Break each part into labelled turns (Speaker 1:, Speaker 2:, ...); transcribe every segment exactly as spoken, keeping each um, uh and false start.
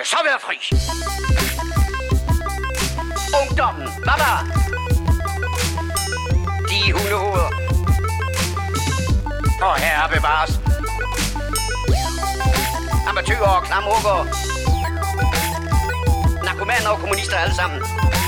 Speaker 1: så være fri. Ungdommen, hvad der? De hundehoveder. Og herre bevares. Amatøger og klamrukker. Narkomaner og kommunister alle sammen.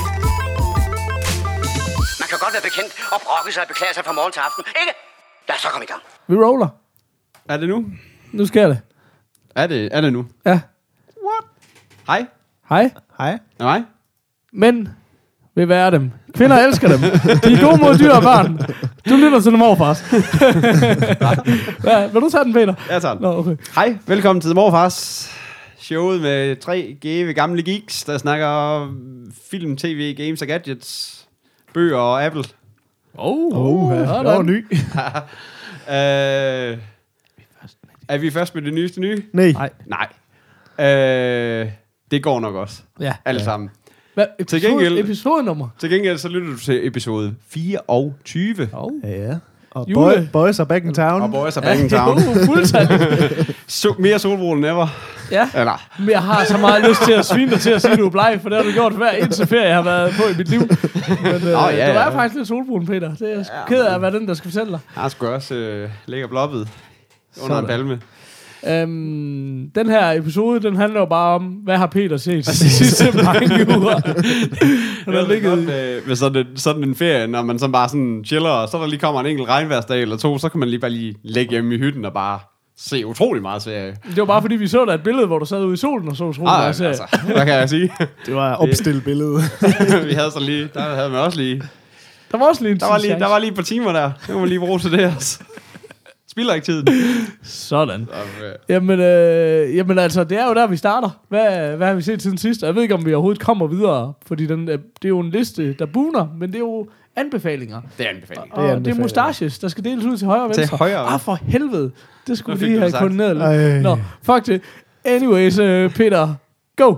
Speaker 1: Man kan godt være bekendt og brokke sig og beklage sig fra morgen til aften, ikke? Lad os så komme i gang.
Speaker 2: Vi roller.
Speaker 3: Er det nu?
Speaker 2: Nu sker det.
Speaker 3: Er det, er det nu?
Speaker 2: Ja.
Speaker 3: What? Hej.
Speaker 2: Hej.
Speaker 4: Hej.
Speaker 3: Er mig?
Speaker 2: Mænd vil være dem. Kvinder elsker dem. De er gode mod dyr og børn. Du lytter til dem overfars. Ja, vil du tage den, Peter?
Speaker 3: Jeg tager den.
Speaker 2: Nå, okay.
Speaker 3: Hej, velkommen til The Morfars. Showet med tre gave gamle geeks, der snakker film, tv, games og gadgets, bøger og Apple.
Speaker 2: Oh,
Speaker 4: Oh, ja. Det var ny.
Speaker 3: øh, er vi først med det nyeste nye?
Speaker 4: Nej.
Speaker 2: Nej.
Speaker 3: Nej. Øh, det går nok også.
Speaker 2: Ja.
Speaker 3: Alle
Speaker 4: Ja.
Speaker 3: sammen.
Speaker 2: Hvad, episode,
Speaker 3: Til gengæld-
Speaker 2: episodenummer?
Speaker 3: Til gengæld så lytter du til episode fireogtyve.
Speaker 2: Oh.
Speaker 4: Ja. Og
Speaker 2: Jule.
Speaker 4: boy, boys are back in town.
Speaker 3: Og boys are back in town.
Speaker 2: Uh, fuldstændig.
Speaker 3: So, mere solbrun end ever.
Speaker 2: Ja.
Speaker 3: Eller,
Speaker 2: Men jeg har så meget lyst til at svine dig til at sige, at du er bleg, for det har du gjort hver eneste ferie, jeg har været på i mit liv. Men øh,
Speaker 3: ja,
Speaker 2: du er
Speaker 3: ja.
Speaker 2: faktisk lidt solbrun, Peter. Det er jeg
Speaker 3: Ja,
Speaker 2: ked af at være den, der skal fortælle dig.
Speaker 3: jeg har sgu også øh, lækker bloppet under
Speaker 2: Sådan.
Speaker 3: en palme.
Speaker 2: Øhm, den her episode, den handler jo bare om, hvad har Peter set de sidste mange uger? Han har ligget...
Speaker 3: Med, med sådan, en, sådan en ferie, når man så bare sådan chiller, og så der lige kommer en enkelt regnværsdag eller to, så kan man lige bare lige lægge hjemme i hytten og bare se utrolig meget serie.
Speaker 2: Det var bare fordi, vi så der et billede, hvor du sad ude i solen og så utrolig
Speaker 3: Ah,
Speaker 2: meget serie.
Speaker 3: altså, hvad kan jeg sige?
Speaker 4: Det var et opstillet billede.
Speaker 3: Vi havde så lige, der havde man også lige,
Speaker 2: Der var også lige en
Speaker 3: der var lige,
Speaker 2: chance.
Speaker 3: der var lige et par timer der. Det må man lige bruge til det også. Spilder ikke tiden.
Speaker 2: Sådan.
Speaker 3: Så, øh,
Speaker 2: Jamen, øh, jamen altså, det er jo der, vi starter. Hvad, hvad har vi set siden sidst? Jeg ved ikke, om vi overhovedet kommer videre, fordi den, øh, det er jo en liste, der buner, men det er jo anbefalinger.
Speaker 3: det er anbefaling.
Speaker 2: Og det er,
Speaker 4: anbefalinger.
Speaker 2: mustaches, der skal deles ud til højre og
Speaker 3: Til
Speaker 2: venstre.
Speaker 3: højre.
Speaker 2: Ah, for helvede. Det skulle
Speaker 3: Hvad
Speaker 2: vi
Speaker 3: fik
Speaker 2: lige
Speaker 3: du
Speaker 2: have
Speaker 3: sagt?
Speaker 2: koordineret lidt.
Speaker 4: Ej.
Speaker 2: Nå, fuck det. Anyways, uh, Peter, go!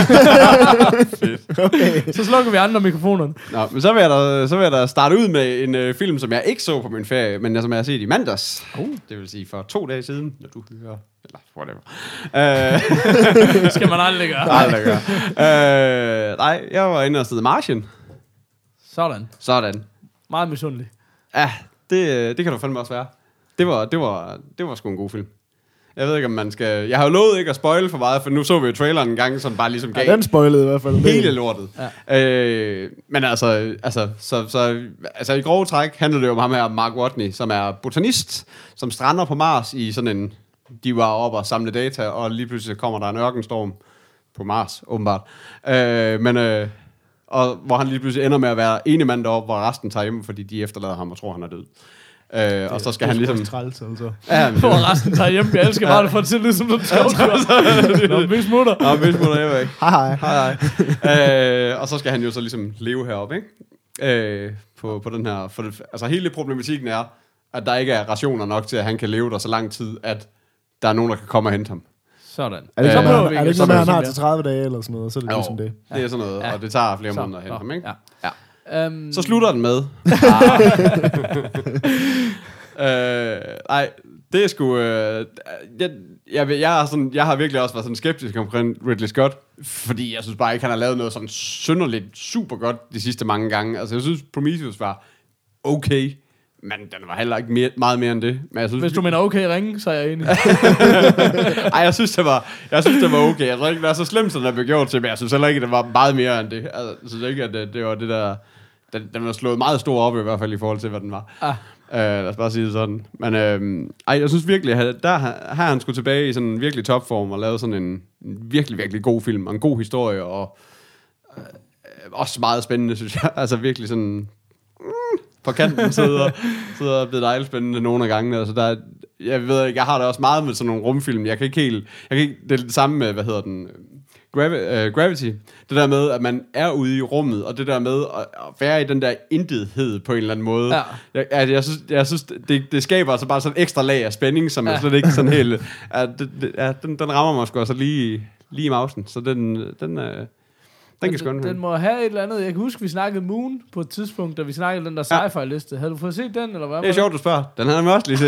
Speaker 4: Okay.
Speaker 2: Så slukker vi andre mikrofonerne.
Speaker 3: Nå, men så vil jeg da, så vil jeg da starte ud med en øh, film, som jeg ikke så på min ferie, men som jeg har set i mandags.
Speaker 2: Oh.
Speaker 3: Det vil sige for to dage siden, når du hører, eller whatever. Øh,
Speaker 2: Det skal man aldrig gøre.
Speaker 3: nej, det gør. Øh, nej, jeg var inde og stede Martian.
Speaker 2: Sådan.
Speaker 3: Sådan.
Speaker 2: Meget misundelig.
Speaker 3: Ja, det, det kan du fandme også være. Det var, det var, det var sgu en god film. Jeg ved ikke, om man skal... Jeg har jo lovet ikke at spoile for meget, for nu så vi jo traileren en gang, som bare ligesom gav...
Speaker 4: Ja, den spoilede i hvert fald.
Speaker 3: hele lortet.
Speaker 2: Ja.
Speaker 3: Øh, men altså, altså, så, så, altså i grove træk handler det jo om ham her, Mark Watney, som er botanist, som strander på Mars i sådan en... De var oppe og samle data, og lige pludselig kommer der en ørkenstorm på Mars, åbenbart. Øh, men... Øh, og hvor han lige pludselig ender med at være ene mand deroppe, hvor resten tager hjem, fordi de efterlader ham og tror, han er død. Øh, og så skal han ligesom...
Speaker 4: Træls, altså.
Speaker 3: Ja, men,
Speaker 2: Hvor resten tager hjem. Jeg elsker bare, at få det til at lyde som sådan en skovtur. Nå, vi smutter.
Speaker 3: Nå, hvis må der ikke.
Speaker 4: Hej, hej.
Speaker 3: Hej, hej. øh, og så skal han jo så ligesom leve heroppe, ikke? Øh, på, på den her... For det, altså hele problematikken er, at der ikke er rationer nok til, at han kan leve der så lang tid, at der er nogen, der kan komme og hente ham.
Speaker 2: Sådan.
Speaker 4: Er det
Speaker 3: Øh,
Speaker 4: ikke
Speaker 2: så
Speaker 4: noget,
Speaker 2: prøver vi
Speaker 4: er det
Speaker 2: ikke.
Speaker 4: ikke
Speaker 2: Så
Speaker 4: noget, med,
Speaker 2: prøver
Speaker 4: han har
Speaker 2: vi
Speaker 4: til tredive dage eller sådan noget? Så er det
Speaker 3: Jo,
Speaker 4: ligesom det.
Speaker 3: det er sådan noget,
Speaker 2: Ja.
Speaker 3: og det tager flere
Speaker 2: Så,
Speaker 3: måneder at hente
Speaker 2: så,
Speaker 3: ham, ikke?
Speaker 2: ja.
Speaker 3: Ja.
Speaker 2: Um,
Speaker 3: Så slutter den med. Ah. øh, nej, det er sgu... Øh, jeg, jeg, jeg, er sådan, jeg har virkelig også været sådan skeptisk omkring Ridley Scott, fordi jeg synes bare ikke, han har lavet noget sådan synderligt super godt de sidste mange gange. Altså, jeg synes, Prometheus var okay, men den var heller ikke mere, meget mere end det. Men jeg synes,
Speaker 2: Hvis du mener okay ringe, så er jeg enig.
Speaker 3: Ej, jeg synes, det var, jeg synes, det var okay. Jeg tror ikke, det var så slemt, som det blev gjort til, men jeg synes heller ikke, det var meget mere end det. Altså, jeg synes ikke, at det, det var det der... Den, den var slået meget stor op, i hvert fald i forhold til, hvad den var.
Speaker 2: Ah.
Speaker 3: Uh, lad os bare sige det sådan. Men uh, ej, jeg synes virkelig, at der har han skulle tilbage i sådan en virkelig topform og lavet sådan en, en virkelig, virkelig god film, og en god historie, og uh, også meget spændende, synes jeg. Altså virkelig sådan... Mm, på kanten sidder, sidder og bliver dejligt spændende nogle af gangene. Altså, der er, jeg ved ikke, jeg har det også meget med sådan nogle rumfilm. Jeg kan ikke helt... Jeg kan ikke, det er det samme med, hvad hedder den... Gravi- uh, Gravity. Det der med, at man er ude i rummet, og det der med at, at være i den der intethed på en eller anden måde.
Speaker 2: Ja.
Speaker 3: Jeg, altså, jeg synes, jeg synes det, det skaber altså bare sådan en ekstra lag af spænding, som ja. er slet ikke sådan helt... Ja, det, det, ja, den, den rammer mig sgu altså lige, lige i mausen. Så den... den uh, Den kan sgu
Speaker 2: den, den må have et eller andet. Jeg kan huske, vi snakkede Moon på et tidspunkt, da vi snakkede den der sci-fi-liste. Havde du fået set den, eller hvad?
Speaker 3: Det er sjovt, du spørger. Den havde man også lige set.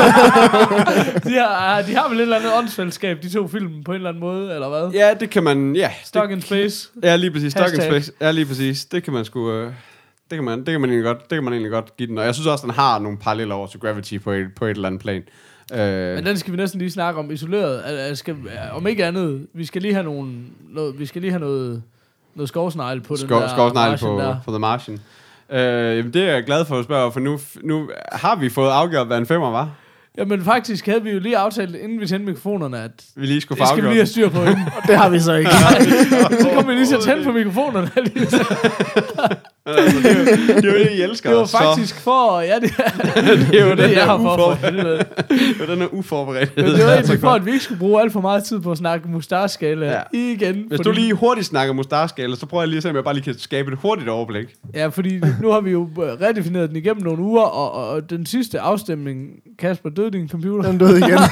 Speaker 2: de, har, de har vel et eller andet åndsfællesskab, de to film, på en eller anden måde, eller hvad?
Speaker 3: Ja, det kan man, ja.
Speaker 2: Stuck
Speaker 3: det,
Speaker 2: in Space.
Speaker 3: Ja, lige præcis. Stuck in
Speaker 2: Hashtag.
Speaker 3: Space. Ja, lige præcis. Det kan man sgu... Øh, det kan man, det kan man egentlig godt, det kan man egentlig godt give den. Og jeg synes også, den har nogle paralleller over til Gravity på et, på et eller andet plan. Øh,
Speaker 2: Men den skal vi næsten lige snakke om isoleret. Altså, skal, om ikke andet, vi skal lige have nogle, noget, vi skal lige have noget, noget skovsnegle på
Speaker 3: skov,
Speaker 2: den der
Speaker 3: skovsnegle på,
Speaker 2: der.
Speaker 3: på The Martian. Øh, jamen, det er jeg glad for at spørge, for nu, nu har vi fået afgjort, hvad en femmer var.
Speaker 2: Jamen faktisk havde vi jo lige aftalt, inden vi tændte mikrofonerne, at
Speaker 3: Vi lige skulle få
Speaker 2: det skal vi
Speaker 3: afgjort.
Speaker 2: lige have styr på inden.
Speaker 4: Og det har vi så ikke.
Speaker 2: Så kommer vi lige til at tænde på mikrofonerne.
Speaker 3: Altså, det, er jo, det er jo det, I elsker.
Speaker 2: Det var
Speaker 3: så-
Speaker 2: faktisk for... Ja, det,
Speaker 3: det er jo den
Speaker 2: det, jeg
Speaker 3: der
Speaker 2: har for. for
Speaker 3: uforberedt.
Speaker 2: helvede.
Speaker 3: Det var den her uforberedthed.
Speaker 2: Men det var
Speaker 3: Altså,
Speaker 2: egentlig for, at vi ikke skulle bruge alt for meget tid på at snakke mustache-skala
Speaker 3: Ja.
Speaker 2: igen.
Speaker 3: Hvis du lige hurtigt snakker mustache-skala, så prøver jeg lige at se, om jeg bare lige kan skabe et hurtigt overblik.
Speaker 2: Ja, fordi nu har vi jo redefineret den igennem nogle uger, og, og, og den sidste afstemning, Kasper, døde din computer?
Speaker 4: Den døde igen.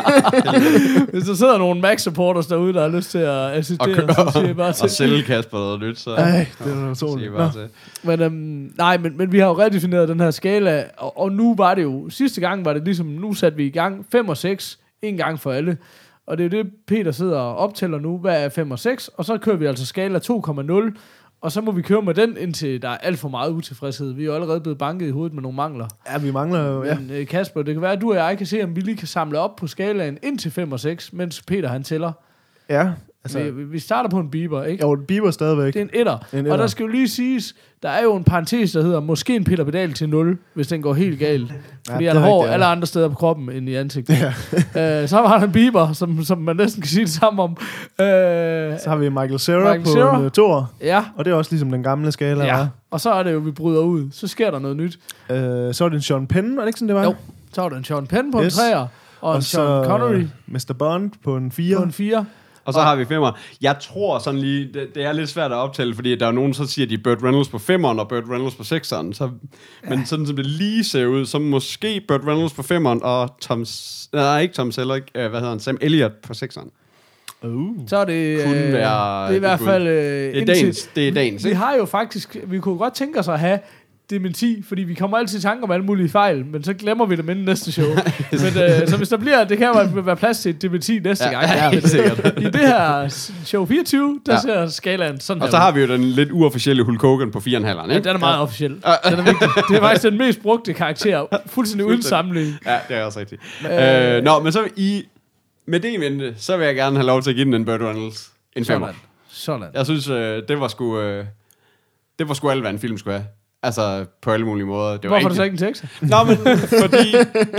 Speaker 2: Hvis der sidder nogle Mac-supporters derude, der har lyst til at assistere,
Speaker 3: Og,
Speaker 2: så siger jeg bare
Speaker 3: og
Speaker 2: til.
Speaker 3: sælge Kasper noget nyt, så
Speaker 4: Ej, det er
Speaker 3: siger jeg
Speaker 4: utroligt.
Speaker 3: bare
Speaker 4: Nå.
Speaker 3: til.
Speaker 2: Men, øhm, nej, men, men vi har jo redefineret den her skala, og, og nu var det jo, sidste gang var det ligesom, nu satte vi i gang fem og seks, en gang for alle. Og det er jo det, Peter sidder og optæller nu, hvad er fem og seks, og så kører vi altså skala to komma nul, og så må vi køre med den, indtil der er alt for meget utilfredshed. Vi er jo allerede blevet banket i hovedet med nogle mangler.
Speaker 4: Ja, vi mangler jo... Ja.
Speaker 2: Men øh, Kasper, det kan være, at du og jeg kan se, om vi lige kan samle op på skalaen indtil fem og seks, mens Peter han tæller.
Speaker 4: Ja,
Speaker 2: Altså,
Speaker 4: altså...
Speaker 2: vi, vi starter på en biber, ikke?
Speaker 4: Jo, det biber stadigvæk.
Speaker 2: Det er en etter.
Speaker 4: En
Speaker 2: Og
Speaker 4: etter.
Speaker 2: der skal jo lige siges, der er jo en parentes, der hedder, måske en Peter Pedal til nul, hvis den går helt galt. Fordi
Speaker 4: det
Speaker 2: han
Speaker 4: er
Speaker 2: har hår
Speaker 4: rigtigt, ja.
Speaker 2: alle andre steder på kroppen end i ansigtet. Ja. øh, så var der en biber, som, som man næsten kan sige det samme om. Øh,
Speaker 4: Så har vi Michael Cera
Speaker 2: Michael
Speaker 4: på
Speaker 2: Cera.
Speaker 4: en uh, toer,
Speaker 2: ja,
Speaker 4: og det er også ligesom den gamle skala,
Speaker 2: ja.
Speaker 4: ja.
Speaker 2: Og så er det jo, vi bryder ud. Så sker der noget nyt.
Speaker 4: Uh, så er det en Sean Penn, var det ikke sådan, det var?
Speaker 2: Jo. Så var der en Sean Penn på
Speaker 4: Yes.
Speaker 2: en treer, og, og en Sean Connery
Speaker 4: mister Bond på en fire.
Speaker 2: på en fire.
Speaker 3: Og så har vi femmer. Jeg tror sådan lige, det, det er lidt svært at optælle, fordi der er nogen, så siger de Burt Reynolds på femmeren og Burt Reynolds på sekseren. Så, ja. Men sådan som det lige ser ud, så måske Burt Reynolds på femmeren og Tom, nej, ikke Tom Selleck, øh, hvad hedder han, Sam Elliott på sekseren.
Speaker 4: Uh.
Speaker 2: Så er det,
Speaker 3: Kunne
Speaker 2: øh,
Speaker 3: være
Speaker 2: det er i hvert
Speaker 3: et
Speaker 2: fald... Øh,
Speaker 3: Det er
Speaker 2: indtil-
Speaker 3: dagens, det er dagens,
Speaker 2: Vi
Speaker 3: ikke?
Speaker 2: har jo faktisk, vi kunne godt tænke os at have dementi, fordi vi kommer altid i tanke om alle mulige fejl, men så glemmer vi dem inden næste show. men, øh, så hvis der bliver, det kan jo være plads til et dementi næste
Speaker 3: Ja,
Speaker 2: gang.
Speaker 3: ja, helt sikkert.
Speaker 2: I det her show fireogtyve, der
Speaker 3: Ja.
Speaker 2: ser skalaen sådan
Speaker 3: Og
Speaker 2: her
Speaker 3: så
Speaker 2: ud.
Speaker 3: har vi jo den lidt uofficielle Hulk Hogan på fire komma fem,
Speaker 2: Ja,
Speaker 3: ikke?
Speaker 2: den er meget ja. officiel. Den er vigtig. Det er faktisk den mest brugte karakter, fuldstændig uden sammenligning.
Speaker 3: Ja, det er også rigtigt.
Speaker 2: Øh.
Speaker 3: Øh, nå, men så i, med det i mente, så vil jeg gerne have lov til at give den en Burt Reynolds. En femmer.
Speaker 2: Sådan. Sådan.
Speaker 3: Jeg synes, øh, det var sgu... Øh, det var sgu alt, hvad en film skulle have. Altså, på alle mulige måder. Det var
Speaker 2: Hvorfor er
Speaker 3: ikke
Speaker 2: du så ikke en tekst?
Speaker 3: Nå, men fordi...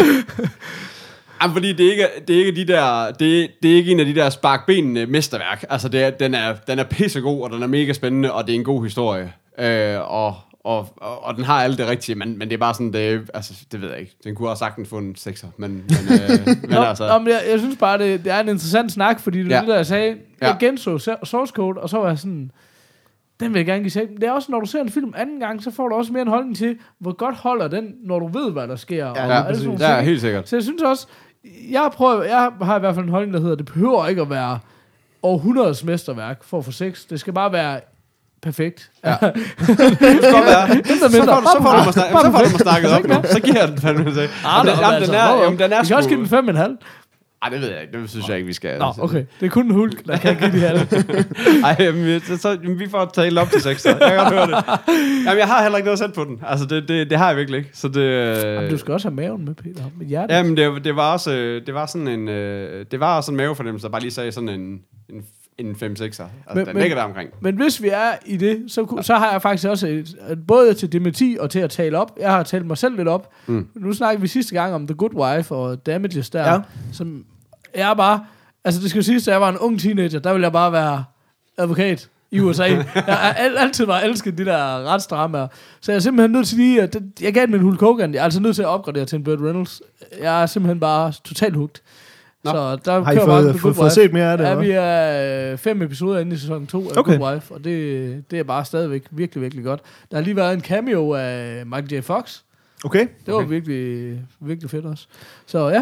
Speaker 3: Jamen, fordi det ikke, er- det er ikke de der, det, det er ikke en af de der sparkbenene mesterværk. Altså, det er, den, er, den er pissegod, og den er mega spændende, og det er en god historie. Øh, og, og, og, og den har alt det rigtige, men, men det er bare sådan, det, altså, det ved jeg ikke. Den kunne også sagtens få en sekser, men, men, øh, men
Speaker 2: Nå,
Speaker 3: altså...
Speaker 2: nå, men jeg, jeg synes bare, det, det er en interessant snak, fordi det er
Speaker 3: Ja.
Speaker 2: det, der jeg sagde. Jeg
Speaker 3: Ja.
Speaker 2: genså source code, og så var jeg sådan, den vil jeg gerne give sig. Det er også, når du ser en film anden gang, så får du også mere en holdning til, hvor godt holder den, når du ved, hvad der sker.
Speaker 4: Ja,
Speaker 2: og
Speaker 4: ja,
Speaker 2: alle sådan
Speaker 4: præcis.
Speaker 2: nogle
Speaker 3: Ja,
Speaker 2: ting.
Speaker 3: helt sikkert.
Speaker 2: Så jeg synes også, jeg, prøver, jeg har i hvert fald en holdning, der hedder, det behøver ikke at være århundredes mesterværk for at få sex. Det skal bare være perfekt.
Speaker 3: Ja. Det kan godt være.
Speaker 2: Mindre,
Speaker 3: Så
Speaker 2: mindre.
Speaker 3: får, du- så får du mig snak- så får du mig snakket op nu. Så giver jeg den fandme til.
Speaker 2: Ah,
Speaker 3: Jamen,
Speaker 2: nå,
Speaker 3: den,
Speaker 2: altså,
Speaker 3: den er,
Speaker 2: nå,
Speaker 3: jamen, den er
Speaker 2: vi kan også give
Speaker 3: sgu...
Speaker 2: den fem og en halv.
Speaker 3: Ej, det ved jeg ikke. Det synes jeg ikke, vi skal.
Speaker 2: Nå, okay. Det er kun en hulk, der kan give de halve.
Speaker 3: Ej, jamen, så, så, jamen, vi får tale op til seks. Jeg kan godt høre det. Jamen, jeg har heller ikke noget at sætte på den. Altså, det, det, det har jeg virkelig ikke. Så det,
Speaker 2: Jamen, du skal også have maven med, Peter. Med hjertet.
Speaker 3: Jamen, det, det var også, øh, det var sådan en, øh, det var også en mavefornemmelse, der bare lige sagde sådan en, en, en fem sekser. Altså,
Speaker 2: Men-
Speaker 3: den
Speaker 2: men-
Speaker 3: ligger der omkring.
Speaker 2: Men hvis vi er i det, så, ku- så har jeg faktisk også et, et, både til dementi og til at tale op. Jeg har talt mig selv lidt op.
Speaker 3: Mm.
Speaker 2: Nu snakkede vi sidste gang om The Good Wife og Damages der,
Speaker 4: Ja.
Speaker 2: som jeg er bare... Altså, det skal jo siges, at jeg var en ung teenager, der ville jeg bare være advokat i U S A. Jeg har al- altid bare elsket de der retsdramaer. Så jeg er simpelthen nødt til lige... At, jeg gav den med en Hulk Hogan. Jeg er altså nødt til at opgradere til en Burt Reynolds. Jeg er simpelthen bare totalt hooked.
Speaker 3: Nå.
Speaker 2: Så der
Speaker 4: Har I
Speaker 2: kører bare
Speaker 4: fået,
Speaker 2: The
Speaker 4: fået,
Speaker 2: Good
Speaker 4: fået
Speaker 2: Wife.
Speaker 4: set mere af det?
Speaker 2: Ja,
Speaker 4: eller
Speaker 2: vi
Speaker 4: hvad?
Speaker 2: er øh, fem episoder inde i sæson to af
Speaker 4: Okay.
Speaker 2: Good Wife, og det, det er bare stadigvæk virkelig, virkelig godt. Der har lige været en cameo af Michael J. Fox.
Speaker 4: Okay.
Speaker 2: Det var
Speaker 3: Okay.
Speaker 2: virkelig, virkelig fedt også. Så ja,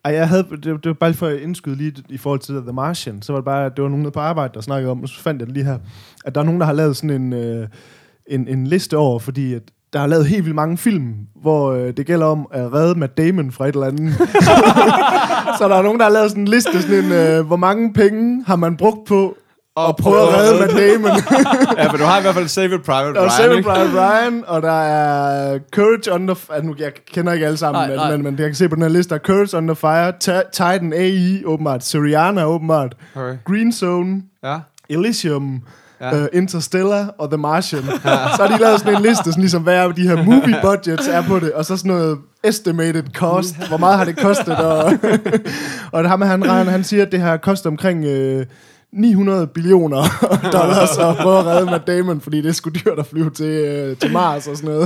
Speaker 4: Ej, jeg havde, det, det var bare lige for at indskyde lige i forhold til The Martian, så var det bare, det var nogen der på arbejde, der snakkede om, og så fandt jeg det lige her, at der er nogen, der har lavet sådan en, øh, en, en liste over, fordi at der har lavet helt vildt mange film, hvor øh, det gælder om at redde Matt Damon fra et eller andet. Så der er nogen, der har lavet sådan en liste, sådan en, øh, hvor mange penge har man brugt på
Speaker 3: Og
Speaker 4: at prøve at redde Matt Damon.
Speaker 3: Ja, men du har i hvert fald Saving Private
Speaker 4: Der er
Speaker 3: Ryan,
Speaker 4: Saving
Speaker 3: ikke?
Speaker 4: Private Ryan, og der er Courage Under Fire. Nu, jeg kender ikke alle sammen,
Speaker 2: Nej,
Speaker 4: men,
Speaker 2: nej.
Speaker 4: men, men jeg kan se på den her liste, der er Courage Under Fire, Ti- Titan A I, åbenbart, Syriana, åbenbart,
Speaker 3: Okay.
Speaker 4: Green Zone,
Speaker 3: Ja.
Speaker 4: Elysium,
Speaker 3: Ja.
Speaker 4: ja. uh, Interstellar og The Martian. Så har de lavet sådan en liste, sådan ligesom, hvad er de her movie budgets er på det, og så sådan noget estimated cost, hvor meget har det kostet, og, og ham, han, han, han siger, at det har kostet omkring øh, ni hundrede billioner dollars at prøve at redde Matt Damon, fordi det er sgu dyrt at flyve til, øh, til Mars og sådan noget.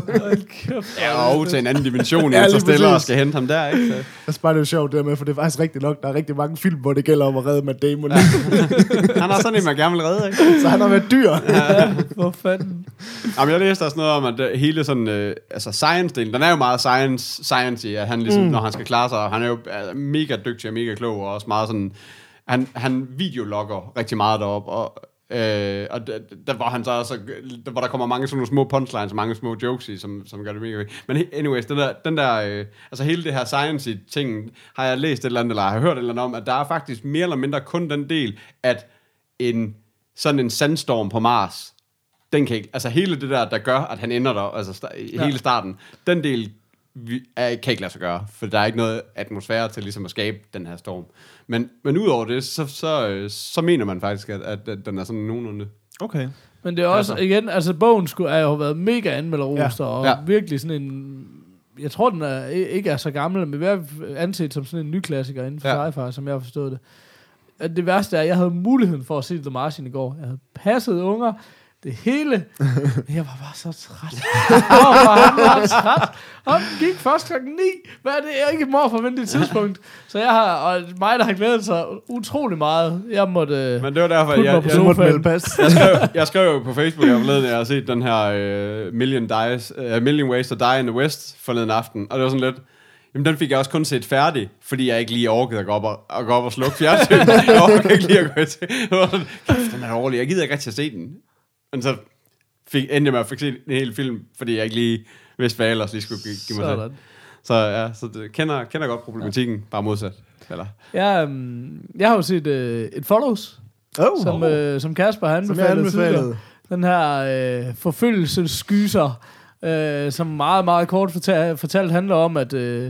Speaker 3: Ja, og til en anden dimension,
Speaker 4: Ja,
Speaker 3: ja,
Speaker 4: lige
Speaker 3: Interstellar
Speaker 4: præcis.
Speaker 3: skal hente ham der, ikke? Så.
Speaker 4: Jeg bare det er jo sjovt det med, for det er faktisk rigtig nok, der er rigtig mange film, hvor det gælder om at redde Matt Damon. Ja.
Speaker 3: Han har sådan en, man gerne vil redde, ikke?
Speaker 4: Så han har været dyr.
Speaker 2: Hvor fanden?
Speaker 3: Jamen, jeg læste også noget om, at det, hele sådan, øh, altså science-delen, den er jo meget science, science i, at han ligesom, mm. når han skal klare sig, og han er jo er mega dygtig og mega klog, og også meget sådan, han, han videologger rigtig meget derop, og, øh, og der, der, hvor han så også, der, hvor der kommer mange sådan nogle små punchlines, og mange små jokes i, som, som gør det mega vigtigt. Men anyways, den der, den der øh, altså hele det her science-ting, har jeg læst et eller andet, eller har jeg hørt et eller andet om, at der er faktisk mere eller mindre kun den del, at en sådan en sandstorm på Mars, den kan ikke, altså hele det der, der gør, at han ender der, altså sta- hele starten, den del vi, er, kan ikke lade sig gøre, for der er ikke noget atmosfære til ligesom at skabe den her storm. Men, men udover det, så, så, så mener man faktisk, at, at, at den er sådan nogenlunde.
Speaker 4: Okay.
Speaker 2: Men det er også,
Speaker 3: Altså.
Speaker 2: igen, altså bogen skulle have jo været mega anmelderost,
Speaker 4: Ja.
Speaker 2: og
Speaker 3: Ja.
Speaker 2: virkelig sådan en, jeg tror den er, ikke er så gammel, men i hvert fald anset som sådan en ny klassiker inden for
Speaker 3: Ja.
Speaker 2: sci-fi, som jeg har forstået det. At det værste er, at jeg havde muligheden for at se The Martian i går. Jeg havde passet unger, det hele. Jeg var bare så træt. Hvorfor han var træt? Han gik først klokken ni. Hvad er det? Jeg er ikke mor for det tidspunkt. Så jeg har, og mig, der har glædet sig utrolig meget. Jeg måtte...
Speaker 3: Men det var derfor,
Speaker 2: Putte
Speaker 3: jeg,
Speaker 2: mig på
Speaker 3: jeg,
Speaker 4: Så måtte
Speaker 2: sofaen.
Speaker 4: melde pas.
Speaker 3: jeg, skrev, jeg skrev jo på Facebook, jeg forleden, jeg har set den her uh, Million, Dies, uh, Million Ways to Die in the West forleden aften, og det var sådan lidt, jamen den fik jeg også kun set færdig, fordi jeg ikke lige orkede at gå op og, at gå op og slukke fjernsynet. Jeg orkede ikke lige at gå til. Det var sådan, kæft, den er dårlig, jeg gider ikke rigtig at se den. Men så fik, endte jeg med at få set en hel film, fordi jeg ikke lige vidste, hvad jeg ellers lige skulle give, give mig til.
Speaker 2: Sådan.
Speaker 3: Så ja, så det, kender, kender godt problematikken, bare modsat. Eller?
Speaker 2: Jeg, øhm, jeg har jo set øh, et Follows,
Speaker 4: Oh,
Speaker 2: som, øh, som Kasper han
Speaker 4: som jeg
Speaker 2: anbefalede tidligere.
Speaker 4: anbefalede.
Speaker 2: Den her øh, forfølgelsesskyser, øh, som meget, meget kort fortalt, fortalt handler om, at øh,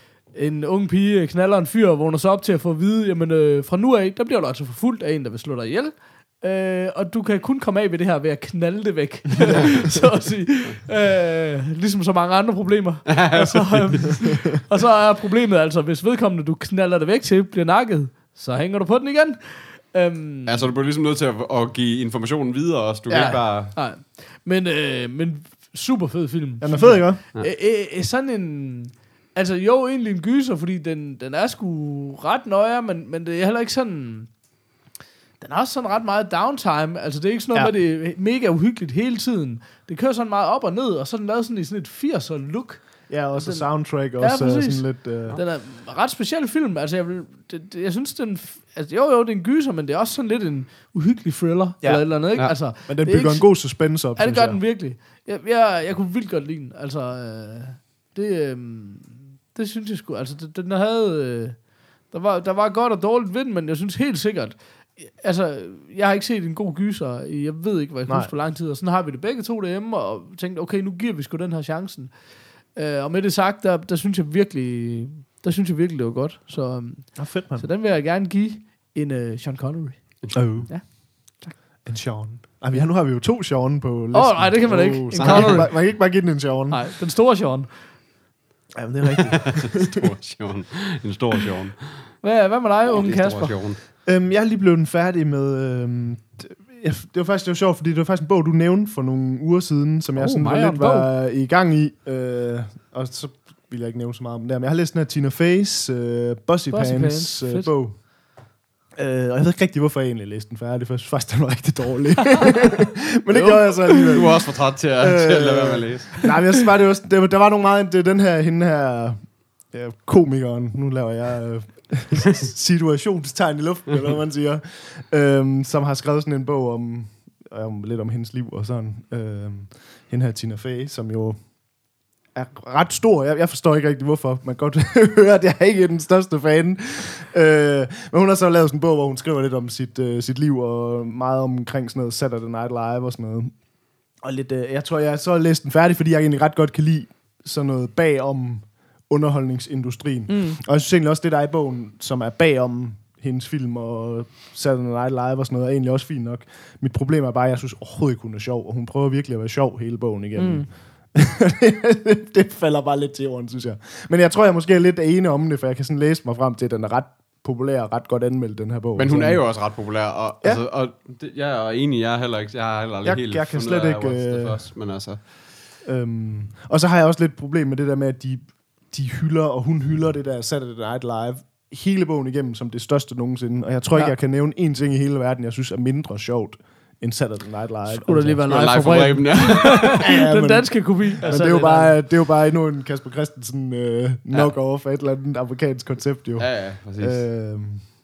Speaker 2: en ung pige knaller en fyr og vågner sig op til at få at vide, jamen øh, fra nu af, der bliver du altså forfulgt af en, der vil slå dig ihjel. Øh, og du kan kun komme af ved det her ved at knalde det væk, så at sige. Øh, ligesom så mange andre problemer. og, så, øh, og så er problemet altså, hvis vedkommende du knaller det væk til, bliver nakket, så hænger du på den igen. Øhm,
Speaker 3: Altså, du bliver ligesom nødt til at, at give informationen videre også. Du kan
Speaker 2: Ja.
Speaker 3: ikke bare...
Speaker 2: nej. Men, øh, men super fed film.
Speaker 4: Ja, den er fed, ikke?
Speaker 2: Æ, æ, sådan en... Altså jo, egentlig en gyser, fordi den, den er sgu ret nøje, men, men det er heller ikke sådan... Den har også sådan ret meget downtime. Altså det er ikke sådan noget
Speaker 4: Ja.
Speaker 2: med, det er mega uhyggeligt hele tiden. Det kører sådan meget op og ned, og så er den lavet sådan i sådan et firser look.
Speaker 4: Ja, også
Speaker 2: Den-
Speaker 4: soundtrack,
Speaker 2: Ja,
Speaker 4: også ja,
Speaker 2: præcis.
Speaker 4: sådan lidt... Uh...
Speaker 2: Den er en ret speciel film. Altså jeg, vil, det, det, jeg synes, den... f- Altså jo, jo, det er en gyser, men det er også sådan lidt en uhyggelig thriller.
Speaker 4: Ja.
Speaker 2: Eller et eller andet, ikke?
Speaker 3: Ja.
Speaker 2: Altså,
Speaker 4: Men den
Speaker 2: det er
Speaker 4: bygger
Speaker 2: ikke-
Speaker 4: en god suspense op,
Speaker 2: Ja, det
Speaker 4: synes
Speaker 2: gør
Speaker 4: jeg.
Speaker 2: den virkelig. Jeg, jeg, jeg kunne vildt godt lide den. Altså, øh, det, øh, det synes jeg sgu. Altså, det, den havde... Øh, der, var, der var godt og dårligt ved den, men jeg synes helt sikkert... Altså, jeg har ikke set en god gyser i, jeg ved ikke, hvad jeg kan
Speaker 4: Nej.
Speaker 2: huske for lang tid, og sådan har vi det begge to derhjemme, og tænkte, okay, nu giver vi sgu den her chancen. Øh, og med det sagt, der, der synes jeg virkelig, der synes jeg virkelig, det var godt. Så, um,
Speaker 4: Ja, fedt, mand.
Speaker 2: så den vil jeg gerne give en uh, Sean Connery.
Speaker 4: Oh.
Speaker 2: Ja, tak.
Speaker 4: En Sean. Ej, vi har, nu har vi jo to Sean på listen.
Speaker 2: Åh, nej, det kan man ikke. En
Speaker 4: så man, kan ikke
Speaker 2: Connery.
Speaker 4: bare- man kan ikke bare give den en Sean.
Speaker 2: Nej, den store Sean.
Speaker 4: Ja, men det er rigtigt.
Speaker 3: En stor Sean. En stor Sean.
Speaker 2: Hvad, hvad med dig, unge
Speaker 3: En stor
Speaker 2: Kasper?
Speaker 3: Sean.
Speaker 4: øhm, jeg er lige blevet færdig med... Øhm, d- jeg, det var faktisk det var sjovt, fordi det var faktisk en bog, du nævnte for nogle uger siden, som jeg
Speaker 2: Oh,
Speaker 4: sådan
Speaker 2: mig
Speaker 4: var
Speaker 2: og en
Speaker 4: lidt var i gang i. Øh, og så vil jeg ikke nævne så meget om det, men jeg har læst den her Tina Fey's øh, Bossy,
Speaker 2: Bossy
Speaker 4: Pants,
Speaker 2: Pants,
Speaker 4: øh,
Speaker 2: fedt.
Speaker 4: bog. Øh, og jeg ved ikke rigtig, hvorfor jeg egentlig læste den færdig, for jeg synes faktisk, den var rigtig dårlig. Men det
Speaker 3: Jo.
Speaker 4: gjorde jeg så alligevel.
Speaker 3: Du var også for træt til at, til at lade være med at læse.
Speaker 4: Nej, men jeg synes bare, det var, det var, der var nogle meget... Det er den her, hende her... ja, komikeren, nu laver jeg øh, situationstegn i luften, eller hvad man siger, øh, som har skrevet sådan en bog om, om lidt om hendes liv og sådan. Øh, hende her Tina Fey, som jo er ret stor. Jeg, jeg forstår ikke rigtig, hvorfor. Man kan godt høre, at jeg er ikke den største fan. Øh, men hun har så lavet sådan en bog, hvor hun skriver lidt om sit, øh, sit liv, og meget omkring sådan noget Saturday Night Live og sådan noget. Og lidt, øh, jeg tror, jeg så har læst den færdig, fordi jeg egentlig ret godt kan lide sådan noget bagom underholdningsindustrien. Mm. Og jeg synes egentlig også, det der er i bogen, som er bagom hendes film og Saturday Night Live og sådan noget, er egentlig også fint nok. Mit problem er bare, at jeg synes overhovedet ikke, hun er sjov, og hun prøver virkelig at være sjov hele bogen igennem. Mm. det, det falder bare lidt til jorden, synes jeg. Men jeg tror, jeg måske er lidt ene om det, for jeg kan sådan læse mig frem til, at den er ret populær og ret godt anmeldt, den her bog.
Speaker 3: Men hun er jo også ret populær, og, ja. altså, og det, jeg er enig, jeg er heller ikke, jeg har heller aldrig
Speaker 4: jeg,
Speaker 3: helt
Speaker 4: jeg kan slet ikke,
Speaker 3: øh, først, men altså.
Speaker 4: Øhm, og så har jeg også lidt problem med det der med, at de, de hylder, og hun hylder det der Saturday Night Live hele bogen igennem som det største nogensinde, og jeg tror ikke, ja. jeg kan nævne én ting i hele verden, jeg synes er mindre sjovt end Saturday Night Live.
Speaker 2: Skulle der lige være live, live for Breben, ja. ja Den
Speaker 3: men,
Speaker 2: danske kopi.
Speaker 4: Men det er, jo bare, det er jo bare endnu en Kasper Christensen uh, knock-off af et eller andet amerikansk koncept, jo.
Speaker 3: Ja, ja, præcis.
Speaker 4: Øh,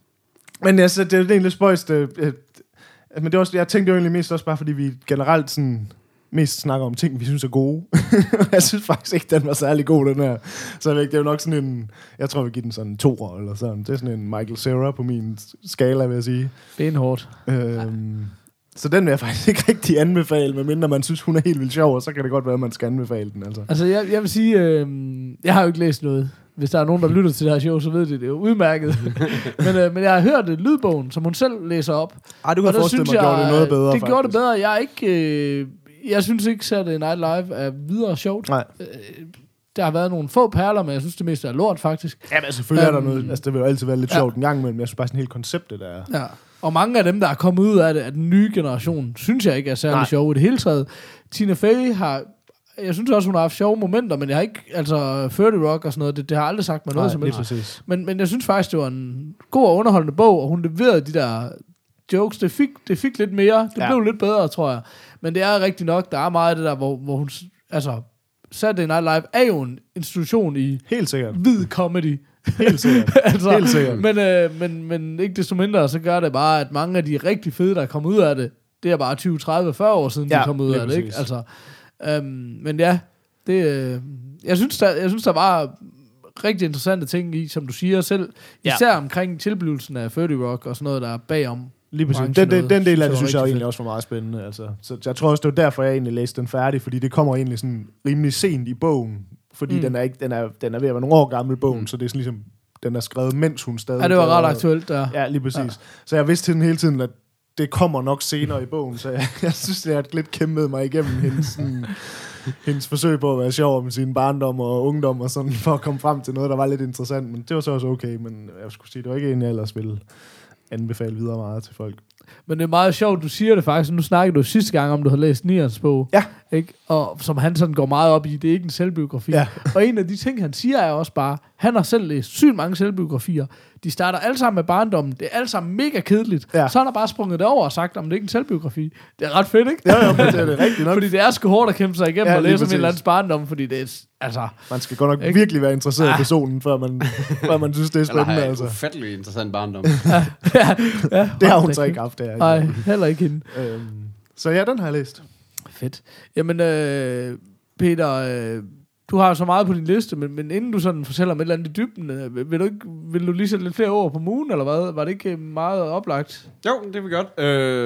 Speaker 4: men altså, det er egentlig spøjst. Øh, øh, men det er også, jeg tænkte jo egentlig mest også bare, fordi vi generelt sådan mest snakker om ting, vi synes er gode. Jeg synes faktisk ikke, den var særlig god, den her. Så det er jo nok sådan en, jeg tror, vi giver den sådan en toer, eller sådan. Det er sådan en Michael Cera på min skala, vil jeg sige.
Speaker 2: Benhårdt.
Speaker 4: Øhm, så den vil jeg faktisk ikke rigtig anbefale, medmindre man synes, hun er helt vildt sjov, og så kan det godt være, at man skal anbefale den. Altså,
Speaker 2: altså jeg, jeg vil sige, øh, jeg har jo ikke læst noget. Hvis der er nogen, der lytter til det her show, så ved de, det er jo udmærket. men, øh, men jeg har hørt det, lydbogen, som hun selv læser op.
Speaker 4: Ej, du kan forestille mig, at gjorde det noget bedre,
Speaker 2: Det
Speaker 4: faktisk.
Speaker 2: gjorde det bedre. Jeg er ikke... Øh, jeg synes ikke, Saturday Night Live er videre sjovt.
Speaker 4: Nej.
Speaker 2: Øh, der har været nogle få perler, men jeg synes, det meste er lort, faktisk.
Speaker 4: Ja, men selvfølgelig um, er der noget... Altså, det vil jo altid være lidt
Speaker 2: ja.
Speaker 4: sjovt en gang imellem. Jeg synes bare sådan helt konceptet, der er...
Speaker 2: Ja. Og mange af dem, der er kommet ud af det, af den nye generation, synes jeg ikke er særlig sjove i det hele taget. Tina Fey har... Jeg synes også, hun har haft sjove momenter, men jeg har ikke... Altså, thirty Rock og sådan noget, det, det har aldrig sagt mig noget som helst. Men, men jeg synes faktisk, det var en god og underholdende bog, og hun leverede de der jokes. Det fik, det fik lidt mere. Det ja. blev lidt bedre, tror jeg. Men det er rigtigt nok, der er meget af det der, hvor, hvor hun... Altså, Saturday Night Live er jo en institution i...
Speaker 4: Helt sikkert.
Speaker 2: Hvid comedy.
Speaker 4: Helt sikkert.
Speaker 2: altså,
Speaker 4: Helt sikkert.
Speaker 2: Men, øh, men, men ikke desto mindre, så gør det bare, at mange af de rigtig fede, der er kommet ud af det, det er bare tyve, tredive, fyrre år siden, ja, de er kommet ud af det, ikke? Altså, øhm, men ja, det, øh, jeg, synes, der, jeg synes, der var rigtig interessante ting i, som du siger selv, især ja. omkring tilblivelsen af thirty Rock og sådan noget, der er bagom.
Speaker 4: Lige præcis. Den, den, den del af det, synes jeg egentlig fedt. Også var meget spændende. Altså. Så jeg tror også, det var derfor, jeg egentlig læste den færdig, fordi det kommer egentlig sådan rimelig sent i bogen, fordi mm. den, er ikke, den, er, den er ved at være nogle år gammel, bogen, mm. så det er sådan ligesom, den er skrevet, mens hun stadig...
Speaker 2: Ja, det var ret aktuelt, der.
Speaker 4: Ja, lige præcis. Ja. Så jeg vidste til den hele tiden, at det kommer nok senere i bogen, så jeg, jeg synes, det har lidt kæmpet mig igennem hendes, sådan, hendes forsøg på at være sjov med sin barndom og ungdom og sådan, for at komme frem til noget, der var lidt interessant, men det var så også okay, men jeg skulle sige, det var ikke en, jeg ellers ville anbefale videre meget til folk.
Speaker 2: Men det er meget sjovt, du siger det faktisk. Nu snakkede du sidste gang om, du har læst Nians bog.
Speaker 4: Ja.
Speaker 2: Ikke? Og som han sådan går meget op i, det er ikke en selvbiografi. Ja. Og en af de ting, han siger, er også bare, han har selv læst sygt mange selvbiografier. De starter alle sammen med barndommen. Det er alle sammen mega kedeligt. Ja. Så han har bare sprunget det over og sagt, om det er ikke en selvbiografi. Det er ret fedt, ikke?
Speaker 4: Ja, ja, men det er det rigtigt nok.
Speaker 2: Fordi det er sgu hårdt at kæmpe sig igennem ja, og læse om en eller anden barndom, fordi det er, altså...
Speaker 4: Man skal godt nok ikke? virkelig være interesseret ja. i personen, før man, før man synes, det er spændende.
Speaker 3: Eller har
Speaker 4: altså.
Speaker 3: ufattelig interessant barndom.
Speaker 2: ja, ja, ja,
Speaker 4: det har hun så ikke haft, det her.
Speaker 2: Nej, heller ikke hende.
Speaker 4: Øhm, så ja, den har jeg læst.
Speaker 2: Fedt. Jamen, øh, Peter... Øh, du har så meget på din liste, men, men inden du sådan fortæller om et eller andet i dybden, øh, vil, du ikke, vil du lige sætte lidt flere ord på Moon, eller hvad? Var det ikke meget oplagt?
Speaker 3: Jo, det vil godt.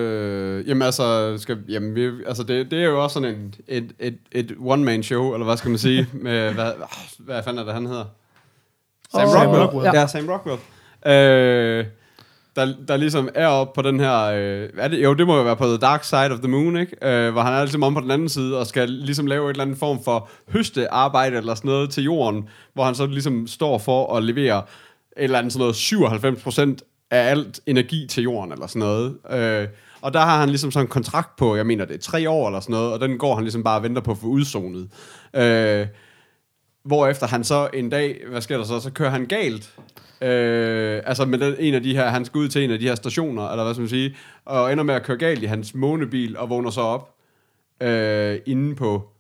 Speaker 3: Øh, jamen altså, skal, jamen, vi, altså det, det er jo også sådan en, et, et, et one-man-show, eller hvad skal man sige, med, hvad, hvad fanden er det, han hedder? Sam
Speaker 2: oh,
Speaker 3: Rockwell.
Speaker 2: Rockwell.
Speaker 3: Ja, ja Sam Rockwell. Øh, der, der ligesom er oppe på den her... Øh, er det, jo, det må jo være på The Dark Side of the Moon, ikke? Øh, hvor han er ligesom om på den anden side, og skal ligesom lave et eller andet form for høstearbejde eller sådan noget til jorden, hvor han så ligesom står for at levere et eller andet sådan noget syvoghalvfems procent af alt energi til jorden, eller sådan noget. Øh, og der har han ligesom sådan en kontrakt på, jeg mener det er tre år eller sådan noget, og den går han ligesom bare og venter på at få udzonet. Øh, hvorefter han så en dag, hvad sker der så, så kører han galt. Øh, altså med den, en af de her, han skal ud til en af de her stationer, eller hvad skal man sige, og ender med at køre galt i hans månebil, og vågner så op øh, inde på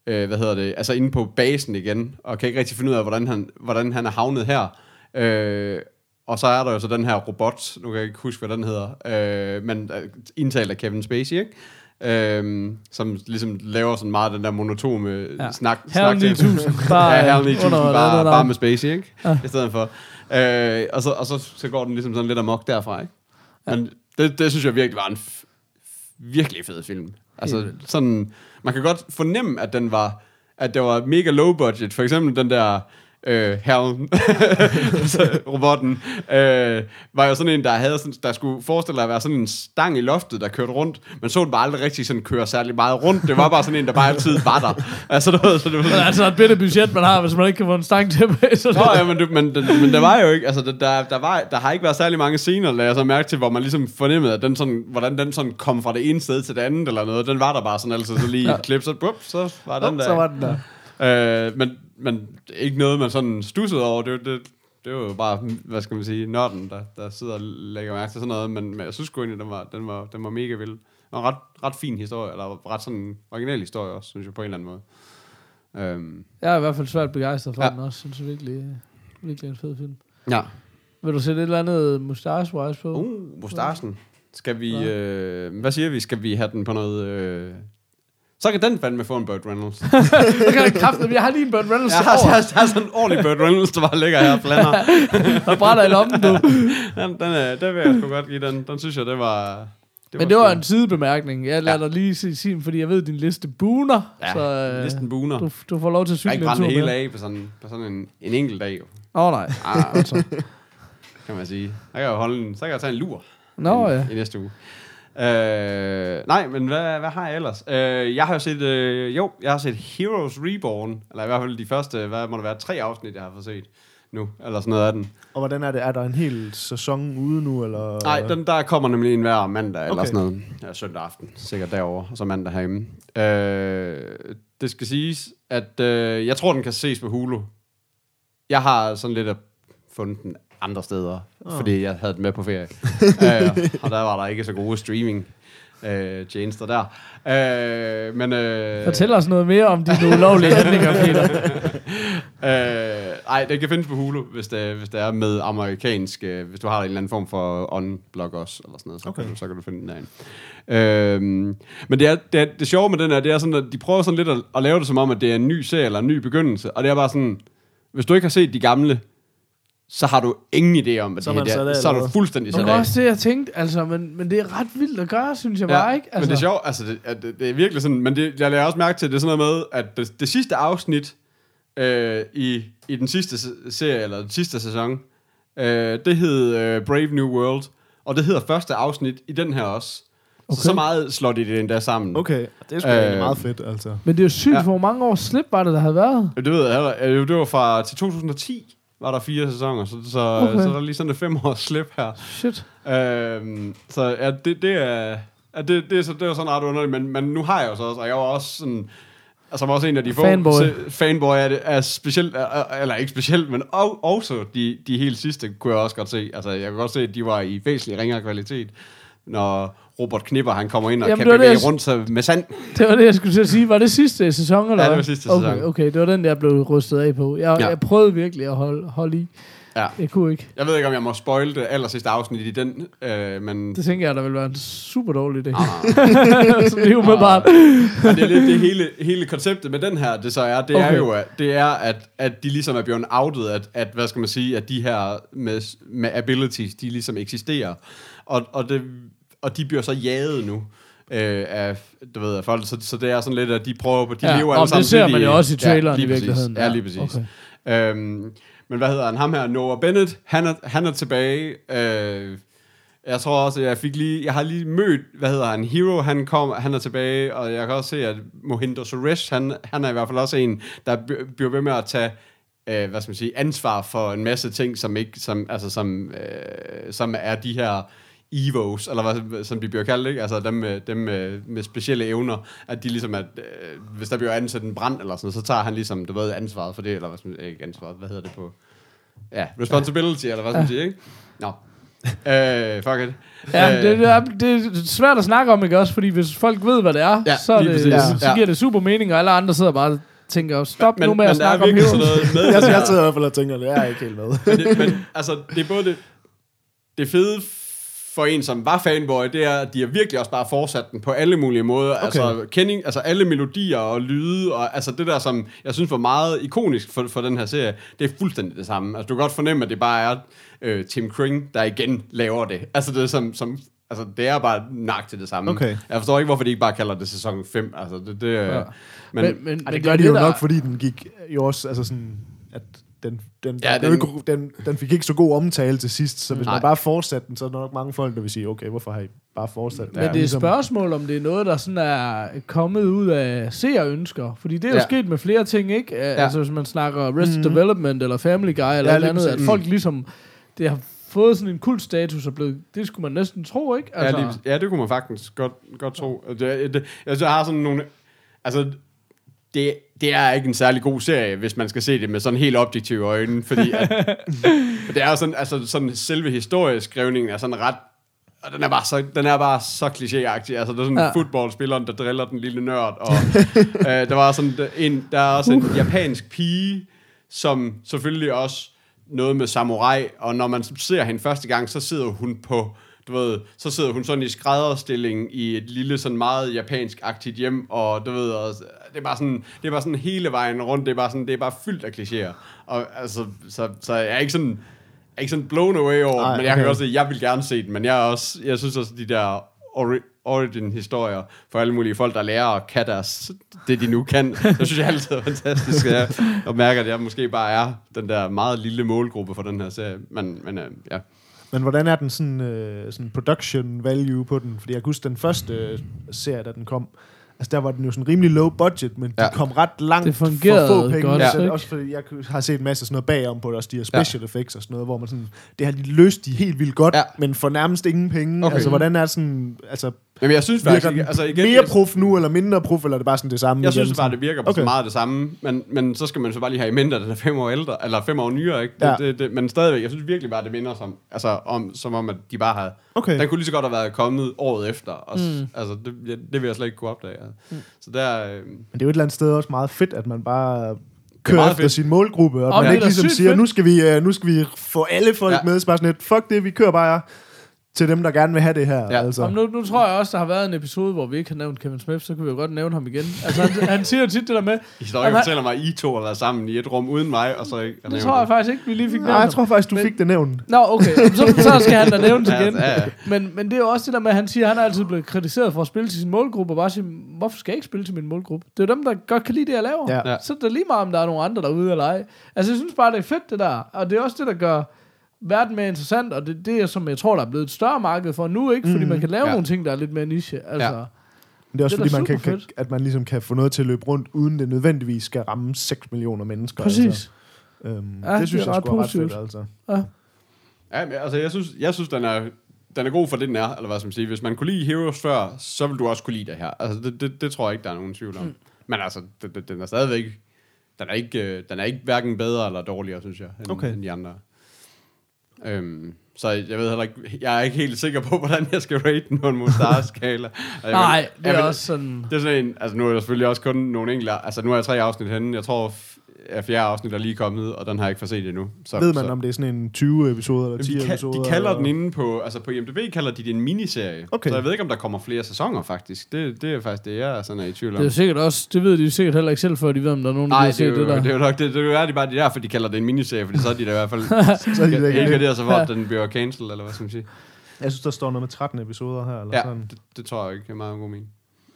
Speaker 3: øh, hvad hedder det, altså inde på basen igen, og kan ikke rigtig finde ud af, hvordan han, hvordan han er havnet her. Øh, og så er der jo så den her robot, nu kan jeg ikke huske, hvad den hedder, øh, men uh, indtalt af Kevin Spacey, ikke? Øhm, som ligesom laver sådan meget den der monotone ja. snak.
Speaker 2: Herren ni tusind. Bare,
Speaker 3: ja, Herren ni tusind, bare, bare med Spacey, ikke?
Speaker 2: Ja.
Speaker 3: I stedet for. Øh, og så, og så, så går den ligesom sådan lidt amok derfra, ikke? Ja. Men det, det synes jeg virkelig var en f- virkelig fed film. Altså sådan, man kan godt fornemme, at den var, at det var mega low budget. For eksempel den der øh, Herren, robotten, øh, var jo sådan en, der havde sådan, der skulle forestille sig at være sådan en stang i loftet, der kørte rundt, men så den bare aldrig rigtig sådan køre særlig meget rundt. Det var bare sådan en, der bare altid var der. Altså, det var, så det var sådan,
Speaker 2: altså et bitte budget, man har, hvis man ikke kan få en stang til at så
Speaker 3: Nå, ja, men, det, men, det, men der var jo ikke, altså der, der, var, der har ikke været særlig mange scener, lagde jeg så mærke til, hvor man ligesom fornemmede, at den sådan, hvordan den sådan kom fra det ene sted til det andet, eller noget. Den var der bare sådan altid, så lige ja. klip, så, bup, så var den der.
Speaker 4: Så var den der.
Speaker 3: Øh, men, men ikke noget, man sådan stussede over. Det, det, det var jo bare, hvad skal man sige, nørden, der, der sidder og lægger mærke til sådan noget. Men, men jeg synes sgu egentlig, den var, den var, den var mega vild. Og en ret, ret fin historie, eller ret sådan original historie også, synes jeg, på en eller anden måde. Øhm.
Speaker 2: Jeg er i hvert fald svært begejstret for
Speaker 3: ja.
Speaker 2: den også. Synes jeg virkelig, virkelig en fed film.
Speaker 3: Ja.
Speaker 2: Vil du sætte et eller andet mustache-wise på?
Speaker 3: Uh, mustachen. Skal vi, ja. øh, hvad siger vi, skal vi have den på noget... Øh, så kan den fandme få en Burt Reynolds.
Speaker 2: Så kan det kræfte, vi har lige en Burt Reynolds
Speaker 3: jeg har, jeg, har, jeg har sådan en ordentlig Burt Reynolds, der bare ligger her og flander.
Speaker 2: Der brænder i lommen, du.
Speaker 3: Den, den, er, den vil jeg sgu godt give, den, den synes jeg, det var... Det
Speaker 2: Men
Speaker 3: var
Speaker 2: det var
Speaker 3: sgu.
Speaker 2: en sidebemærkning. Jeg lader
Speaker 3: Ja.
Speaker 2: dig lige sige, sige, fordi jeg ved, at din liste buner.
Speaker 3: Ja,
Speaker 2: så, øh,
Speaker 3: listen buner.
Speaker 2: Du, du får lov til at
Speaker 3: Jeg
Speaker 2: cykle
Speaker 3: kan ikke
Speaker 2: en
Speaker 3: brænde
Speaker 2: tur
Speaker 3: det
Speaker 2: med.
Speaker 3: hele af på sådan, på sådan en, en enkelt dag.
Speaker 2: Åh oh, nej.
Speaker 3: Ah,
Speaker 2: Altså.
Speaker 3: kan man sige. Så kan jeg holde en, så kan jeg tage en lur
Speaker 2: Nå
Speaker 3: i,
Speaker 2: ja.
Speaker 3: i næste uge. Øh, nej, men hvad, hvad har jeg ellers? Øh, jeg har jo set, øh, jo, jeg har set Heroes Reborn, eller i hvert fald de første, hvad må det være, tre afsnit, jeg har fået set nu, eller sådan noget af den.
Speaker 4: Og hvordan er det? Er der en hel sæson ude nu, eller?
Speaker 3: Nej, den der kommer nemlig en hver mandag, eller
Speaker 4: Okay.
Speaker 3: sådan noget. Ja, søndag aften, sikkert derovre, og så mandag herhjemme. Øh, det skal siges, at øh, jeg tror, den kan ses på Hulu. Jeg har sådan lidt at fundet den andre steder, oh. fordi jeg havde den med på ferie. øh, og der var der ikke så gode streaming øh, tjenester der. Øh, men, øh,
Speaker 2: Fortæl os noget mere om dine ulovlige handlinger, Peter.
Speaker 3: øh, ej, det kan findes på Hulu, hvis det, hvis det er med amerikansk, øh, hvis du har en eller anden form for on-blog også, eller sådan noget, så, okay. kan, du, så kan du finde den derinde. Øhm, men det, er, det, er, det sjove med den her, det er sådan, at de prøver sådan lidt at, at lave det som om, at det er en ny serie, eller en ny begyndelse, og det er bare sådan, hvis du ikke har set de gamle, så har du ingen idé om, at
Speaker 4: Så
Speaker 3: det
Speaker 4: er man
Speaker 3: her,
Speaker 4: sat af,
Speaker 3: så er du
Speaker 4: eller
Speaker 3: fuldstændig
Speaker 2: Det
Speaker 3: sat
Speaker 2: var
Speaker 3: af.
Speaker 2: også det, jeg tænkte, altså, men, men det er ret vildt at gøre, synes jeg bare, ikke? Altså,
Speaker 3: Men det er sjovt, altså, det, at det, det er virkelig sådan, men det, jeg lader også mærke til, det er sådan noget med, at det, det sidste afsnit øh, i, i den sidste serie, eller den sidste sæson, øh, det hed øh, Brave New World, og det hedder første afsnit i den her også. Okay. Så så meget slår de det endda sammen.
Speaker 4: Okay, det er sgu
Speaker 3: Øh,
Speaker 4: egentlig meget fedt, altså.
Speaker 2: Men det er jo sygt,
Speaker 3: Ja.
Speaker 2: hvor mange års slip var det, der havde været?
Speaker 3: Det ved jeg, øh, det var fra til to tusind og ti, var der fire sæsoner, så, så,
Speaker 2: Okay.
Speaker 3: så der er lige sådan et fem års slip her.
Speaker 2: Shit.
Speaker 3: Øhm, så ja, det, det er... Ja, det, det, er så, det er sådan ret underligt, men, men nu har jeg jo så også, og jeg var også sådan... Altså, var også en af de få...
Speaker 2: Fanboy.
Speaker 3: Se, fanboy er, det, er specielt... Er, eller ikke specielt, men og, også de, de helt sidste kunne jeg også godt se. Altså, jeg kan godt se, at de var i væsentlig ringere kvalitet, når Robert Knipper, han kommer ind og
Speaker 2: Jamen,
Speaker 3: kan
Speaker 2: det var
Speaker 3: bevæge
Speaker 2: det, jeg-
Speaker 3: rundt sig med sand.
Speaker 2: Det var det, jeg skulle til at sige. Var det sidste sæson, eller
Speaker 3: Ja, det
Speaker 2: hvad?
Speaker 3: var sidste
Speaker 2: okay,
Speaker 3: sæson.
Speaker 2: Okay, det var den, jeg blev rystet af på. Jeg,
Speaker 3: Ja.
Speaker 2: jeg prøvede virkelig at holde, holde i.
Speaker 3: Ja.
Speaker 2: Jeg kunne ikke.
Speaker 3: Jeg ved ikke, om jeg må spoil det aller sidste afsnit i den, øh, men...
Speaker 2: Det tænker jeg, der ville være en super dårlig idé.
Speaker 3: Ah.
Speaker 2: Så det er jo med bare...
Speaker 3: Og det er lidt det hele, hele konceptet med den her, det så er, det okay.
Speaker 2: Okay.
Speaker 3: er jo, at, det er, at, at de ligesom er blevet outet, at, at, hvad skal man sige, at de her med, med abilities, de ligesom eksisterer. Og, og, det, og de bliver så jaget nu øh, af, du ved, af folk, så, så det er sådan lidt, at de prøver på, de
Speaker 2: Ja,
Speaker 3: lever
Speaker 2: og
Speaker 3: alle sammen.
Speaker 2: det ser
Speaker 3: til
Speaker 2: man
Speaker 3: de-
Speaker 2: jo også i traileren
Speaker 3: lige
Speaker 2: i
Speaker 3: præcis.
Speaker 2: virkeligheden.
Speaker 3: Ja, lige præcis. Okay. Øhm, men hvad hedder han? Ham her, Noah Bennett, han er, han er tilbage. Øh, jeg tror også, at jeg fik lige, jeg har lige mødt, hvad hedder han, Hero, han kom, han er tilbage, og jeg kan også se, at Mohinder Suresh, han, han er i hvert fald også en, der b- bliver ved med at tage, øh, hvad skal man sige, ansvar for en masse ting, som ikke, som, altså som, øh, som er de her Evos, eller hvad, som de bliver kaldt, ikke? Altså dem, med, dem med, med specielle evner, at de ligesom, at øh, hvis der bliver ansat en brand eller sådan noget, så tager han ligesom, du ved, ansvaret for det, eller hvad skal man, ikke ansvaret, hvad hedder det på, ja, responsibility, ja. eller hvad skal man sige, ikke? Nå. øh, fuck it.
Speaker 2: Ja,
Speaker 3: Øh,
Speaker 2: det, det, er, det er svært at snakke om, ikke også? Fordi hvis folk ved, hvad det er,
Speaker 3: Ja,
Speaker 2: så, er
Speaker 3: lige
Speaker 2: det,
Speaker 3: præcis.
Speaker 2: så
Speaker 3: Ja.
Speaker 2: giver det super mening, og alle andre sidder bare og tænker, stop
Speaker 3: men,
Speaker 2: nu med
Speaker 3: men
Speaker 2: at
Speaker 3: der er
Speaker 2: snakke om
Speaker 3: virkelig
Speaker 2: Hero.
Speaker 3: sådan noget med
Speaker 4: Jeg,
Speaker 3: det
Speaker 4: jeg
Speaker 3: der.
Speaker 4: sidder i hvert fald og tænker, det er ikke helt med.
Speaker 3: men, det, men altså, det er både det, det fede for en, som var fanboy, det er, at de har virkelig også bare fortsat den på alle mulige måder. Okay. Altså, kending, altså alle melodier og lyde, og altså det der, som jeg synes var meget ikonisk for, for den her serie, det er fuldstændig det samme. Altså, du kan godt fornemme, at det bare er øh, Tim Kring, der igen laver det. Altså, det er som... som altså, det er bare nøjagtigt det samme.
Speaker 4: Okay.
Speaker 3: Jeg forstår ikke, hvorfor de ikke bare kalder det sæson fem. Altså, det... det ja. men,
Speaker 2: Men, men, men
Speaker 4: Ej, det
Speaker 2: er
Speaker 4: gør de jo
Speaker 2: der-
Speaker 4: nok, fordi den gik jo også, altså sådan, at den, den,
Speaker 3: Ja,
Speaker 4: den,
Speaker 3: den-
Speaker 4: den, den, den fik ikke så god omtale til sidst, så hvis
Speaker 3: Nej.
Speaker 4: man bare fortsatte den, så er der nok mange folk, der vil sige, okay, hvorfor har I bare fortsat den?
Speaker 2: Men det er et
Speaker 4: Ligesom-
Speaker 2: spørgsmål, om det er noget, der sådan er kommet ud af seerønsker. Fordi det er jo
Speaker 3: Ja.
Speaker 2: sket med flere ting, ikke? Ja. Altså hvis man snakker Arrested
Speaker 4: Mhm.
Speaker 2: Development eller Family Guy eller
Speaker 4: Ja,
Speaker 2: ja,
Speaker 4: lige
Speaker 2: andet, at
Speaker 4: præcis.
Speaker 2: folk ligesom, det har fået sådan en kultstatus og blevet, det skulle man næsten tro, ikke? Altså,
Speaker 3: Ja, lige, ja, det kunne man faktisk godt, godt tro. Det, det, altså, jeg har sådan nogle... Altså, det, det er ikke en særlig god serie, hvis man skal se det med sådan helt objektive øjne, fordi at, for det er jo sådan, altså sådan selve historieskrivningen er sådan ret, og den er bare så, den er bare så klichéagtig. Altså, det er sådan en
Speaker 2: Ja.
Speaker 3: fodboldspilleren, der driller den lille nørd, og øh, der var sådan en, der er også en japansk pige, som selvfølgelig også noget med samurai, og når man ser hende første gang, så sidder hun på, du ved, så sidder hun sådan i skrædderstilling i et lille sådan meget japansk-agtigt hjem, og du ved, og det er bare sådan, det er bare sådan hele vejen rundt, det er bare sådan, det er bare fyldt af klichéer. Og altså, så, så jeg er ikke sådan, jeg er ikke sådan blown away over,
Speaker 4: Ej,
Speaker 3: men jeg
Speaker 4: okay.
Speaker 3: kan også sige, jeg vil gerne se den, men jeg er også, jeg synes også, de der ori- origin-historier for alle mulige folk, der lærer at kan deres, det de nu kan, det synes jeg altid er fantastisk, jeg, og mærker, at jeg måske bare er den der meget lille målgruppe for den her serie, men, men øh, ja.
Speaker 4: Men hvordan er den sådan, øh, sådan production value på den? Fordi jeg kan huske, den første øh, serie, da den kom, altså der var den jo sådan rimelig low budget, men de
Speaker 3: Ja.
Speaker 4: kom ret langt
Speaker 2: Det
Speaker 4: for
Speaker 2: fungerede
Speaker 4: få penge.
Speaker 2: godt,
Speaker 4: Så,
Speaker 2: ikke?
Speaker 4: også fordi jeg har set en masse sådan noget bagom på det, også de her special ja. effects og sådan noget, hvor man sådan, det har de løst de helt vildt godt,
Speaker 3: Ja.
Speaker 4: ja. men for nærmest ingen penge.
Speaker 3: Okay.
Speaker 4: Altså hvordan er sådan, altså
Speaker 3: Men jeg synes
Speaker 4: virker
Speaker 3: faktisk
Speaker 4: den
Speaker 3: ikke, altså igen,
Speaker 4: mere prof nu, eller mindre prof, eller er det bare sådan det samme?
Speaker 3: jeg
Speaker 4: igen,
Speaker 3: synes bare,
Speaker 4: sådan?
Speaker 3: det virker på
Speaker 4: Okay.
Speaker 3: okay. meget det samme, men, men så skal man så bare lige have i mente, at den er fem år ældre, eller fem år nyere, ikke? Det,
Speaker 4: Ja.
Speaker 3: det, det, men stadigvæk, jeg synes virkelig bare, det minder som, altså, om, som om, at de bare har,
Speaker 4: Okay.
Speaker 3: den kunne lige så godt have været kommet året efter, og, mm. altså, det, ja, det vil jeg slet ikke kunne opdage. Ja. Mm. Så der, øh,
Speaker 4: Men det er jo et eller andet sted også meget fedt, at man bare kører
Speaker 3: meget
Speaker 4: efter
Speaker 3: fedt.
Speaker 4: sin målgruppe, og
Speaker 2: Og
Speaker 4: man
Speaker 2: det er
Speaker 4: ikke
Speaker 2: da
Speaker 4: ligesom
Speaker 2: sygt
Speaker 4: siger,
Speaker 2: fedt.
Speaker 4: nu skal, vi, uh, nu skal vi få alle folk
Speaker 3: Ja.
Speaker 4: ja. med, så bare sådan et, fuck det, vi kører bare til dem, der gerne vil have det her.
Speaker 3: Ja.
Speaker 4: Altså.
Speaker 2: Om nu, nu tror jeg også, der har været en episode, hvor vi ikke har nævnt Kevin Smith, så kan vi jo godt nævne ham igen. Altså, han, han siger jo tit det der med,
Speaker 3: I står
Speaker 2: Jamen,
Speaker 3: ikke
Speaker 2: han-
Speaker 3: fortæller mig, at I to har været sammen i et rum uden mig, og så ikke...
Speaker 2: det tror jeg faktisk ikke, vi lige fik nævnt
Speaker 4: Nej, jeg
Speaker 2: ham.
Speaker 4: tror faktisk, du
Speaker 2: Men-
Speaker 4: fik det nævnt.
Speaker 2: Nå, okay. Så, så skal han da nævnes
Speaker 3: Ja,
Speaker 2: igen.
Speaker 3: ja, ja.
Speaker 2: Men, men det er jo også det der med, at han siger, at han er altid blevet kritiseret for at spille til sin målgruppe, og bare sige, hvorfor skal jeg ikke spille til min målgruppe? Det er jo dem, der godt kan lide det, jeg laver.
Speaker 4: Ja.
Speaker 3: Ja.
Speaker 2: Så er det lige meget, om der er nogle andre derude eller ej. Altså, jeg synes bare, det er fedt, det der. Og det er også det, der gør verden mere interessant, og det, det er, som jeg tror, der er blevet et større marked for nu, ikke? Fordi
Speaker 4: Mhm.
Speaker 2: man kan lave
Speaker 3: Ja.
Speaker 2: nogle ting, der er lidt mere niche. Altså,
Speaker 3: Ja.
Speaker 4: Men det er også
Speaker 2: Det er
Speaker 4: fordi,
Speaker 2: da
Speaker 4: man kan,
Speaker 2: super
Speaker 4: kan,
Speaker 2: fedt.
Speaker 4: at man ligesom kan få noget til at løbe rundt, uden det nødvendigvis skal ramme seks millioner mennesker.
Speaker 2: præcis.
Speaker 4: Altså. Øhm,
Speaker 2: Ja,
Speaker 4: det
Speaker 2: det
Speaker 4: synes
Speaker 2: er
Speaker 4: jeg
Speaker 2: ret
Speaker 4: sgu er ret
Speaker 2: positivt.
Speaker 4: fedt, altså.
Speaker 2: Ja.
Speaker 3: Ja, men, altså, jeg synes, jeg synes den, er, den er god for det, den er, eller hvad skal man sige. Hvis man kunne lide Heroes før, så vil du også kunne lide det her. Altså, det, det, det tror jeg ikke, der er nogen tvivl om. Mm. Men altså, det, det, den er stadigvæk... Den er ikke, øh, den er ikke hverken bedre eller dårligere, synes jeg, end,
Speaker 4: Okay.
Speaker 3: end de andre. Øhm, så jeg ved heller ikke... Jeg er ikke helt sikker på, hvordan jeg skal rate den på en Mustard-skala. Og jeg
Speaker 2: Nej,
Speaker 3: vil-
Speaker 2: det er
Speaker 3: jeg vil-
Speaker 2: også sådan...
Speaker 3: Det er sådan en... Altså, nu er der selvfølgelig også kun nogle enkelte... Altså, nu er jeg tre afsnit henne. Jeg tror, f- at fjerde afsnit er lige kommet, og den har jeg ikke fået set endnu. Så,
Speaker 4: Ved man,
Speaker 3: så.
Speaker 4: om det er sådan en tyve episoder eller ti
Speaker 3: De, ka-
Speaker 4: episoder?
Speaker 3: de kalder
Speaker 4: eller?
Speaker 3: den inde på, altså på I M D B kalder de det en miniserie.
Speaker 4: Okay.
Speaker 3: Så jeg ved ikke, om der kommer flere sæsoner, faktisk. Det, det er faktisk det, jeg er sådan er i tvivl
Speaker 2: Det
Speaker 3: om.
Speaker 2: er jo sikkert også... Det ved de jo sikkert heller ikke selv, før de ved, om der er nogen, der
Speaker 3: Nej,
Speaker 2: har
Speaker 3: det er,
Speaker 2: set
Speaker 3: jo,
Speaker 2: det der.
Speaker 3: det er jo nok det. Det er jo bare det derfor, de kalder det en miniserie, fordi så er de da i hvert fald
Speaker 4: Så er de der
Speaker 3: helt
Speaker 4: igen.
Speaker 3: garderet sig for, at den bliver cancelled, eller hvad skal man sige.
Speaker 4: Jeg synes, der står noget med tretten episoder her. Eller
Speaker 3: Ja,
Speaker 4: sådan.
Speaker 3: det, det tror jeg ikke er meget god mening.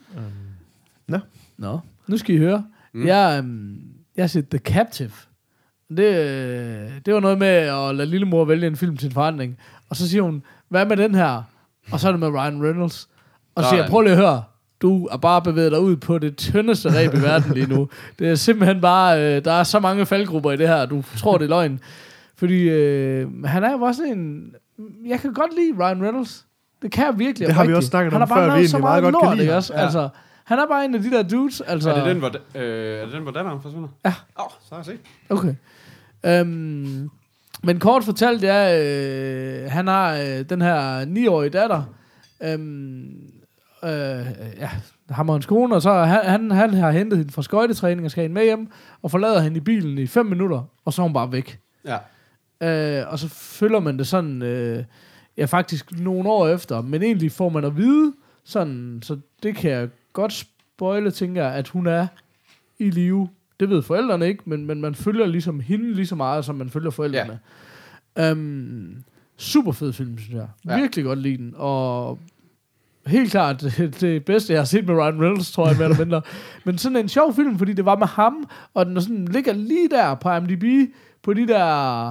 Speaker 2: Nå, nu skal I høre.
Speaker 3: Mm.
Speaker 2: Mm. Jeg, øhm, jeg har set The Captive. Det, øh, det var noget med at lade lillemor vælge en film til en forandring. Og så siger hun, hvad med den her? Og så er det med Ryan Reynolds. Og så siger jeg,
Speaker 3: Sådan.
Speaker 2: prøv lige at høre. Du er bare bevæget dig ud på det tyndeste ræb i verden lige nu. Det er simpelthen bare, øh, der er så mange faldgrupper i det her, du tror, det er løgn. Fordi øh, han er jo også en... Jeg kan godt lide Ryan Reynolds. Det kan jeg virkelig.
Speaker 4: Det har vi
Speaker 2: oprigtigt.
Speaker 4: også snakket
Speaker 2: han
Speaker 4: om
Speaker 2: har bare
Speaker 4: før, vi
Speaker 2: lavet så
Speaker 4: egentlig meget
Speaker 2: meget
Speaker 4: godt kan
Speaker 2: lort,
Speaker 4: lide
Speaker 2: ikke
Speaker 4: ham.
Speaker 2: også?
Speaker 3: Ja.
Speaker 2: Altså, han er bare en af de der dudes. Altså,
Speaker 3: Er det den, hvor, da- øh, er det den, hvor datteren forsvinder?
Speaker 2: Ja.
Speaker 3: Åh, oh, så har jeg set.
Speaker 2: Okay. Øhm, Men kort fortalt, ja, øh, han har øh, den her niårige datter, øhm, øh, ja, ham og hans kone, og så han, han, han har hentet hende fra skøjtetræning og skal hende med hjem, og forlader hende i bilen i fem minutter, og så er hun bare væk.
Speaker 3: Ja.
Speaker 2: Øh, og så følger man det sådan, øh, ja faktisk nogle år efter, men egentlig får man at vide, sådan, så det kan jeg godt spoile, tænker jeg, at hun er i live. Det ved forældrene ikke, men, men man følger ligesom hende lige så meget, som man følger forældrene. Ja. Um, super fed film, synes jeg. Ja. Virkelig godt lide den, og helt klart det, det bedste, jeg har set med Ryan Reynolds, tror jeg, mere eller mindre. Men sådan en sjov film, fordi det var med ham, og den sådan ligger lige der på I M D B, på de der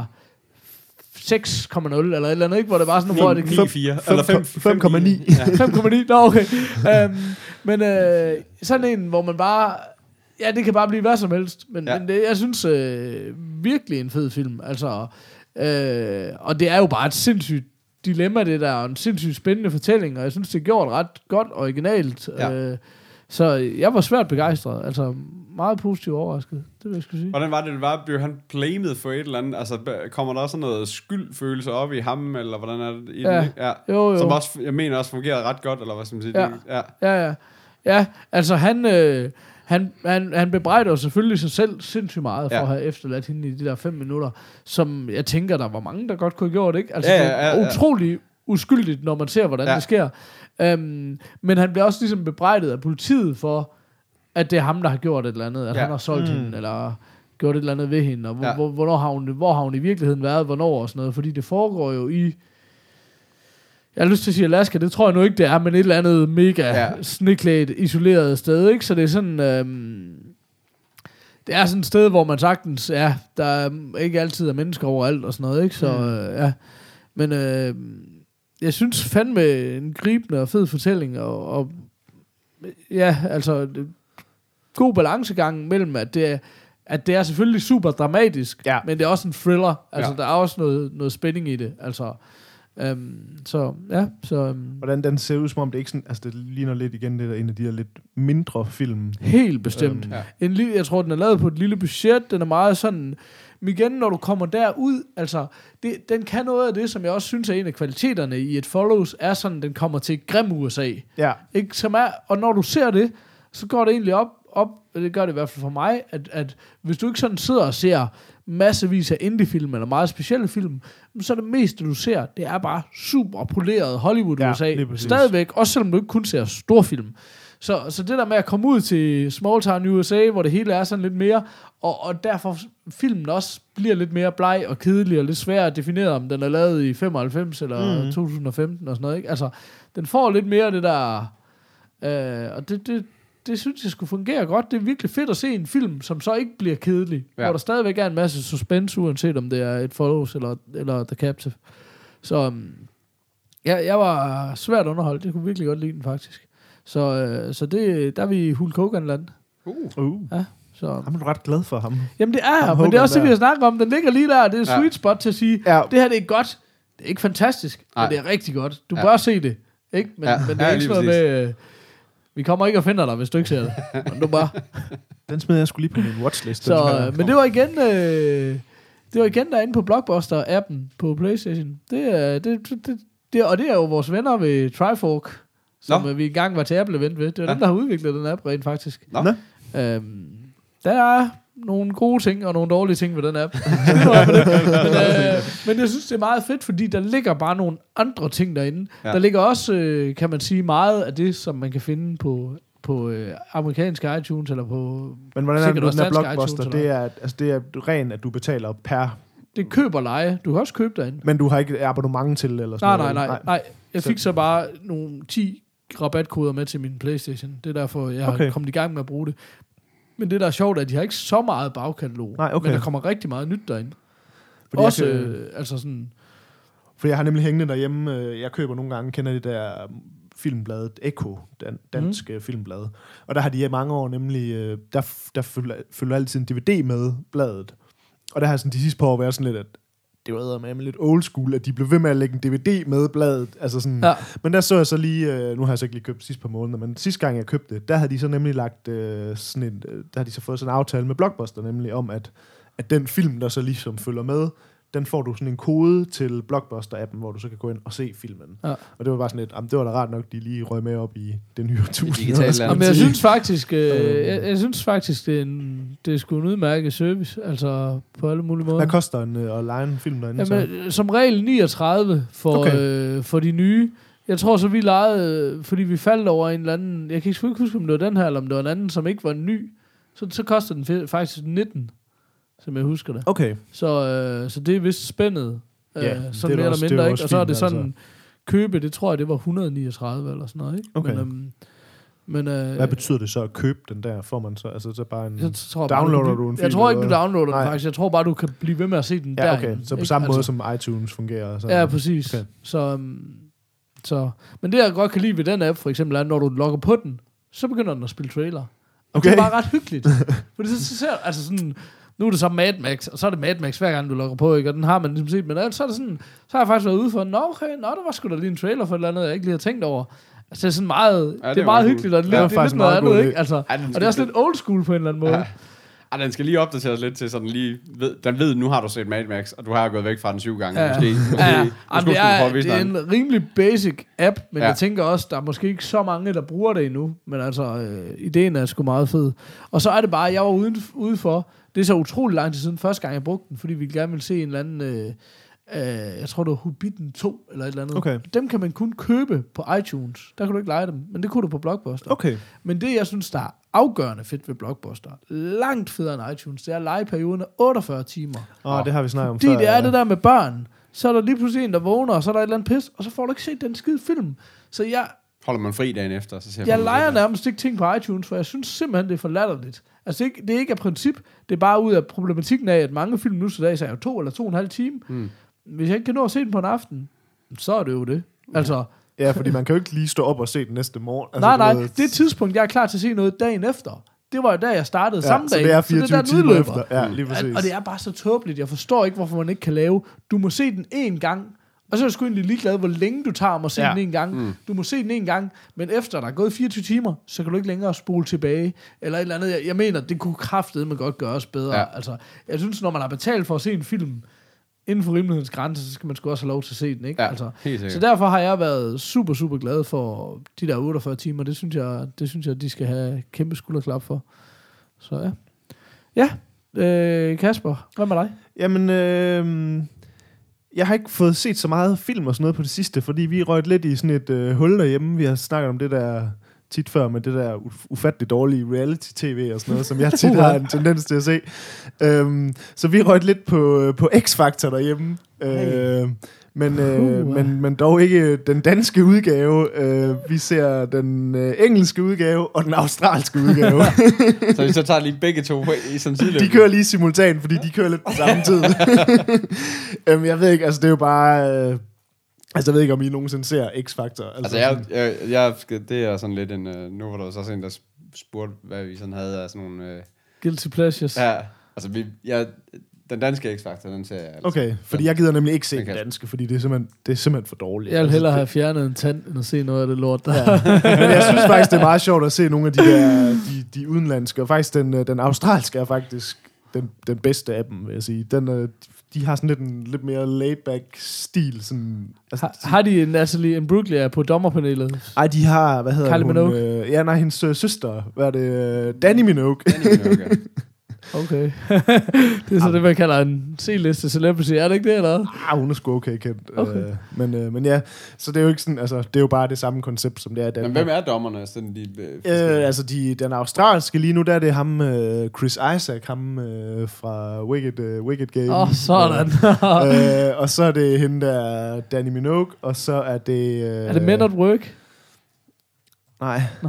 Speaker 2: seks komma nul eller et eller andet, ikke? Hvor det var sådan, hvor det
Speaker 3: ni komma fire eller fem komma ni.
Speaker 2: fem komma ni, nå okay. Um, men øh, sådan en, hvor man bare, ja, det kan bare blive hvad som helst, men, ja. men det, jeg synes øh, virkelig en fed film, altså, øh, og det er jo bare et sindssygt dilemma, det der, og en sindssygt spændende fortælling, og jeg synes, det er gjort ret godt originalt, ja. øh, så jeg var svært begejstret, altså meget positivt overrasket, det vil jeg skulle sige.
Speaker 3: Hvordan var det, det var? Blev han blamed for et eller andet? Altså, kommer der også noget skyldfølelse op i ham, eller hvordan er det? I
Speaker 2: ja.
Speaker 3: det? Ja.
Speaker 2: Jo, jo.
Speaker 3: Som også, jeg mener også fungerer ret godt, eller hvad skal man sige?
Speaker 2: Ja,
Speaker 3: det, ja.
Speaker 2: ja, ja. Ja, altså han, øh, han, han, han bebrejder jo selvfølgelig sig selv sindssygt meget for ja. at have efterladt hende i de der fem minutter, som jeg tænker, der var mange, der godt kunne have gjort, ikke? Altså,
Speaker 3: ja, ja,
Speaker 2: det er
Speaker 3: ja, ja.
Speaker 2: utrolig uskyldigt, når man ser, hvordan ja. det sker. Um, men han bliver også ligesom bebrejdet af politiet for, at det er ham, der har gjort et eller andet, at ja. han har solgt mm. hende, eller gjort et eller andet ved hende, og hvor, ja. hvor, hvornår har hun, hvor har hun i virkeligheden været, hvornår og sådan noget, fordi det foregår jo i, jeg har lyst til at sige Alaska, det tror jeg nu ikke, det er, men et eller andet mega ja. sneklædt, isoleret sted, ikke? Så det er sådan, øhm, det er sådan et sted, hvor man sagtens, ja, der er ikke altid er mennesker overalt og sådan noget, ikke? Så, mm. øh, ja. Men øh, jeg synes fandme en gribende og fed fortælling, og, og ja, altså, god balancegang mellem, at det er, at det er selvfølgelig super dramatisk, ja. men det er også en thriller, altså ja. der er også noget, noget spænding i det, altså. Um, så ja, så um,
Speaker 4: hvordan den ser ud, som om det ikke sådan, altså det ligner lidt igen det der en af de her lidt mindre film.
Speaker 2: Helt bestemt. Um, ja. En lille, jeg tror den er lavet på et lille budget. Den er meget sådan. Men igen, når du kommer derud, altså det, den kan noget af det, som jeg også synes er en af kvaliteterne i et Follows, er sådan, den kommer til grim U S A.
Speaker 4: Ja.
Speaker 2: Ikke, som er, og når du ser det, så går det egentlig op, op det gør det i hvert fald for mig, at, at hvis du ikke sådan sidder og ser massevis af indie-film eller meget specielle film, så er det meste, du ser, det er bare super poleret Hollywood-U S A. Ja, stadigvæk, også selvom du ikke kun ser storfilm. Så, så det der med at komme ud til small town U S A, hvor det hele er sådan lidt mere, og, og derfor filmen også bliver lidt mere bleg og kedelig og lidt svær at definere, om den er lavet i femoghalvfems eller mm. to tusind og femten og sådan noget, ikke? Altså, den får lidt mere det der, øh, og det, det det synes jeg skulle fungere godt. Det er virkelig fedt at se en film, som så ikke bliver kedelig. Ja. Hvor der stadigvæk er en masse suspense, uanset om det er et Follows eller, eller The Captive. Så um, ja, jeg var svært underholdt. Jeg kunne virkelig godt lide den, faktisk. Så, øh, så det, der er vi i Hulk Hogan-land.
Speaker 4: Uh. Uh.
Speaker 2: Ja, så.
Speaker 4: Jamen, er du ret glad for ham?
Speaker 2: Jamen, det er jeg, men det er også det, vi har snakket om. Den ligger lige der. Det er et
Speaker 3: ja.
Speaker 2: sweet spot til at sige, ja. det her det er godt. Det er ikke fantastisk, Ej. men det er rigtig godt. Du ja. bør se det. Ikke? Men, ja. men det er ja, ikke sådan noget med... Øh, vi kommer ikke og finder dig, hvis du ikke ser det. Men du bare...
Speaker 4: Den smider jeg skulle lige på min watchlist.
Speaker 2: Så, men det var igen... Øh, det var igen derinde på Blockbuster-appen på PlayStation. Det er, det, det, det, og det er jo vores venner ved Trifork, som Nå. vi engang var til Apple-event ved. Det er ja. dem, der har udviklet den app rent faktisk.
Speaker 3: Nå.
Speaker 2: Øhm, der er nogle gode ting og nogle dårlige ting ved den app. men, øh, men jeg synes, det er meget fedt, fordi der ligger bare nogle andre ting derinde. Ja. Der ligger også, øh, kan man sige, meget af det, som man kan finde på, på øh, amerikanske iTunes, eller på...
Speaker 4: Men hvordan er det, den her Blockbuster? ITunes, det, er, altså, det er rent, at du betaler per...
Speaker 2: Det køber leje. Du kan også købe derinde.
Speaker 4: Men du har ikke abonnement til, eller sådan
Speaker 2: nej, nej, nej, nej. Jeg fik så bare nogle ti rabatkoder med til min PlayStation. Det er derfor, jeg okay. har kommet i gang med at bruge det. Men det, der er sjovt, er, at de har ikke så meget bagkatalog.
Speaker 4: Nej, okay.
Speaker 2: Men der kommer rigtig meget nyt derinde.
Speaker 4: Fordi
Speaker 2: også,
Speaker 4: kan,
Speaker 2: øh, altså sådan...
Speaker 4: For jeg har nemlig hængende derhjemme, jeg køber nogle gange, kender det der filmbladet Echo, dan, dansk mm. filmblad. Og der har de i mange år nemlig, der, der følger, følger altid en D V D med bladet. Og der har sådan de sidste par år været sådan lidt, at det var med lidt old school, at de blev ved med at lægge en D V D med bladet. Altså sådan, ja. Men der så jeg så lige, nu har jeg så ikke lige købt sidste par måneder, men sidste gang jeg købte det, der havde de så nemlig lagt øh, sådan en, der havde de så fået sådan en aftale med Blockbuster, nemlig om, at, at den film, der så ligesom følger med, den får du sådan en kode til Blockbuster-appen, hvor du så kan gå ind og se filmen. Ja. Og det var bare sådan lidt, jamen, det var da rart nok, de lige røg med op i det nye tusind.
Speaker 2: Jamen, jeg synes faktisk, øh, jeg, jeg synes faktisk, det er, en, det er sgu en udmærket service, altså på alle mulige måder.
Speaker 4: Hvad koster en øh, at lege en film derinde?
Speaker 2: Jamen, som regel niogtredive for, okay. øh, for de nye. Jeg tror så, vi legede, fordi vi faldt over en eller anden, jeg kan ikke huske, om det var den her, eller om det var en anden, som ikke var ny. Så, så koster den faktisk nitten, som jeg husker det.
Speaker 4: Okay.
Speaker 2: Så, øh, så det er vist spændet, øh,
Speaker 4: ja,
Speaker 2: sådan mere eller mindre, ikke? Og så er det sådan, altså. købe, det tror jeg, det var et hundrede og niogtredive eller sådan noget, ikke?
Speaker 4: Okay.
Speaker 2: Men, øhm, men, øh,
Speaker 4: hvad betyder det så at købe den der? Får man så, altså så bare en,
Speaker 2: jeg tror,
Speaker 4: downloader
Speaker 2: bare,
Speaker 4: du, du en film?
Speaker 2: Jeg tror ikke, du downloader
Speaker 4: Nej.
Speaker 2: den faktisk. Jeg tror bare, du kan blive ved med at se den
Speaker 4: ja,
Speaker 2: der.
Speaker 4: okay. Så på ikke? samme måde altså, som iTunes fungerer? Sådan.
Speaker 2: Ja, præcis. Okay. Så, um, så, men det, jeg godt kan lide ved den app, for eksempel, er, når du logger på den, så begynder den at spille trailer. Okay. Det er bare ret hyggeligt. Fordi så, så ser altså sådan, nu er det så Mad Max, og så er det Mad Max hver gang du logger på, ikke? Og den har man ligesom set, men så er det sådan, så har jeg faktisk været ude for, nå okay, nå, der var sgu da lige en trailer for et eller andet, jeg ikke lige har tænkt over. Altså det er sådan meget, ja, det, det er meget hyggeligt, og det, ja, det er lidt noget andet, ikke? Altså, ja, og det er også lidt old school på en eller anden måde.
Speaker 3: Ja. Ja, den skal lige opdateres lidt til, så den lige ved, den ved, nu har du set Mad Max, og du har gået væk fra den syv gange. Ja. Måske, måske,
Speaker 2: ja, ja.
Speaker 3: måske,
Speaker 2: måske det, er, det er en rimelig basic app, men ja. jeg tænker også, der er måske ikke så mange, der bruger det endnu, men altså, øh, ideen er sgu meget fed. Og så er det bare, jeg var ude, ude for, det er så utrolig lang tid siden, første gang jeg brugte den, fordi vi gerne ville se en eller anden, øh, øh, jeg tror det var Hobbiten to, eller et eller andet.
Speaker 4: Okay.
Speaker 2: Dem kan man kun købe på iTunes, der kan du ikke lege dem, men det kunne du på Blockbuster.
Speaker 4: Okay.
Speaker 2: Men det, jeg synes, der er afgørende fedt ved Blockbuster, langt federe end iTunes, det er lejeperioden af otteogfyrre timer.
Speaker 4: Åh, oh, det har vi snakket om
Speaker 2: Fordi
Speaker 4: før.
Speaker 2: Fordi det er
Speaker 4: ja.
Speaker 2: det der med børn, så er der lige pludselig en, der vågner, og så er der et eller andet pis, og så får du ikke set den skide film. Så jeg...
Speaker 3: Holder man fri dagen efter, så ser
Speaker 2: jeg leger nærmest ikke ting på iTunes, for jeg synes simpelthen, det er for latterligt. Altså, det er, ikke, det er ikke af princip, det er bare ud af problematikken af, at mange film nu til dag, så er jo to eller to og en halv time. Mm. Hvis jeg ikke kan nå at se den på en aften, så er det jo det. Altså...
Speaker 4: Ja, fordi man kan jo ikke lige stå op og se den næste morgen. Altså,
Speaker 2: nej, nej,
Speaker 4: ved...
Speaker 2: det er et tidspunkt, jeg er klar til at se noget dagen efter. Det var jo der, jeg startede ja, samme dag.
Speaker 4: Så det er fireogtyve
Speaker 2: så det er
Speaker 4: timer efter. Ja, lige præcis.
Speaker 2: Og det er bare så tåbeligt. Jeg forstår ikke, hvorfor man ikke kan lave... Du må se den én gang, og så er jeg sgu egentlig ligeglad, hvor længe du tager om at se ja. den en gang. Mm. Du må se den en gang, men efter der er gået fireogtyve timer, så kan du ikke længere spole tilbage. Eller et eller andet. Jeg, jeg mener, det kunne kraftedeme godt gøres bedre. Ja. Altså, jeg synes, når man har betalt for at se en film inden for rimelighedens grænse, så skal man sgu også have lov til at se den, ikke?
Speaker 3: Ja,
Speaker 2: altså,
Speaker 3: helt
Speaker 2: så derfor har jeg været super, super glad for de der otteogfyrre timer. Det synes jeg, det synes jeg, de skal have kæmpe skulderklap for. Så ja. Ja, øh, Kasper, hvad med dig?
Speaker 4: Jamen, øh, jeg har ikke fået set så meget film og sådan noget på det sidste, fordi vi røget lidt i sådan et øh, hul derhjemme. Vi har snakket om det der tit før med det der ufatteligt dårlige reality-tv og sådan noget, som jeg tit har en tendens til at se. Um, så vi røget lidt på, på X-Factor derhjemme. Hey. Uh, men, uh, uh. men, men dog ikke den danske udgave. Uh, vi ser den uh, engelske udgave og den australske udgave.
Speaker 3: Så vi så tager lige begge to i sådan tidligere.
Speaker 4: De kører lige simultant, fordi de kører lidt på samme tid. um, jeg ved ikke, altså det er jo bare... Uh, Altså, jeg ved ikke, om I nogensinde ser X-Factor.
Speaker 3: Altså, altså jeg, jeg, jeg, det er sådan lidt en... Uh, nu var der så sådan en, der spurgte, hvad vi sådan havde af sådan nogle... Uh,
Speaker 2: Guilty pleasures.
Speaker 3: Ja, altså, vi, jeg, den danske X-Factor, den ser jeg altså.
Speaker 4: Okay, fordi jeg gider nemlig ikke se den danske, fordi det er simpelthen, det er simpelthen for dårligt.
Speaker 2: Jeg vil hellere
Speaker 4: altså,
Speaker 2: have fjernet en tand, end at se noget af det lort der.
Speaker 4: Ja. Men jeg synes faktisk, det er meget sjovt at se nogle af de der, de, de udenlandske, og faktisk den, den australske er faktisk den, den bedste af dem, vil jeg sige. Den, de har sådan lidt en lidt mere laid-back stil. Sådan, altså,
Speaker 2: har, har de Natalie Imbruglia på dommerpanelet?
Speaker 4: Nej, de har, hvad hedder
Speaker 2: Kylie
Speaker 4: hun?
Speaker 2: Minogue?
Speaker 4: Øh, ja, nej, hendes øh, søster. Hvad er det? Danny Minogue.
Speaker 3: Danny Minogue, ja.
Speaker 2: Okay. Det er så det, man kalder en C-liste celebrity. Er det ikke det, eller?
Speaker 4: Ah, hun er sgu okay kendt.
Speaker 2: Okay.
Speaker 4: Øh, men, øh, men ja, så det er jo ikke sådan, altså, det er jo bare det samme koncept, som det er i Danmark.
Speaker 3: Men hvem er dommerne? Sådan de,
Speaker 4: øh, altså, de, den australske lige nu, der er det ham, øh, Chris Isaac, ham øh, fra Wicked, øh, Wicked Game.
Speaker 2: Åh, oh, sådan.
Speaker 4: øh, og så er det hende der, Danny Minogue, og så er det... Øh,
Speaker 2: er det Men at Work?
Speaker 4: Nej. No.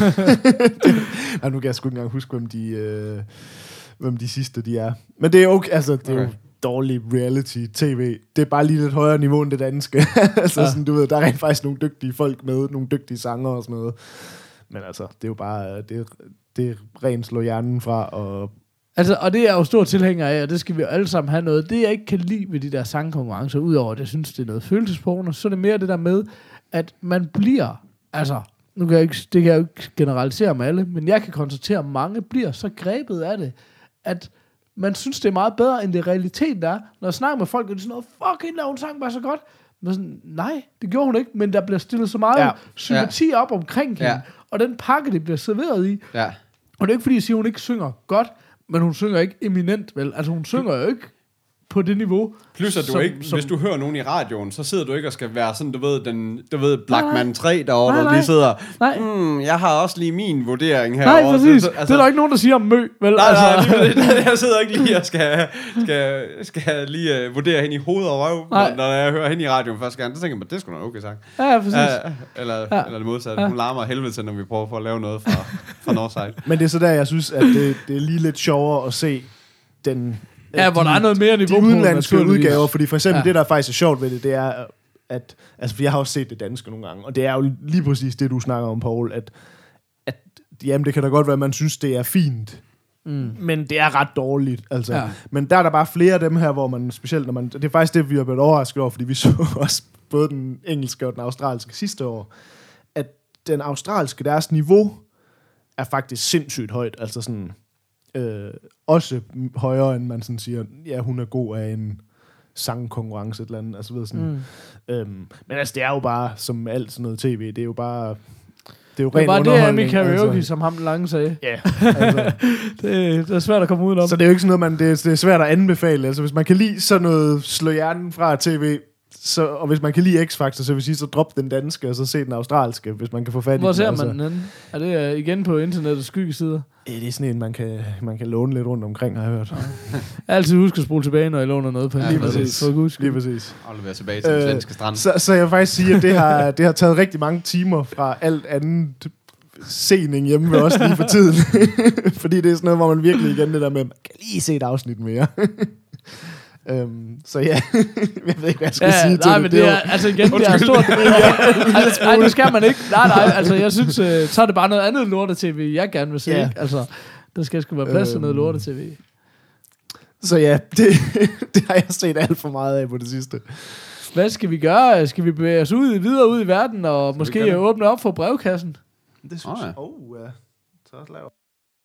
Speaker 4: Nej, nu kan jeg sgu ikke engang huske, hvem de... Øh, hvem de sidste de er. Men det er okay, altså det er okay. Jo dårlig reality-tv. Det er bare lige lidt højere niveau end det danske. altså ja. Sådan, du ved, der er rent faktisk nogle dygtige folk med, nogle dygtige sanger og sådan noget. Men altså, det er jo bare, det er, det er rent slå hjernen fra og...
Speaker 2: Altså, og det er jeg jo stor tilhænger af, og det skal vi jo alle sammen have noget. Det jeg ikke kan lide ved de der sangkonkurrencer, udover at jeg synes, det er noget følelsesporno, så er det mere det der med, at man bliver, altså, nu kan jeg ikke, det kan jeg jo ikke generalisere med alle, men jeg kan konstatere, at mange bliver så grebet af det, at man synes, det er meget bedre, end det realiteten er. Når jeg snakker med folk, er det sådan noget, fuck, hende, hun sang bare så godt. Men sådan, nej, det gjorde hun ikke, men der bliver stillet så meget
Speaker 4: Ja.
Speaker 2: sympati ja. op omkring hende,
Speaker 3: Ja.
Speaker 2: og den pakke, det bliver serveret i.
Speaker 3: Ja.
Speaker 2: Og det er ikke, fordi jeg siger, hun ikke synger godt, men hun synger ikke eminent, vel? Altså, hun synger jo ikke på det niveau.
Speaker 3: Plus at du
Speaker 2: som,
Speaker 3: ikke,
Speaker 2: som,
Speaker 3: hvis du hører nogen i radioen, så sidder du ikke og skal være sådan, du ved, den, du ved, Blackman
Speaker 2: Nej, nej.
Speaker 3: tre derovre,
Speaker 2: Nej,
Speaker 3: der
Speaker 2: nej.
Speaker 3: lige sidder,
Speaker 2: Nej.
Speaker 3: hmm, jeg har også lige min vurdering her.
Speaker 2: Nej, præcis. Det, altså, det er der ikke nogen, der siger om mø, vel?
Speaker 3: Nej,
Speaker 2: altså,
Speaker 3: nej, lige, det, jeg sidder ikke lige og skal, skal, skal lige uh, vurdere hende i hoved og røv, når, når jeg hører hende i radioen første gang. Så tænker man, det skulle nok okay sagt.
Speaker 2: Ja, præcis.
Speaker 3: Ja, eller,
Speaker 2: Ja.
Speaker 3: eller det modsatte.
Speaker 2: Ja.
Speaker 3: Hun larmer helvede til, når vi prøver for at lave noget fra, fra Northside.
Speaker 4: Men det er så der, jeg synes, at det, det er lige lidt sjovere at se den...
Speaker 2: Ja, hvor der er noget mere niveau
Speaker 4: de
Speaker 2: på,
Speaker 4: udenlandske
Speaker 2: naturligvis.
Speaker 4: udgaver, fordi for eksempel
Speaker 2: Ja.
Speaker 4: ja. det, der faktisk er sjovt ved det, det er, at... Altså, for jeg har også set det danske nogle gange, og det er jo lige præcis det, du snakker om, Paul, at, at jamen, det kan da godt være, at man synes, det er fint, mm. men det er ret dårligt, altså.
Speaker 2: Ja.
Speaker 4: Men der er der bare flere af dem her, hvor man specielt, når man... Det er faktisk det, vi har været overrasket over, fordi vi så også både den engelske og den australske sidste år, at den australske, deres niveau er faktisk sindssygt højt, altså sådan... Øh, også højere, end man sådan siger, ja, hun er god af en sangkonkurrence et eller andet, altså ved sådan. Mm. Øhm, men altså, det er jo bare, som alt sådan noget tv, det er jo bare, det er jo
Speaker 2: Det er
Speaker 4: ren
Speaker 2: bare det,
Speaker 4: underholdning.
Speaker 2: Amy Karaoke,
Speaker 4: altså.
Speaker 2: som ham den lange sagde.
Speaker 4: Ja, altså.
Speaker 2: det, det er svært at komme udenom.
Speaker 4: Så det er jo ikke sådan noget, man, det, er, det er svært at anbefale. Altså, hvis man kan lide sådan noget, slå hjernen fra tv, så, og hvis man kan lide X-Factor, så vil jeg sige, så drop den danske, og så se den australske, hvis man kan få fat i
Speaker 2: Hvor
Speaker 4: den.
Speaker 2: ser
Speaker 4: altså.
Speaker 2: man den henne? Er det uh, igen på internettets skyggesider?
Speaker 4: Ja, det er sådan en, man kan, man kan låne lidt rundt omkring, har jeg hørt.
Speaker 2: Jeg altid husk at spole tilbage, når jeg låner noget på
Speaker 3: Ja,
Speaker 2: internet.
Speaker 4: præcis.
Speaker 2: For guds skyld.
Speaker 4: Lige præcis.
Speaker 3: Aflevere tilbage til den svenske strand.
Speaker 4: Så, så jeg vil faktisk sige, at det har, det har taget rigtig mange timer fra alt andet sening hjemme ved os lige for tiden. Fordi det er sådan noget, hvor man virkelig igen det der med, man kan lige se et afsnit mere. Um, så ja, jeg ved ikke, hvad jeg skal
Speaker 2: Ja,
Speaker 4: sige
Speaker 2: nej,
Speaker 4: til
Speaker 2: men
Speaker 4: det.
Speaker 2: det er, altså igen, det er stort. altså, nej, det skal man ikke. Nej, nej, altså jeg synes, uh, så er det bare noget andet lorte-tv, jeg gerne vil se.
Speaker 4: Ja.
Speaker 2: Ikke? Altså, der skal sgu være plads til noget
Speaker 4: Øhm.
Speaker 2: lorte-tv.
Speaker 4: Så ja, det, det har jeg set alt for meget af på det sidste.
Speaker 2: Hvad skal vi gøre? Skal vi bevæge os ud, videre ud i verden, og
Speaker 3: vi
Speaker 2: måske
Speaker 3: gøre det?
Speaker 2: åbne op for brevkassen?
Speaker 4: Det synes
Speaker 3: Åh, ja.
Speaker 4: jeg. Oh, ja. Så også laver.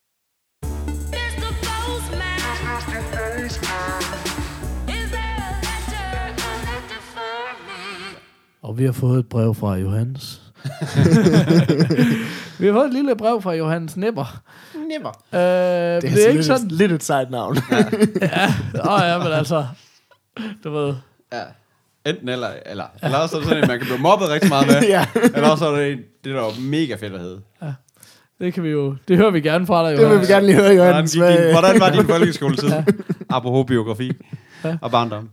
Speaker 5: mister Postman. Is there a letter, a letter for me?
Speaker 2: Og vi har fået et brev fra Johannes. vi har fået et lille brev fra Johannes Nipper.
Speaker 4: Nipper.
Speaker 2: Øh, det er,
Speaker 4: Det er,
Speaker 2: det er ikke
Speaker 4: lidt,
Speaker 2: sådan...
Speaker 4: lidt et sejt navn.
Speaker 2: Åh oh, ja, men altså... Du ved...
Speaker 3: Ja. Enten eller, eller, eller også er det sådan, at man kan blive mobbet rigtig meget med,
Speaker 4: Ja.
Speaker 3: eller også er det en, det der er mega fedt at hedde.
Speaker 2: Det kan vi jo... Det hører vi gerne fra dig,
Speaker 4: Det vil
Speaker 2: Johannes.
Speaker 4: vi gerne lige høre,
Speaker 3: Hvordan,
Speaker 4: Johannes.
Speaker 3: gik din, hvordan var din folkeskoletid? Ja. Apropos biografi
Speaker 2: Ja.
Speaker 3: og barndom.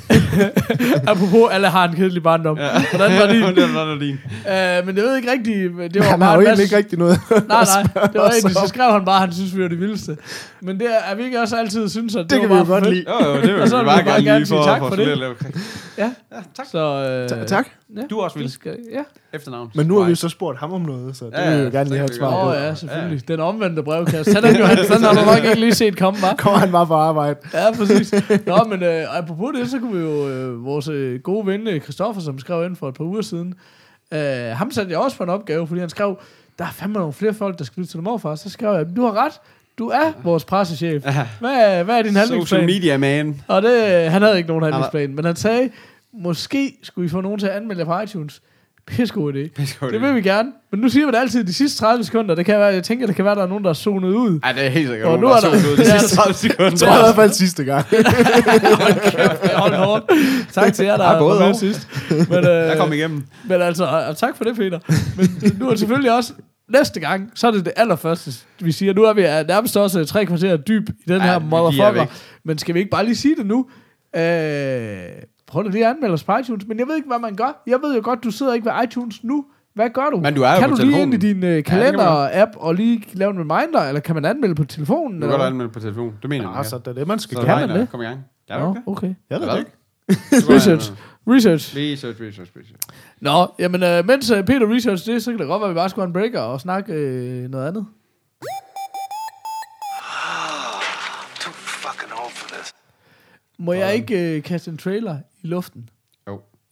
Speaker 2: Apropos, alle har en kedelig barndom.
Speaker 3: Ja.
Speaker 2: Hvordan var din?
Speaker 3: Hvordan var din?
Speaker 2: Øh, men jeg ved ikke rigtigt... Det var
Speaker 4: Han
Speaker 2: bare
Speaker 4: har jo
Speaker 2: en
Speaker 4: egentlig
Speaker 2: masse...
Speaker 4: ikke rigtig noget.
Speaker 2: Nej, nej. Det var
Speaker 4: os
Speaker 2: egentlig, så
Speaker 4: om.
Speaker 2: skrev han bare, at han synes, vi var det vildeste. Men det er, er vi ikke også altid synes, at det,
Speaker 4: Det
Speaker 2: var
Speaker 4: kan vi jo
Speaker 2: bare
Speaker 4: godt
Speaker 2: fedt?
Speaker 4: lide.
Speaker 3: Jo, jo, det vil
Speaker 2: Og så
Speaker 3: vi
Speaker 2: vil
Speaker 3: bare
Speaker 2: vi bare
Speaker 3: gerne
Speaker 2: gerne
Speaker 3: lige
Speaker 2: sige
Speaker 3: for,
Speaker 2: tak
Speaker 3: for,
Speaker 2: for
Speaker 3: for
Speaker 2: det.
Speaker 3: det.
Speaker 2: Ja.
Speaker 3: Ja, tak.
Speaker 2: Så, øh,
Speaker 4: Ta- tak.
Speaker 2: Ja,
Speaker 3: Du er også vild.
Speaker 2: det skal, ja.
Speaker 3: Efternavn.
Speaker 4: Men nu har vi jo så spurgt ham om noget, så det
Speaker 3: Ja,
Speaker 4: vil
Speaker 3: ja,
Speaker 4: vi jo gerne
Speaker 3: så
Speaker 4: lige have
Speaker 3: kan
Speaker 4: et
Speaker 3: vi
Speaker 4: svar
Speaker 2: Åh
Speaker 4: på.
Speaker 2: oh, ja, selvfølgelig. Den omvendte brevkasse. Den, Johannes, den har du nok ikke lige set komme, hva'?
Speaker 4: Kommer han bare på arbejde.
Speaker 2: Ja, præcis. Nå, men øh, apropos det, så kunne vi jo... Øh, vores øh, gode ven, øh, Christoffer, som skrev ind for et par uger siden, øh, ham satte jeg også på en opgave, fordi han skrev, der er fandme nogle flere folk, der skal lytte til dem overfor. Så skrev jeg, du har ret. Du er vores pressechef. Hvad er, hvad er din
Speaker 3: Social
Speaker 2: handlingsplan?
Speaker 3: media man.
Speaker 2: Og det, han havde ikke nogen handlingsplan, men han sagde, måske skulle I få nogen til at anmelde jer på iTunes. Pissegod idé.
Speaker 3: Pissegod
Speaker 2: Det
Speaker 3: idé.
Speaker 2: vil vi gerne. Men nu siger vi det altid de sidste tredive sekunder. Det kan være, jeg tænker, det kan være, der er nogen, der er zonet ud.
Speaker 3: Ej, det er helt sikkert
Speaker 2: Og
Speaker 3: nogen,
Speaker 2: nu
Speaker 3: der
Speaker 2: er
Speaker 3: er
Speaker 2: der-
Speaker 3: solet ud de
Speaker 2: Ja,
Speaker 3: sidste tredive sekunder.
Speaker 4: Det tror jeg i hvert fald sidste gang.
Speaker 2: Hold hårdt. Tak til jer, der
Speaker 3: Ja,
Speaker 2: ja,
Speaker 3: både
Speaker 2: var med
Speaker 3: og.
Speaker 2: sidst. Men, øh,
Speaker 3: Jeg kom igennem.
Speaker 2: men altså, og tak for det, Peter. Men nu er det selvfølgelig også, næste gang, så er det det allerførste, vi siger. Nu er vi er nærmest også tre kvarter dyb i den
Speaker 3: Ja,
Speaker 2: her
Speaker 3: vi giver
Speaker 2: motherfucker.
Speaker 3: væk.
Speaker 2: Men skal vi ikke bare lige sige det nu? Øh, prøv da lige at anmelde os på iTunes. Men jeg ved ikke, hvad man gør. Jeg ved jo godt, du sidder ikke ved iTunes nu. Hvad gør du?
Speaker 3: Men du er jo
Speaker 2: kan
Speaker 3: på
Speaker 2: du lige
Speaker 3: telefonen.
Speaker 2: ind i din uh,
Speaker 3: det kan man
Speaker 2: kalender-app og lige lave en reminder, eller kan man anmelde på telefonen?
Speaker 3: Du kan
Speaker 2: eller?
Speaker 3: godt anmelde på telefon. Det mener jeg.
Speaker 4: Ja, så det er det, man skal
Speaker 3: Så
Speaker 2: Kan
Speaker 4: gøre.
Speaker 2: man
Speaker 3: regner-
Speaker 2: det?
Speaker 3: Kom i gang. Ja,
Speaker 2: Nå,
Speaker 3: okay.
Speaker 2: okay.
Speaker 4: Jeg ved
Speaker 3: Hvad?
Speaker 4: det ikke.
Speaker 2: Research. Research.
Speaker 3: Research, research, research.
Speaker 2: Nå, jamen, øh, mens øh, Peter research det, så kan det godt være, at vi bare skulle have en breaker og snakke øh, noget andet.
Speaker 1: Too fucking old for this.
Speaker 2: Må jeg ikke øh, kaste en trailer i luften?
Speaker 3: Jo.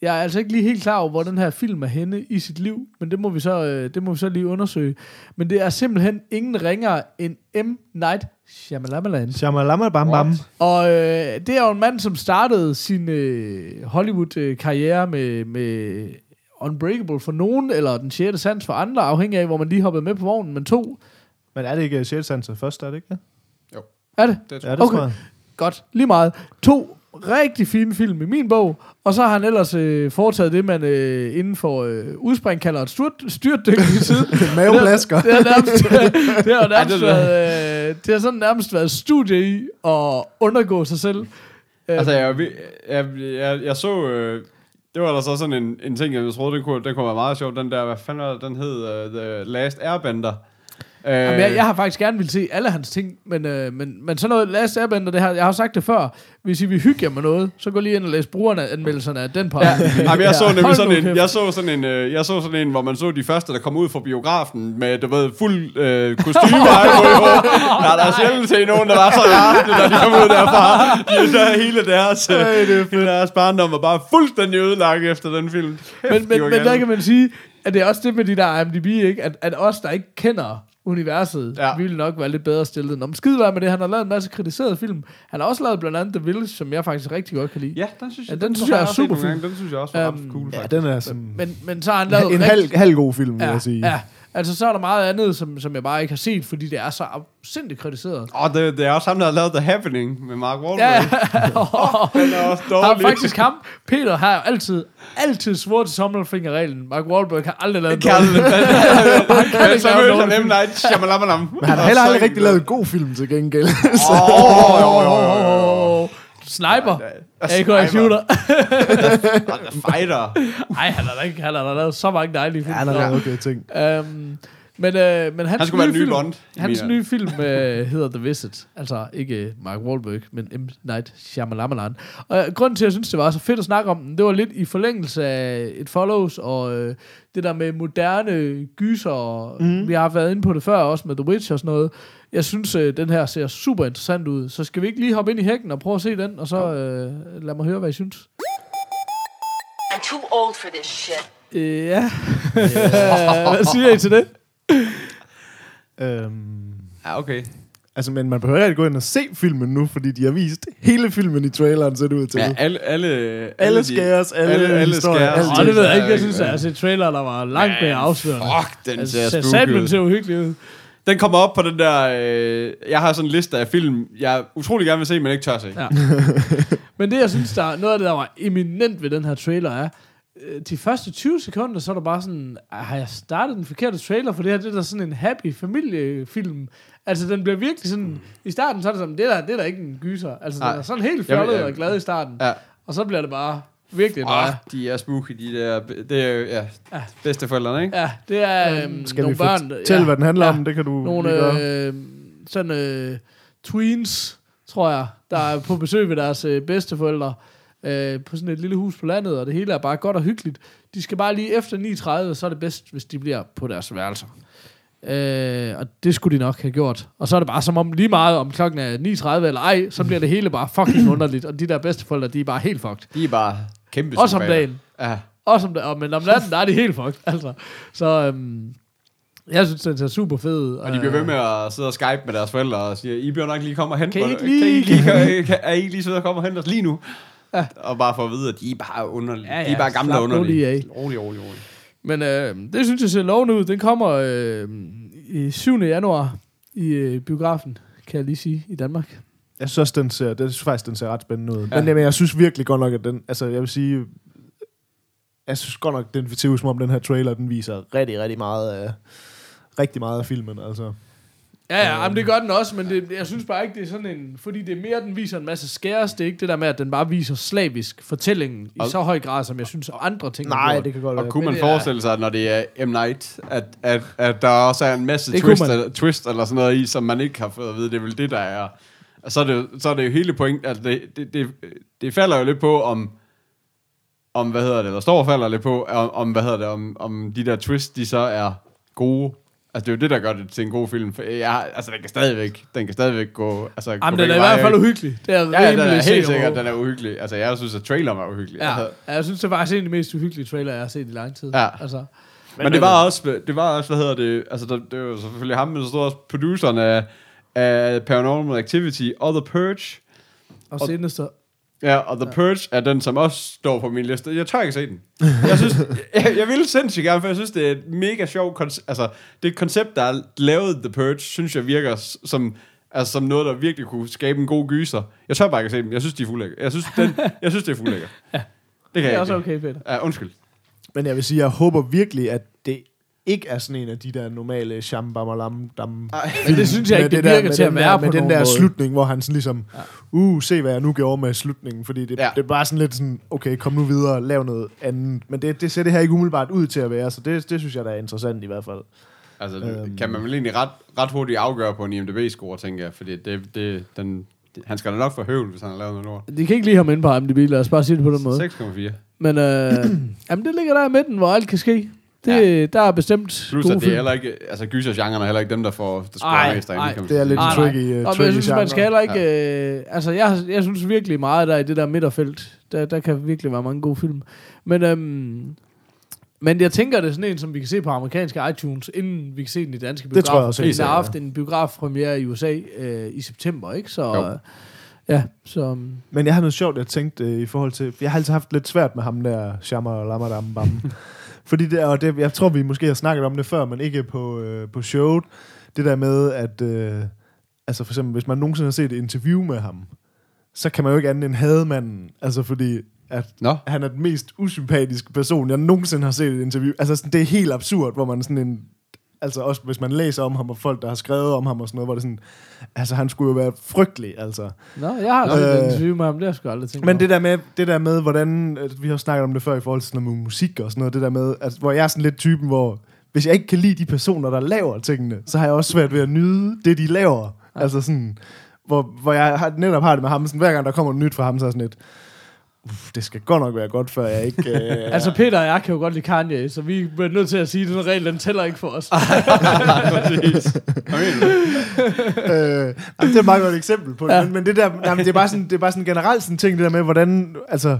Speaker 2: jeg er altså ikke lige helt klar over, hvor den her film er henne i sit liv, men det må vi så, øh, det må vi så lige undersøge. Men det er simpelthen ingen ringere end M. Night Shyamalan.
Speaker 4: Shamalama bam bam.
Speaker 2: Og øh, det er jo en mand, som startede sin øh, Hollywood-karriere med, med Unbreakable for nogen, eller Den sjette sans for andre, afhængig af, hvor man lige hoppede med på vognen, men to.
Speaker 4: Men er det ikke sjette sanser først, er det ikke det?
Speaker 3: Jo.
Speaker 2: Er det?
Speaker 3: Det
Speaker 4: Ja, det
Speaker 2: Okay.
Speaker 4: tror jeg.
Speaker 2: Godt, lige meget. To rigtig fine film i min bog, og så har han ellers øh, foretaget det, man øh, inden for øh, udspring kalder et styrt, styrtdyk i siden.
Speaker 4: Maveblasker.
Speaker 2: Det har nærmest, det har nærmest
Speaker 3: Ja, det er
Speaker 2: været, øh, det har sådan nærmest været studie i at undergå sig selv.
Speaker 3: Altså, jeg, jeg, jeg, jeg så... Øh, det var der så sådan en, en ting, jeg troede, den kunne, den kunne være meget sjov. Den der, hvad fanden var det, den hed? Uh, The Last Airbender. Uh,
Speaker 2: Jamen, jeg, jeg har faktisk gerne ville se alle hans ting, men, øh, men, men sådan noget Last Airbender, det her, jeg har sagt det før, hvis I vil hygge jer med noget, så gå lige ind og læs brugerne anmeldelserne af den på.
Speaker 3: Ja, jamen, jeg så nemlig
Speaker 2: Hold
Speaker 3: sådan
Speaker 2: nu
Speaker 3: en,
Speaker 2: kæft.
Speaker 3: jeg så sådan en, øh, jeg så sådan en, hvor man så de første, der kom ud fra biografen med, du ved, fuld øh, kostyme. Der er der sjældent set nogen, der var så rasende, da de kom ud derfra. De, der, hele deres, øh, hele deres barndom var bare fuldstændig ødelagt efter den film. Kæft,
Speaker 2: Men,
Speaker 3: de
Speaker 2: men,
Speaker 3: var
Speaker 2: men
Speaker 3: gale.
Speaker 2: der kan man sige, at det er også det med de der I M D B, ikke? At, at os, der ikke kender universet,
Speaker 3: Ja.
Speaker 2: ja. vi vil nok være lidt bedre stillet. Nå, men skide være med det, han har lavet en masse kritiserede film. Han har også lavet blandt andet The Village, som jeg faktisk rigtig godt kan lide.
Speaker 3: Ja, den synes jeg,
Speaker 2: Ja, den synes jeg er
Speaker 3: har set nogle
Speaker 2: super
Speaker 3: gange. Den synes jeg også var
Speaker 2: Øhm,
Speaker 3: ret cool.
Speaker 4: Ja,
Speaker 3: faktisk.
Speaker 4: den er sådan...
Speaker 2: Men, men så har han lavet
Speaker 4: En
Speaker 2: rigtig-
Speaker 4: halv, halv god film, vil
Speaker 2: ja,
Speaker 4: jeg sige.
Speaker 2: ja, altså så er der meget andet, som, som jeg bare ikke har set, fordi det er så afsindigt kritiseret.
Speaker 3: Åh, oh, det, det er også ham, der har lavet The Happening med Mark Wahlberg.
Speaker 2: Ja, ja.
Speaker 3: Den er også
Speaker 2: Har
Speaker 3: dårlig.
Speaker 2: faktisk ham. Peter har jo altid, altid svoret til sommerfingerreglen. Mark Wahlberg har aldrig lavet en
Speaker 3: Kærle,
Speaker 2: dårlig-
Speaker 3: men
Speaker 2: kan ikke
Speaker 3: så
Speaker 2: lave
Speaker 3: mødte
Speaker 2: dårlig
Speaker 3: han
Speaker 2: film.
Speaker 3: M. Night Shyamalan.
Speaker 4: Men han har heller aldrig rigtig lavet en god film til gengæld.
Speaker 3: Åh, jo, jo, jo, jo.
Speaker 2: Sniper. A K
Speaker 3: Sniper.
Speaker 2: Shooter.
Speaker 3: Fighter.
Speaker 2: Ej, han har da ikke, han har da lavet så mange dejlige film.
Speaker 4: Ja, han har lavet okay ting.
Speaker 2: Øhm, men, øh, men hans
Speaker 3: Han skulle være den nye
Speaker 2: film,
Speaker 3: Bond.
Speaker 2: Hans
Speaker 3: Mener.
Speaker 2: nye film øh, hedder The Visit. Altså ikke Mark Wahlberg, men M. Night Shyamalan. Og øh, grunden til, at jeg synes, det var så fedt at snakke om den, det var lidt i forlængelse af It Follows, og øh, det der med moderne gyser, og mm. vi har været inde på det før, også med The Witch og sådan noget. Jeg synes, øh, den her ser super interessant ud. Så skal vi ikke lige hoppe ind i hækken og prøve at se den, og så øh, lad mig høre, hvad I synes.
Speaker 6: I'm too old for this shit.
Speaker 2: Øh, ja. Hvad siger I til det?
Speaker 4: Øhm,
Speaker 3: Ja, okay.
Speaker 4: altså, men man behøver ikke gå ind og se filmen nu, fordi de har vist hele filmen i traileren, ser det ud til.
Speaker 3: Ja, alle, alle, alle,
Speaker 4: Alle
Speaker 3: de-
Speaker 4: skæres, alle
Speaker 3: alle, alle
Speaker 4: historier,
Speaker 3: skæres.
Speaker 4: alt.
Speaker 2: Og det ved jeg ikke. Jeg
Speaker 3: Ja,
Speaker 2: synes, at altså, trailer, der var langt mere afslørende.
Speaker 3: Fuck, den
Speaker 2: Altså,
Speaker 3: ser spooky
Speaker 2: satmen
Speaker 3: ud.
Speaker 2: ser uhyggeligt ud.
Speaker 3: Den kommer op på den der... Øh, jeg har sådan en liste af film, jeg utrolig gerne vil se, men ikke tør se.
Speaker 2: Ja. Men det, jeg synes, der er noget af det, der var eminent ved den her trailer, er, øh, de første tyve sekunder, så er der bare sådan, har jeg startet den forkerte trailer, for det her, det er der sådan en happy familiefilm. Altså, den bliver virkelig sådan, i starten, så er det sådan, det der, det er der ikke en gyser. Altså, den
Speaker 3: Nej.
Speaker 2: er sådan helt
Speaker 3: Jamen,
Speaker 2: fjollet
Speaker 3: ja.
Speaker 2: og glad i starten.
Speaker 3: Ja.
Speaker 2: Og så bliver det bare virkelig
Speaker 3: Åh,
Speaker 2: meget.
Speaker 3: de er spooky, de der... Det er jo, ja,
Speaker 2: Ja.
Speaker 3: bedsteforældrene, ikke?
Speaker 2: Ja, det er øhm,
Speaker 4: Skal
Speaker 2: nogle
Speaker 4: vi
Speaker 2: børn.
Speaker 4: fortælle, hvad den handler om? Det kan du
Speaker 2: Nogle
Speaker 4: lige gøre.
Speaker 2: øh, sådan øh, tweens, tror jeg, der er på besøg ved deres øh, bedsteforældre øh, på sådan et lille hus på landet, og det hele er bare godt og hyggeligt. De skal bare lige efter ni tredive, så er det bedst, hvis de bliver på deres værelser. Øh, og det skulle de nok have gjort. Og så er det bare som om lige meget om klokken er ni tredive eller ej, så bliver det hele bare fucking underligt, og de der bedsteforældre, de er bare helt fucked.
Speaker 3: De er bare kæmpe
Speaker 2: Også om
Speaker 3: psykopater.
Speaker 2: dagen.
Speaker 3: Ja.
Speaker 2: Også om da- og, men om natten, der er de helt fucked, altså. Så øhm, jeg synes, den ser super fed ud.
Speaker 3: Og de bliver ved med at sidde og skype med deres forældre og siger, I bliver nok lige komme og hente
Speaker 2: Kan I
Speaker 3: mig.
Speaker 2: ikke lige-
Speaker 3: kan I lige, kan, kan, er I ikke lige sidde og komme og hente os lige nu? Ja. Og bare for at vide, at de er bare underlige.
Speaker 2: Ja, ja,
Speaker 3: de er bare gamle
Speaker 2: slap
Speaker 3: og
Speaker 2: nu
Speaker 3: underlige.
Speaker 2: lige af.
Speaker 3: Rolig, rolig, rolig.
Speaker 2: Men øh, det synes jeg ser lovende ud. Den kommer øh, i syvende januar i øh, biografen, kan jeg lige sige, i Danmark.
Speaker 4: Jeg synes også, den ser, det synes faktisk, den ser ret spændende ud.
Speaker 3: Ja.
Speaker 4: Men, men jeg synes virkelig godt nok, at den, altså jeg vil sige, jeg synes godt nok, den ser ud som om den her trailer, den viser rigtig, rigtig meget af, rigtig meget af filmen, altså.
Speaker 2: Ja, ja, jamen, det gør den også, men det, jeg synes bare ikke, det er sådan en... Fordi det er mere, den viser en masse skæres. Det er ikke det der med, at den bare viser slavisk fortællingen i
Speaker 3: Og-
Speaker 2: så høj grad, som jeg synes, andre ting har
Speaker 4: Nej,
Speaker 2: gjort.
Speaker 4: det kan godt
Speaker 3: Og
Speaker 4: være.
Speaker 3: kunne man
Speaker 2: det er-
Speaker 3: forestille sig, når det er M. Night, at, at, at der også er en masse
Speaker 2: Det kunne
Speaker 3: twist,
Speaker 2: man.
Speaker 3: eller, twist eller sådan noget i, som man ikke har fået at vide. Det er vel det, der er... Og så er det, jo- så er det jo hele point, at det, det, det, det falder jo lidt på, om, om hvad hedder det, eller står og falder lidt på, om, om hvad hedder det, om, om de der twist, de så er gode. Altså, det er jo det, der gør det til en god film. For jeg, altså, den kan stadigvæk, den kan stadigvæk gå... Altså,
Speaker 2: Jamen,
Speaker 3: gå
Speaker 2: den er i
Speaker 3: veje,
Speaker 2: hvert fald
Speaker 3: ikke?
Speaker 2: uhyggelig. Det er jeg
Speaker 3: Ja, den er
Speaker 2: rimelig sikker
Speaker 3: helt
Speaker 2: på.
Speaker 3: sikkert, den er uhyggelig. Altså, jeg synes, at traileren var uhyggelig.
Speaker 2: Ja,
Speaker 3: Altså,
Speaker 2: jeg synes, det var faktisk en af de mest uhyggelige trailer, jeg har set i lang tid.
Speaker 3: Ja.
Speaker 2: Altså,
Speaker 3: men, men det var også, det var også, hvad hedder det, altså, der, det var jo selvfølgelig ham, men så stod også produceren af, af Paranormal Activity og The Purge.
Speaker 2: og
Speaker 3: Og-
Speaker 2: senest så...
Speaker 3: Ja, og The Purge er den, som også står på min liste. Jeg tør ikke se den. Jeg synes, jeg, jeg vil sindssygt gerne, for jeg synes, det er et mega sjovt koncept. Altså, det er et koncept, der er lavet The Purge, synes jeg virker s- som, altså, som noget, der virkelig kunne skabe en god gyser. Jeg tør bare ikke se dem. Jeg synes, de er fuldlækker. Jeg synes, den, jeg synes det er fuldlækker. Ja. Det kan
Speaker 2: Det er
Speaker 3: jeg
Speaker 2: også
Speaker 3: ikke.
Speaker 2: okay, Peter.
Speaker 3: Ja, undskyld.
Speaker 4: Men jeg vil sige, jeg håber virkelig, at det ikke er sådan en af de der normale shambamalam dam.
Speaker 2: Men det synes jeg ikke, det virker til at være på
Speaker 4: med den
Speaker 2: nogen
Speaker 4: der
Speaker 2: måde.
Speaker 4: slutning, hvor han sådan ligesom, uh, se hvad jeg nu gjorde med slutningen, fordi det,
Speaker 3: Ja.
Speaker 4: ja. det er bare sådan lidt sådan, okay, kom nu videre, lav noget andet. Men det, det ser det her ikke umiddelbart ud til at være, så det, det synes jeg, der er interessant i hvert fald.
Speaker 3: Altså,
Speaker 4: Øhm.
Speaker 3: kan man vel egentlig ret, ret hurtigt afgøre på en I M D B-score, tænker jeg. Fordi det, det, den, det, han skal da nok få høvl, hvis han har lavet noget lort.
Speaker 2: De kan ikke lige ham ind på I M D B, lad os bare sige det på den måde.
Speaker 3: seks komma fire.
Speaker 2: Men øh, jamen, det ligger der i midten, hvor alt kan ske. Det,
Speaker 3: Ja.
Speaker 2: Der er bestemt
Speaker 3: Plus,
Speaker 2: gode
Speaker 3: at det er
Speaker 2: film.
Speaker 3: heller ikke, altså gysergenren er heller ikke dem, der får der
Speaker 2: Ej,
Speaker 3: scorer mest derinde,
Speaker 2: ej.
Speaker 3: kan man
Speaker 4: Det er
Speaker 3: sige.
Speaker 4: lidt
Speaker 2: Nej,
Speaker 4: en
Speaker 2: nej.
Speaker 4: tricky, uh,
Speaker 2: Nå, men
Speaker 4: tricky
Speaker 2: jeg synes, man
Speaker 4: genre.
Speaker 2: skal heller ikke... Øh, altså, jeg, jeg synes virkelig meget, der i det der midterfelt, der, der kan virkelig være mange gode film. Men, øhm, men jeg tænker, det er sådan en, som vi kan se på amerikanske iTunes, inden vi kan se den i danske biografer.
Speaker 4: Det tror jeg også
Speaker 2: Fordi
Speaker 4: helt
Speaker 2: den har
Speaker 4: sikkert,
Speaker 2: haft en biografpremiere i U S A øh, i september, ikke? Så
Speaker 4: Jo.
Speaker 2: øh, ja, så...
Speaker 4: Men jeg har noget sjovt, jeg tænkte øh, i forhold til... Jeg har altid haft lidt svært med ham der, Shammer Lamadam Bam. Fordi det, og det, jeg tror, vi måske har snakket om det før, men ikke på, øh, på showet. Det der med, at... Øh, altså for eksempel, hvis man nogensinde har set et interview med ham, så kan man jo ikke andet end hade manden. Altså fordi... At
Speaker 3: Nå,
Speaker 4: han er den mest usympatiske person, jeg nogensinde har set et interview. Altså sådan, det er helt absurd, hvor man sådan en... Altså også hvis man læser om ham, og folk, der har skrevet om ham og sådan noget, hvor det sådan... Altså han skulle jo være frygtelig, altså.
Speaker 2: Nå, jeg har set
Speaker 4: Øh,
Speaker 2: et interview med ham, det har jeg sgu aldrig tænkt
Speaker 4: Men
Speaker 2: over.
Speaker 4: det der med, det der med hvordan, øh, vi har snakket om det før i forhold til sådan noget med musik og sådan noget, det der med, altså, hvor jeg er sådan lidt typen, hvor hvis jeg ikke kan lide de personer, der laver tingene, så har jeg også svært ved at nyde det, de laver. Ja. Altså sådan, hvor, hvor jeg har, netop har det med ham, sådan, hver gang der kommer nyt fra ham, så er sådan lidt, uff, det skal godt nok være godt, før jeg ikke... Øh,
Speaker 2: Altså Peter og jeg kan jo godt lide Kanye, så vi er nødt til at sige, at den regel, den tæller ikke for os.
Speaker 3: præcis. Hvad mener du?
Speaker 4: øh, jamen, det er et meget godt eksempel på det,
Speaker 2: Ja.
Speaker 4: ja. men, men det der, jamen, det er bare sådan, det er bare sådan generelt sådan ting, det der med, hvordan, altså,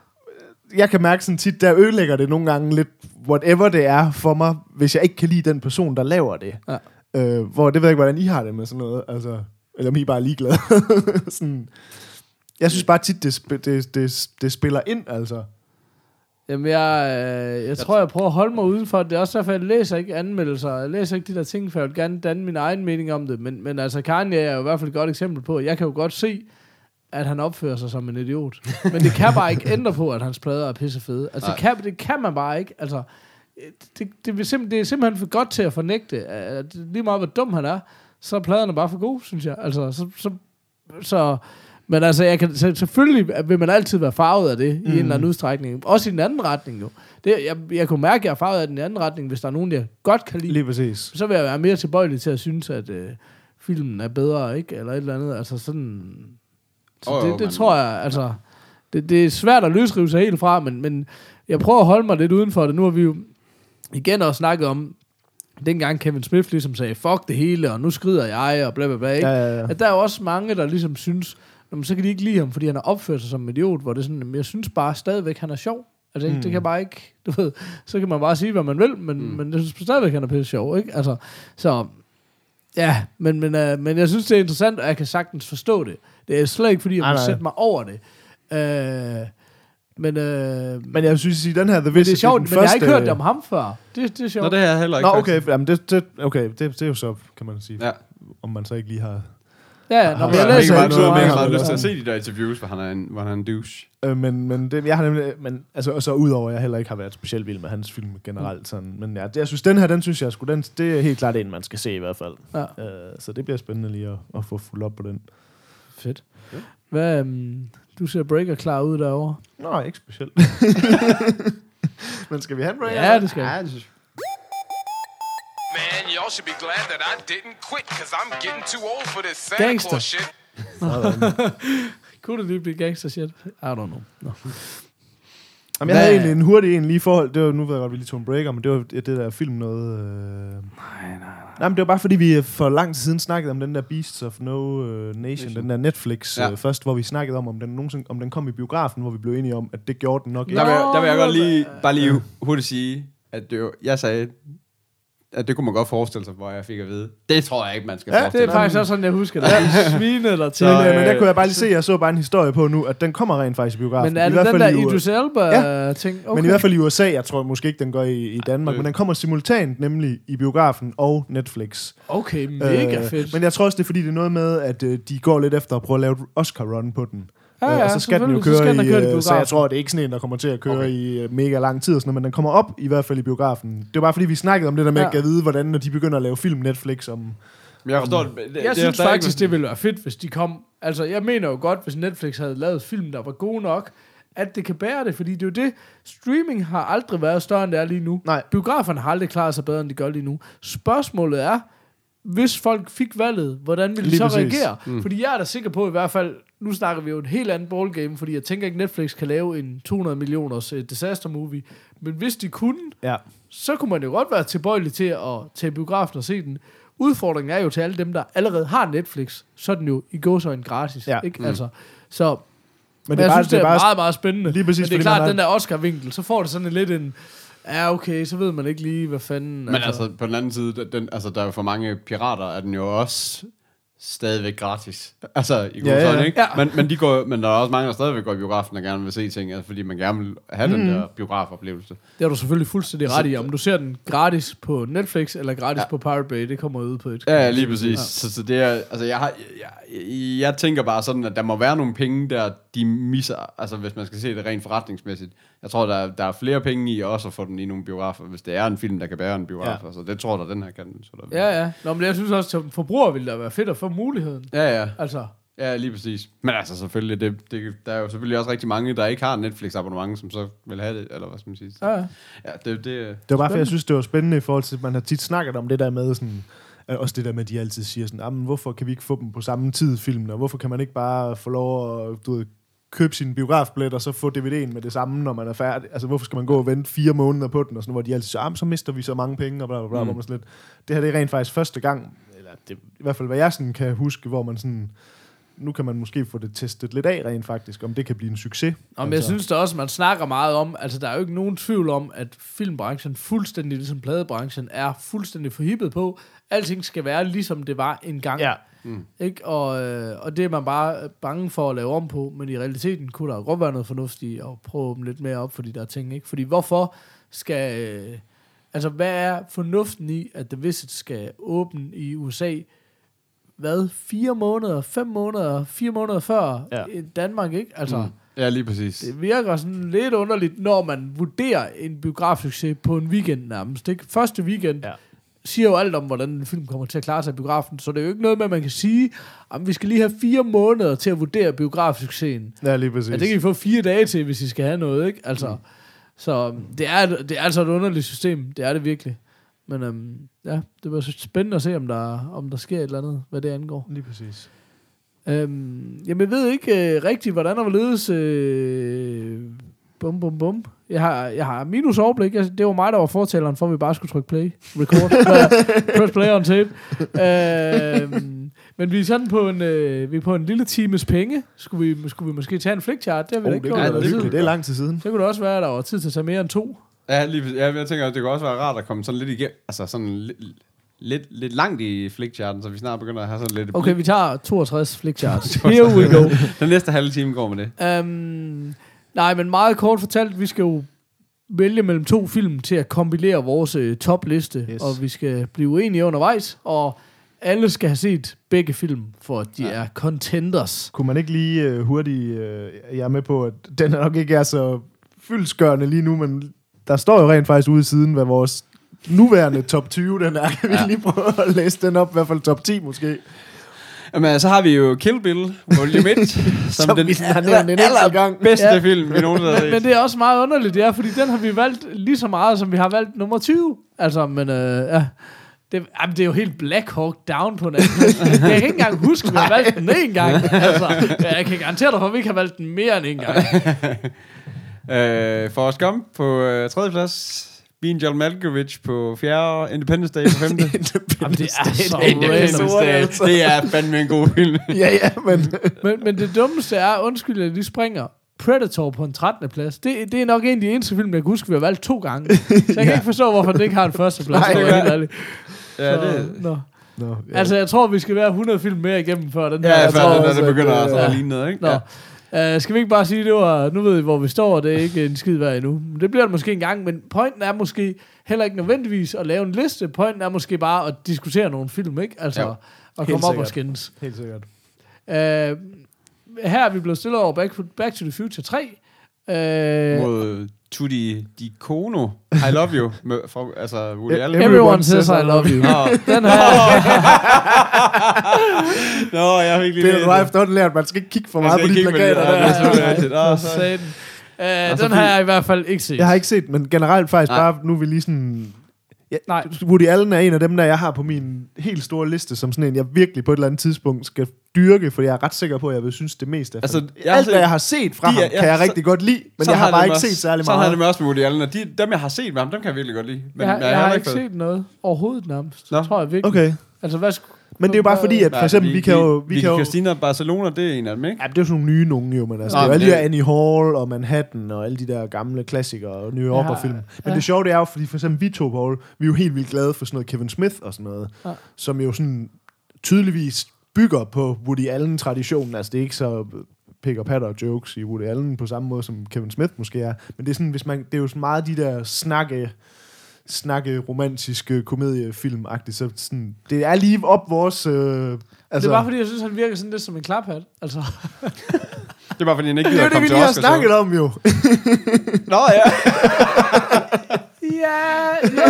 Speaker 4: jeg kan mærke sådan tit, der ødelægger det nogle gange lidt, whatever det er for mig, hvis jeg ikke kan lide den person, der laver det.
Speaker 2: Ja.
Speaker 4: Øh, hvor det ved jeg ikke, hvordan I har det med sådan noget, altså, eller om I bare er ligeglade. sådan, jeg synes bare tit, det, sp- det, det, det spiller ind, altså.
Speaker 2: Jamen, jeg, øh, jeg tror, jeg prøver at holde mig udenfor. Det er også derfor, jeg læser ikke anmeldelser. Jeg læser ikke de der ting, for jeg vil gerne danne min egen mening om det. Men, men altså, Kanye er jo i hvert fald et godt eksempel på, jeg kan jo godt se, at han opfører sig som en idiot. Men det kan bare ikke ændre på, at hans plader er pissefede. Altså, det kan, det kan man bare ikke. Altså, det, det, vil simp- det er simpelthen for godt til at fornægte, at lige meget hvor dum han er, så er pladerne bare for gode, synes jeg. Altså, så... så, så men altså, jeg kan, så selvfølgelig vil man altid være farvet af det, mm. i en eller anden udstrækning. Også i den anden retning, jo. Det, jeg, jeg kunne mærke, at jeg er farvet af den anden retning, hvis der er nogen, jeg godt kan lide.
Speaker 4: Lige præcis.
Speaker 2: Så vil jeg være mere tilbøjelig til at synes, at øh, filmen er bedre, ikke? Eller et eller andet. Altså sådan... Så
Speaker 3: Oh,
Speaker 2: det,
Speaker 3: jo,
Speaker 2: det
Speaker 3: men-
Speaker 2: tror jeg, altså... Det, det er svært at løsrive sig helt fra, men, men jeg prøver at holde mig lidt uden for det. Nu har vi jo igen også snakket om, dengang Kevin Smith ligesom sagde, fuck det hele, og nu skrider jeg, og bla bla bla, ikke?
Speaker 4: Ja, ja, ja.
Speaker 2: At der er jo også mange, der ligesom synes, jamen, så kan de ikke lide ham, fordi han har opført sig som en idiot, hvor det er sådan, jamen, jeg synes bare stadigvæk, han er sjov. Altså, mm. det kan bare ikke, du ved, så kan man bare sige, hvad man vil, men, mm. men jeg synes stadigvæk, han er pisse sjov, ikke? Altså, så, ja, men, men, uh, men jeg synes, det er interessant, og jeg kan sagtens forstå det. Det er slet ikke, fordi jeg
Speaker 4: Nej,
Speaker 2: må
Speaker 4: nej.
Speaker 2: sætte mig over det. Uh, men, uh,
Speaker 4: Men jeg synes, at den her The
Speaker 2: men
Speaker 4: Visit,
Speaker 2: det er sjovt,
Speaker 4: den
Speaker 2: men jeg har ikke
Speaker 4: første-
Speaker 2: hørt om ham før. Det, det er sjovt.
Speaker 3: Nå, det har jeg heller ikke.
Speaker 4: Nå,
Speaker 3: faktisk.
Speaker 4: okay, jamen det, det, okay det, det er jo så, kan man sige,
Speaker 3: Ja.
Speaker 4: om man så ikke lige har...
Speaker 2: Ja, ja, når
Speaker 4: Har
Speaker 2: jeg
Speaker 3: Jeg
Speaker 4: du-
Speaker 3: har
Speaker 2: læser
Speaker 3: ikke
Speaker 2: ikke
Speaker 3: meget,
Speaker 2: så
Speaker 3: noget, jeg
Speaker 2: meget.
Speaker 3: har meget
Speaker 4: eller
Speaker 3: lyst til at
Speaker 4: hvad?
Speaker 3: se de der interviews, hvor han er en, hvor han er en douche.
Speaker 4: Øh, men, men det, jeg har nemlig, men altså, og så udover, at jeg heller ikke har været specielt vild med hans film generelt, sådan, men ja, det, jeg synes, den her, den synes jeg sgu, den, det er helt klart en, man skal se i hvert fald.
Speaker 2: Ja.
Speaker 4: Øh, så det bliver spændende lige at, at få fuldt op på den.
Speaker 2: Fedt. Hvad, um, du ser Breaker klar ud derovre.
Speaker 4: Nå, ikke specielt. men skal vi have en break?
Speaker 2: Ja, det skal
Speaker 3: Ja,
Speaker 2: jeg.
Speaker 3: det synes jeg.
Speaker 7: Man, y'all should be glad that I didn't quit, because I'm getting too old for this Santa
Speaker 2: Gangster.
Speaker 7: Claus shit.
Speaker 2: Kunne det lige blive gangster shit? I don't know. No.
Speaker 4: Jamen, jeg havde egentlig en hurtig en lige forhold. Det var, nu ved jeg godt, vi lige tog en breaker, men det var det der film noget... Øh... Nej, nej, nej. Nej, men det var bare fordi, vi for lang tid siden snakkede om den der Beasts of No uh, Nation, Nation, den der Netflix ja. uh, først, hvor vi snakkede om, om den, nogensinde, om den kom i biografen, hvor vi blev enige om, at det gjorde den nok.
Speaker 3: Der vil, der vil jeg godt lige, bare lige hurtigt sige, at det jo, jeg sagde, at det kunne man godt forestille sig, hvor jeg fik at vide. Det tror jeg ikke, man skal
Speaker 2: ja,
Speaker 3: forestille
Speaker 2: det er faktisk også sådan, jeg husker det. Jeg svinede dig til.
Speaker 4: Så, øh, men der kunne jeg bare lige se, jeg så bare en historie på nu, at den kommer rent faktisk i biografen.
Speaker 2: Men er det den der Idris Elba-ting?
Speaker 4: Ja. Okay. Men i hvert fald i U S A, jeg tror måske ikke, den går i, i Danmark, ja. Men den kommer simultant nemlig i biografen og Netflix.
Speaker 2: Okay, mega øh, fedt.
Speaker 4: Men jeg tror også, det er fordi, det er noget med, at øh, de går lidt efter at prøve at lave et Oscar-run på den.
Speaker 2: Ja, ja,
Speaker 4: og så skal den jo køre
Speaker 2: den
Speaker 4: i,
Speaker 2: køre i
Speaker 4: så jeg tror, det er ikke sådan en, der kommer til at køre okay. i mega lang tid, og sådan noget, men den kommer op i hvert fald i biografen. Det var bare fordi, vi snakkede om det der med, ja. At vide, hvordan når de begynder at lave film Netflix om...
Speaker 3: Jeg forstår det.
Speaker 2: det jeg det synes faktisk, det ville være fedt, hvis de kom... Altså, jeg mener jo godt, hvis Netflix havde lavet film, der var gode nok, at det kan bære det, fordi det er jo det. Streaming har aldrig været større, end det er lige nu.
Speaker 4: Nej.
Speaker 2: Biograferne har aldrig klaret sig bedre, end de gør lige nu. Spørgsmålet er, hvis folk fik valget, hvordan ville de lige så præcis. Reagere? Mm. Fordi jeg er da sikker på i hvert fald, nu snakker vi jo et helt andet ballgame, fordi jeg tænker ikke, Netflix kan lave en to hundrede millioners uh, disaster movie. Men hvis de kunne, ja. Så kunne man jo godt være tilbøjelig til at tage biografen og se den. Udfordringen er jo til alle dem, der allerede har Netflix, så er den jo i gåseøjne gratis. Ja. Ikke? Mm. Altså, så men, men det jeg bare, synes, det er, det er meget, meget spændende. Lige præcis, men det er klart, at den der Oscar-vinkel, så får det sådan lidt en... Ja, okay, så ved man ikke lige, hvad fanden...
Speaker 3: Men altså, altså på den anden side, den, altså, der er jo for mange pirater, er den jo også stadigvæk gratis. Altså, i god ja, sådan, ja. Ikke? Ja. Men, men, de går, men der er også mange, der stadigvæk går i biografen og gerne vil se ting, altså, fordi man gerne vil have mm. den der biografoplevelse.
Speaker 2: Det har du selvfølgelig fuldstændig ret i. Om du ser den gratis på Netflix eller gratis ja. På Pirate Bay, det kommer ud på et...
Speaker 3: Ja, lige præcis. Ja. Så, så det er... Altså, jeg, har, jeg, jeg, jeg tænker bare sådan, at der må være nogle penge der, de misser, altså hvis man skal se det rent forretningsmæssigt. Jeg tror, der, der er flere penge i også at få den i nogle biografer, hvis det er en film, der kan bære en biograf. Ja. Altså, det tror jeg, den her kan. Så der
Speaker 2: ja, ja. Nå, men jeg synes også, at forbruger ville der være fedt at få muligheden.
Speaker 3: Ja, ja.
Speaker 2: Altså.
Speaker 3: Ja, lige præcis. Men altså selvfølgelig, det, det, der er jo selvfølgelig også rigtig mange, der ikke har Netflix-abonnement, som så vil have det, eller hvad skal man sige.
Speaker 2: Ja, ja.
Speaker 3: Ja, det, det,
Speaker 4: det var bare, for jeg synes, det var spændende i forhold til, at man har tit snakket om det der med sådan... Også det der med, at de altid siger sådan, hvorfor kan vi ikke få dem på samme tid, filmene, og hvorfor kan man ikke bare få lov at du ved, købe sin biografbillet, og så få D V D'en med det samme, når man er færdig. Altså, hvorfor skal man gå og vente fire måneder på den, og sådan, hvor de altid siger, så mister vi så mange penge, og bla bla bla, mm. hvor man sådan lidt. Det her, det er rent faktisk første gang, eller det, i hvert fald, hvad jeg sådan kan huske, hvor man sådan, nu kan man måske få det testet lidt af rent faktisk, om det kan blive en succes.
Speaker 2: Og altså. Jeg synes da også, man snakker meget om, altså der er jo ikke nogen tvivl om, at filmbranchen fuldstændig, ligesom pladebranchen, er fuldstændig forhippet på. Alting skal være, ligesom det var engang. Ja. Mm. Ikke? Og, øh, og det er man bare bange for at lave om på, men i realiteten kunne der godt være noget fornuftigt at prøve dem lidt mere op for de der ting. Ikke? Fordi hvorfor skal... Øh, altså, hvad er fornuften i, at The Visit skal åbne i U S A hvad? Fire måneder, fem måneder, fire måneder før ja. I Danmark, ikke? Altså, mm.
Speaker 3: Ja, lige præcis.
Speaker 2: Det virker sådan lidt underligt, når man vurderer en biografsucces på en weekend nærmest, ikke? Første weekend ja. Siger jo alt om, hvordan en film kommer til at klare sig i biografen, så det er jo ikke noget med, at man kan sige, at vi skal lige have fire måneder til at vurdere biografsuccesen.
Speaker 4: Ja, lige præcis.
Speaker 2: Ja, det kan I få fire dage til, hvis I skal have noget, ikke? Altså, mm. Så det er, det er altså et underligt system, det er det virkelig. Men øhm, ja, det var så spændende at se, om der, om der sker et eller andet, hvad det angår.
Speaker 4: Lige præcis.
Speaker 2: Øhm, jamen, jeg ved ikke øh, rigtigt, hvordan der var ledes... Øh, bum, bum, bum. Jeg har, jeg har minus overblik. Jeg, det var mig, der var fortælleren for, at vi bare skulle trykke play. Record. Press play on tape. øhm, men vi er sådan på en, øh, vi er på en lille times penge. Skulle vi, skulle vi måske tage en flickchart? Det har vi
Speaker 4: oh,
Speaker 2: ikke
Speaker 4: gjort.
Speaker 2: Ja,
Speaker 4: det, det, det er lang tid siden.
Speaker 2: Det kunne det også være, at der var tid til at tage mere end to.
Speaker 3: Ja, lige, ja, jeg tænker, at det kunne også være rart at komme sådan lidt igennem, altså sådan lidt, lidt, lidt langt i flickcharten, så vi snart begynder at have sådan lidt...
Speaker 2: Okay, vi tager toogtres flickcharts. Here we go.
Speaker 3: Den næste halve time går med det.
Speaker 2: Um, nej, men meget kort fortalt, vi skal jo vælge mellem to film til at kombinere vores uh, topliste, yes. Og vi skal blive uenige undervejs, og alle skal have set begge film, for at de ja. Er contenders.
Speaker 4: Kunne man ikke lige uh, hurtigt... Uh, jeg er med på, at den nok ikke er så fyldskørende lige nu, men der står jo rent faktisk ude i siden, hvad vores nuværende top tyve, den er. Kan vi ja. Lige prøve at læse den op, i hvert fald top ti måske.
Speaker 3: Jamen, så har vi jo Kill Bill, Volume et, som, som den allerbedste ja. Film, vi nogensinde har set.
Speaker 2: Men, men det er også meget underligt, ja, fordi den har vi valgt lige så meget, som vi har valgt nummer tyve. Altså, men øh, ja... Det, jamen, det er jo helt Black Hawk Down på den anden. Jeg kan ikke engang huske, at vi har valgt den en gang. Altså, jeg kan garantere dig for, at vi ikke har valgt den mere end en gang.
Speaker 3: Uh, Forrest Gump på uh, tredje plads. Being John Malkovich på fjerde. Independence Day på femte.
Speaker 2: Jamen, det er så
Speaker 3: Independence
Speaker 2: random.
Speaker 3: Day. Det er fandme en god film.
Speaker 4: Ja, ja, men...
Speaker 2: Men, men det dummeste er, undskyld, at de springer Predator på en trettende plads. Det, det er nok en af de eneste film, jeg kan huske, vi har valgt to gange. Så jeg ja. kan ikke forstå, hvorfor det ikke har en første plads.
Speaker 3: Nej,
Speaker 2: det
Speaker 3: det
Speaker 2: er
Speaker 3: er-
Speaker 2: helt ærligt.
Speaker 3: Ja,
Speaker 2: Så,
Speaker 3: det
Speaker 2: nå.
Speaker 4: Nå, ja.
Speaker 2: Altså, jeg tror, vi skal være hundrede film mere igennem før den her.
Speaker 3: Ja,
Speaker 2: Jeg
Speaker 3: før
Speaker 2: tror
Speaker 3: det, når
Speaker 2: også,
Speaker 3: det
Speaker 2: at,
Speaker 3: begynder
Speaker 2: øh,
Speaker 3: altså
Speaker 2: ja.
Speaker 3: at ligne noget, ikke?
Speaker 2: Nå. Ja. Uh, skal vi ikke bare sige, det var, nu ved vi, hvor vi står, og det er ikke en skid værd endnu. Det bliver det måske en gang, men pointen er måske heller ikke nødvendigvis at lave en liste. Pointen er måske bare at diskutere nogle film, ikke? Altså,
Speaker 3: Jo.
Speaker 2: at
Speaker 4: Helt
Speaker 2: komme op
Speaker 4: sikkert.
Speaker 2: og skændes.
Speaker 4: Helt sikkert.
Speaker 2: Uh, her er vi blevet stillet over Back, Back to the Future tre. Uh,
Speaker 3: Mod Tutti Di Cono. I love you. Med, fra, altså, Woody
Speaker 4: E-
Speaker 3: Allen.
Speaker 2: Everyone says I love you.
Speaker 3: Nå.
Speaker 2: Den her...
Speaker 3: Nå, jeg fik lige
Speaker 4: Peter, du har efterhånden lært, at man skal ikke kigge for
Speaker 3: Man
Speaker 4: meget på
Speaker 3: skal
Speaker 4: de
Speaker 3: ikke kigge på
Speaker 4: plakater
Speaker 3: de-
Speaker 4: der.
Speaker 3: ja, det er selvfølgelig rigtigt. Åh,
Speaker 2: For
Speaker 3: så-
Speaker 2: satan. Uh, den har jeg i hvert fald ikke set.
Speaker 4: Jeg har ikke set, men generelt faktisk
Speaker 3: Nej.
Speaker 4: bare, nu er vi lige sådan... Ja,
Speaker 2: Nej.
Speaker 4: Woody Allen er en af dem, der jeg har på min helt store liste, som sådan en, jeg virkelig på et eller andet tidspunkt skal dyrke, fordi jeg er ret sikker på, at jeg vil synes det meste af.
Speaker 3: Altså,
Speaker 4: Altså,
Speaker 3: jeg har
Speaker 4: alt,
Speaker 3: set-
Speaker 4: hvad jeg har set fra
Speaker 3: De
Speaker 4: ham,
Speaker 3: er- ja,
Speaker 4: kan jeg
Speaker 3: så-
Speaker 4: rigtig godt lide, men
Speaker 3: Så
Speaker 4: jeg har
Speaker 3: det
Speaker 4: bare
Speaker 3: med
Speaker 4: ikke
Speaker 3: også-
Speaker 4: set særlig
Speaker 3: Så har
Speaker 4: meget.
Speaker 3: jeg det med også med Woody Allen, og de, dem jeg har set med ham, dem kan jeg virkelig godt lide. Men,
Speaker 2: jeg,
Speaker 3: men
Speaker 2: jeg, jeg har
Speaker 3: heller
Speaker 2: ikke
Speaker 3: fået-
Speaker 2: set noget overhovedet nærmest.
Speaker 3: Nå.
Speaker 2: Tror jeg virkelig.
Speaker 4: Okay,
Speaker 2: Altså, hvad skulle...
Speaker 4: men det er jo bare fordi, at for
Speaker 3: Nej,
Speaker 4: eksempel, vi kan jo...
Speaker 3: Vi
Speaker 4: Vi kan jo
Speaker 3: Christina Barcelona, det er en af dem, ikke?
Speaker 4: ja, det er jo sådan nogle nye nogen jo, men altså,
Speaker 3: Nå,
Speaker 4: det er jo alle
Speaker 3: men
Speaker 4: de der
Speaker 3: det-
Speaker 4: Annie Hall og Manhattan og alle de der gamle klassikere og New Yorker-film. Men
Speaker 2: ja.
Speaker 4: det sjove, det er jo, fordi for eksempel vi to, Paul, vi er jo helt vildt glade for sådan noget Kevin Smith og sådan noget,
Speaker 2: Ja.
Speaker 4: som jo sådan tydeligvis bygger på Woody Allen-traditionen. Altså, det er ikke så pick og patter jokes i Woody Allen på samme måde, som Kevin Smith måske er. Men det er sådan, hvis man, det er jo sådan meget de der snakke, snakke romantiske komediefilm-agtigt. Så sådan, det er lige op vores... Øh, altså,
Speaker 2: Altså, det er bare fordi, jeg synes, han virker sådan lidt som en klaphat. Altså,
Speaker 3: Det er bare fordi, han ikke
Speaker 4: det
Speaker 3: gider
Speaker 4: er jo
Speaker 3: at
Speaker 4: det,
Speaker 3: komme
Speaker 4: vi
Speaker 3: til
Speaker 4: lige har
Speaker 3: Oscars.
Speaker 4: snakket om jo.
Speaker 3: Nå ja.
Speaker 2: ja, jo,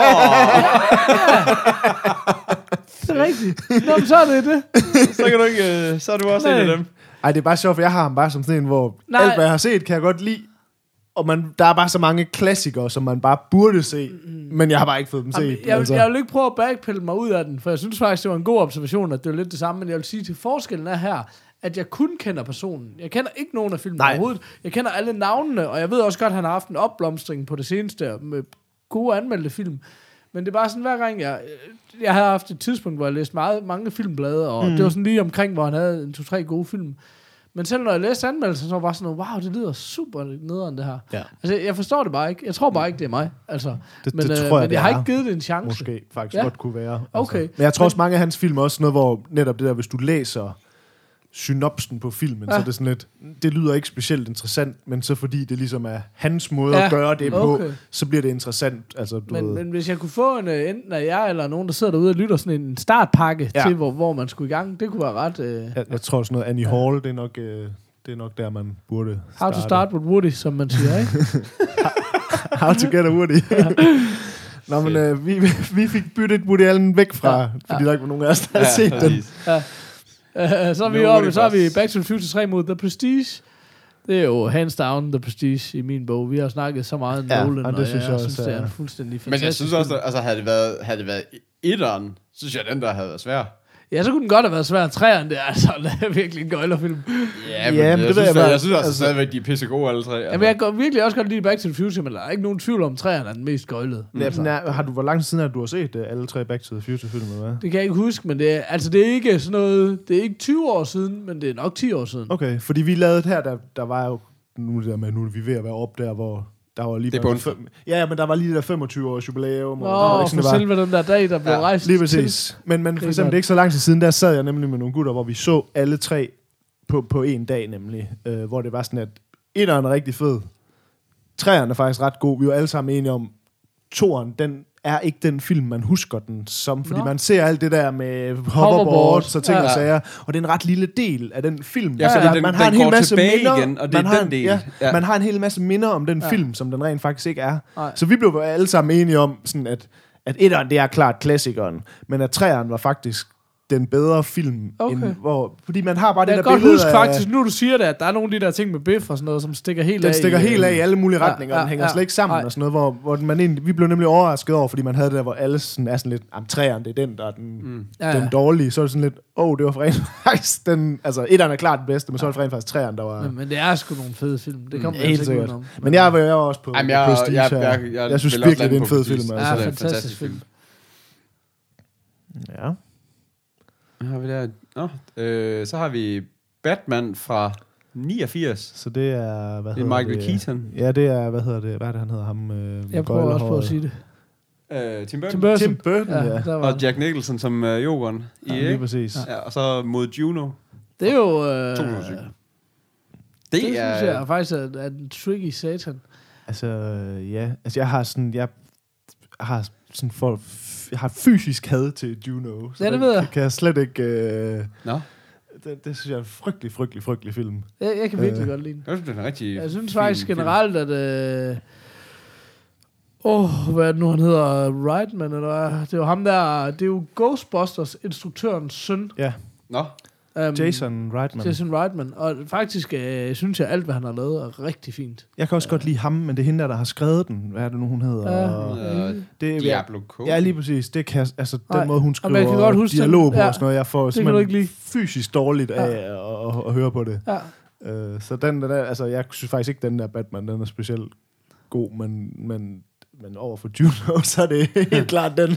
Speaker 2: det er rigtigt. Nå, men så er det det.
Speaker 3: Så kan du ikke, øh, så er du også
Speaker 2: Nej.
Speaker 3: en af dem.
Speaker 4: Ej, det er bare sjovt, for jeg har ham bare som sådan en, hvor
Speaker 2: Nej.
Speaker 4: alt, hvad jeg har set, kan jeg godt lide. Og man, der er bare så mange klassikere, som man bare burde se, mm. men jeg har bare ikke fået dem
Speaker 2: Jamen,
Speaker 4: set.
Speaker 2: jeg,
Speaker 4: altså.
Speaker 2: jeg vil ikke prøve at backpille mig ud af den, for jeg synes faktisk, det var en god observation, at det var lidt det samme, men jeg vil sige, til forskellen er her, at jeg kun kender personen. Jeg kender ikke nogen af filmen
Speaker 4: Nej.
Speaker 2: overhovedet. Jeg kender alle navnene, og jeg ved også godt, at han har haft en opblomstring på det seneste med gode anmeldte film. Men det er bare sådan, hver gang jeg... Jeg havde haft et tidspunkt, hvor jeg læste meget, mange filmblade, og mm. det var sådan lige omkring, hvor han havde en to-tre gode film. Men selv når jeg læste anmeldelser, så var jeg bare sådan, wow, det lyder super nederen, det her.
Speaker 4: Ja.
Speaker 2: Altså, jeg forstår det bare ikke. Jeg tror bare ikke, det er mig. Altså,
Speaker 4: Det-
Speaker 2: men
Speaker 4: det
Speaker 2: øh,
Speaker 4: tror jeg,
Speaker 2: men
Speaker 4: det
Speaker 2: jeg har
Speaker 4: er.
Speaker 2: ikke givet det en chance.
Speaker 4: Måske faktisk
Speaker 2: Ja.
Speaker 4: godt kunne være.
Speaker 2: Okay.
Speaker 4: Altså. Men jeg tror også, mange af hans film er også noget, hvor netop det der, hvis du læser synopsen på filmen,
Speaker 2: Ja.
Speaker 4: så er det sådan lidt, det lyder ikke specielt interessant, men så fordi det ligesom er hans måde
Speaker 2: Ja,
Speaker 4: at gøre det
Speaker 2: okay.
Speaker 4: på, så bliver det interessant. Altså, du
Speaker 2: Men,
Speaker 4: ved.
Speaker 2: men hvis jeg kunne få en, øh, enten af jer eller nogen, der sidder derude og lytter sådan en startpakke
Speaker 4: Ja.
Speaker 2: til, hvor, hvor man skulle i gang, det kunne være ret... Øh,
Speaker 4: jeg, jeg tror sådan noget, Annie Hall, det er nok, øh, det er nok der, man burde starte.
Speaker 2: how to start with Woody, som man siger, ikke?
Speaker 4: How to get a Woody. Nå, men øh, vi, vi fik byttet Woody Allen væk fra,
Speaker 2: Ja.
Speaker 4: ja. fordi der ikke var nogen af os, der havde set den.
Speaker 2: Uh, så er vi
Speaker 3: No
Speaker 2: oppe,
Speaker 3: Woody
Speaker 2: så er vi
Speaker 3: Bus.
Speaker 2: Back to the Future tre mod The Prestige. Det er jo hands down The Prestige i min bog. Vi har snakket så meget om
Speaker 4: Ja,
Speaker 2: Nolan,
Speaker 4: og det
Speaker 2: og
Speaker 4: synes
Speaker 2: jeg,
Speaker 4: jeg
Speaker 2: jeg
Speaker 4: også
Speaker 2: synes, det er
Speaker 4: er-
Speaker 2: en fuldstændig fantastisk
Speaker 3: Men jeg synes også,
Speaker 2: film.
Speaker 3: at, altså, havde det været, havde det været etteren, synes jeg, den der havde været svær.
Speaker 2: Ja, så kunne den godt have været svær. Træerne, det er altså det er virkelig en gøjlerfilm.
Speaker 3: Ja,
Speaker 4: men
Speaker 3: jeg,
Speaker 4: det
Speaker 3: synes,
Speaker 4: ved jeg
Speaker 3: jeg,
Speaker 4: bare-
Speaker 3: jeg synes også
Speaker 4: altså-
Speaker 3: stadigvæk, de er pissegode alle tre. Altså.
Speaker 2: Jamen, jeg kan virkelig også godt lide Back to the Future, men der er ikke nogen tvivl om, at træerne er den mest gøjlede.
Speaker 4: Ja, men er, har du, hvor lang tid siden, at du har set uh, alle tre Back to the Future-film, eller hvad?
Speaker 2: Det kan jeg ikke huske, men det er, altså, det er ikke sådan noget... Det er ikke tyve år siden, men det er nok ti år siden.
Speaker 4: Okay, fordi vi lavede det her, der, der var jo... Nu er det der med, nu er vi ved at være op der, hvor der var lige...
Speaker 3: Det er
Speaker 4: bare
Speaker 3: bundt.
Speaker 4: fem, ja, men der var lige det der femogtyve års jubilæum.
Speaker 2: Nå,
Speaker 4: og der var
Speaker 2: for
Speaker 4: ikke sådan, det var-
Speaker 2: selve den der dag, der blev
Speaker 3: Ja,
Speaker 2: rejst
Speaker 4: Lige
Speaker 2: til.
Speaker 4: præcis. Men, men
Speaker 2: Det
Speaker 4: for
Speaker 2: er
Speaker 4: eksempel,
Speaker 2: godt.
Speaker 4: det er ikke så lang tid siden, der sad jeg nemlig med nogle gutter, hvor vi så alle tre på, på en dag nemlig. Øh, hvor det var sådan, at etteren er rigtig fed. Treeren er faktisk ret god. Vi var alle sammen enige om, toeren, den er ikke den film, man husker den som. Fordi
Speaker 2: Nå.
Speaker 4: man ser alt det der med
Speaker 2: Hoverboard.
Speaker 4: hoverboards og ting
Speaker 2: Ja.
Speaker 4: og sager. Og det er en ret lille del af den film.
Speaker 3: Ja, fordi
Speaker 4: Så
Speaker 3: den-
Speaker 4: man
Speaker 3: den
Speaker 4: har en hel
Speaker 3: går
Speaker 4: masse
Speaker 3: tilbage
Speaker 4: minder,
Speaker 3: igen, og det er
Speaker 4: man har
Speaker 3: den
Speaker 4: en-
Speaker 3: del.
Speaker 4: Ja,
Speaker 3: Ja.
Speaker 4: man har en hel masse minder om den
Speaker 2: Ja.
Speaker 4: film, som den rent faktisk ikke er.
Speaker 2: Nej.
Speaker 4: Så vi blev alle sammen enige om, sådan at, at etteren, det er klart klassikeren, men at treeren var faktisk den bedre film.
Speaker 2: Okay.
Speaker 4: End, hvor, fordi man har bare
Speaker 2: Jeg
Speaker 4: det
Speaker 2: kan
Speaker 4: der
Speaker 2: godt
Speaker 4: billede
Speaker 2: huske
Speaker 4: af,
Speaker 2: faktisk, nu du siger det, at der er nogle af de der ting med Biff og sådan noget, som stikker helt af.
Speaker 4: den stikker
Speaker 2: i,
Speaker 4: helt af i
Speaker 2: øh,
Speaker 4: alle mulige
Speaker 2: ja,
Speaker 4: retninger, og
Speaker 2: ja,
Speaker 4: den hænger
Speaker 2: ja.
Speaker 4: slet ikke sammen
Speaker 2: Nej.
Speaker 4: og sådan noget, hvor, hvor man egentlig, vi blev nemlig overrasket over, fordi man havde det der, hvor alle sådan er sådan lidt, am træerne, det er den, der er den, mm.
Speaker 2: Ja, ja.
Speaker 4: den dårlige. Så er det sådan lidt, åh, oh, det var for rent faktisk den, altså etteren er klart den bedste, men så er det for rent faktisk træerne, der var
Speaker 2: Men, men det er sgu nogle fede film. Det kommer
Speaker 4: helt
Speaker 2: altså ikke
Speaker 4: sikkert.
Speaker 2: udenom.
Speaker 4: Men jeg var jo også på
Speaker 3: Jamen, jeg,
Speaker 4: Prestige
Speaker 3: jeg,
Speaker 4: her.
Speaker 3: jeg, jeg, jeg,
Speaker 4: jeg synes
Speaker 3: vil også
Speaker 4: virkelig, det er
Speaker 3: lande
Speaker 4: en fed
Speaker 3: på
Speaker 4: film.
Speaker 3: Prestige.
Speaker 4: Altså.
Speaker 2: Ja,
Speaker 3: det er en
Speaker 2: fantastisk film.
Speaker 4: Ja.
Speaker 3: Hvad har vi der? Nå, øh, så har vi Batman fra niogfirs.
Speaker 4: Så det er, hvad
Speaker 3: Det er
Speaker 4: hedder
Speaker 3: Michael
Speaker 4: det?
Speaker 3: Keaton.
Speaker 4: Ja, det er, hvad hedder det? Hvad er det, han hedder? Ham, øh,
Speaker 2: Jeg prøver også på at sige det.
Speaker 3: Øh, Tim Burton.
Speaker 2: Tim Burton.
Speaker 4: Tim Burton, ja.
Speaker 2: der var
Speaker 3: Og
Speaker 2: det.
Speaker 3: Jack Nicholson som øh, Jokeren.
Speaker 4: Ja,
Speaker 3: I,
Speaker 4: lige
Speaker 3: ikke?
Speaker 4: præcis.
Speaker 3: Ja, og så mod Juno.
Speaker 2: Det er jo... Øh,
Speaker 3: to tusind og syv.
Speaker 2: det,
Speaker 3: Det,
Speaker 2: det
Speaker 3: er...
Speaker 2: synes jeg faktisk er, er en tricky satan.
Speaker 4: Altså, ja. Altså, jeg har sådan, jeg har sådan for, jeg har fysisk had til Juno. Så
Speaker 2: Ja, det
Speaker 4: den
Speaker 2: ved jeg.
Speaker 4: Kan jeg slet ikke... Øh,
Speaker 3: Nå,
Speaker 4: det, det synes jeg er en frygtelig, frygtelig, frygtelig film.
Speaker 2: Jeg, jeg kan virkelig
Speaker 4: Øh.
Speaker 2: godt lide den.
Speaker 3: jeg synes, det er en rigtig
Speaker 2: Jeg synes
Speaker 3: fin
Speaker 2: faktisk
Speaker 3: film.
Speaker 2: generelt, at... Øh, Åh, oh, hvad er det nu, han hedder? Reitman, eller hvad? Det er jo ham der... Det er jo Ghostbusters, instruktørens søn.
Speaker 4: Ja,
Speaker 3: Nå,
Speaker 2: Um,
Speaker 4: Jason Reitman.
Speaker 2: Jason Reitman. Og faktisk øh, synes jeg, alt, hvad han har lavet, er rigtig fint.
Speaker 4: Jeg kan også godt lide ham, men det er hende der, der har skrevet den. Hvad er det nu, hun hedder?
Speaker 2: Ja.
Speaker 3: øh,
Speaker 4: Det er,
Speaker 3: Diablo Cody.
Speaker 4: Ja, lige præcis. Det kan, altså, den
Speaker 2: Nej.
Speaker 4: måde, hun
Speaker 2: Og man kan
Speaker 4: skriver
Speaker 2: godt huske
Speaker 4: dialog
Speaker 2: den-
Speaker 4: på
Speaker 2: ja.
Speaker 4: og sådan noget, jeg får
Speaker 2: Det kan du ikke
Speaker 4: simpelthen
Speaker 2: lide.
Speaker 4: fysisk dårligt af
Speaker 2: Ja.
Speaker 4: at, at, at høre på det.
Speaker 2: Ja.
Speaker 4: Øh, så den der, altså, jeg synes faktisk ikke, den der Batman, den er specielt god, men, men, men over for Juno, så er det helt klart den.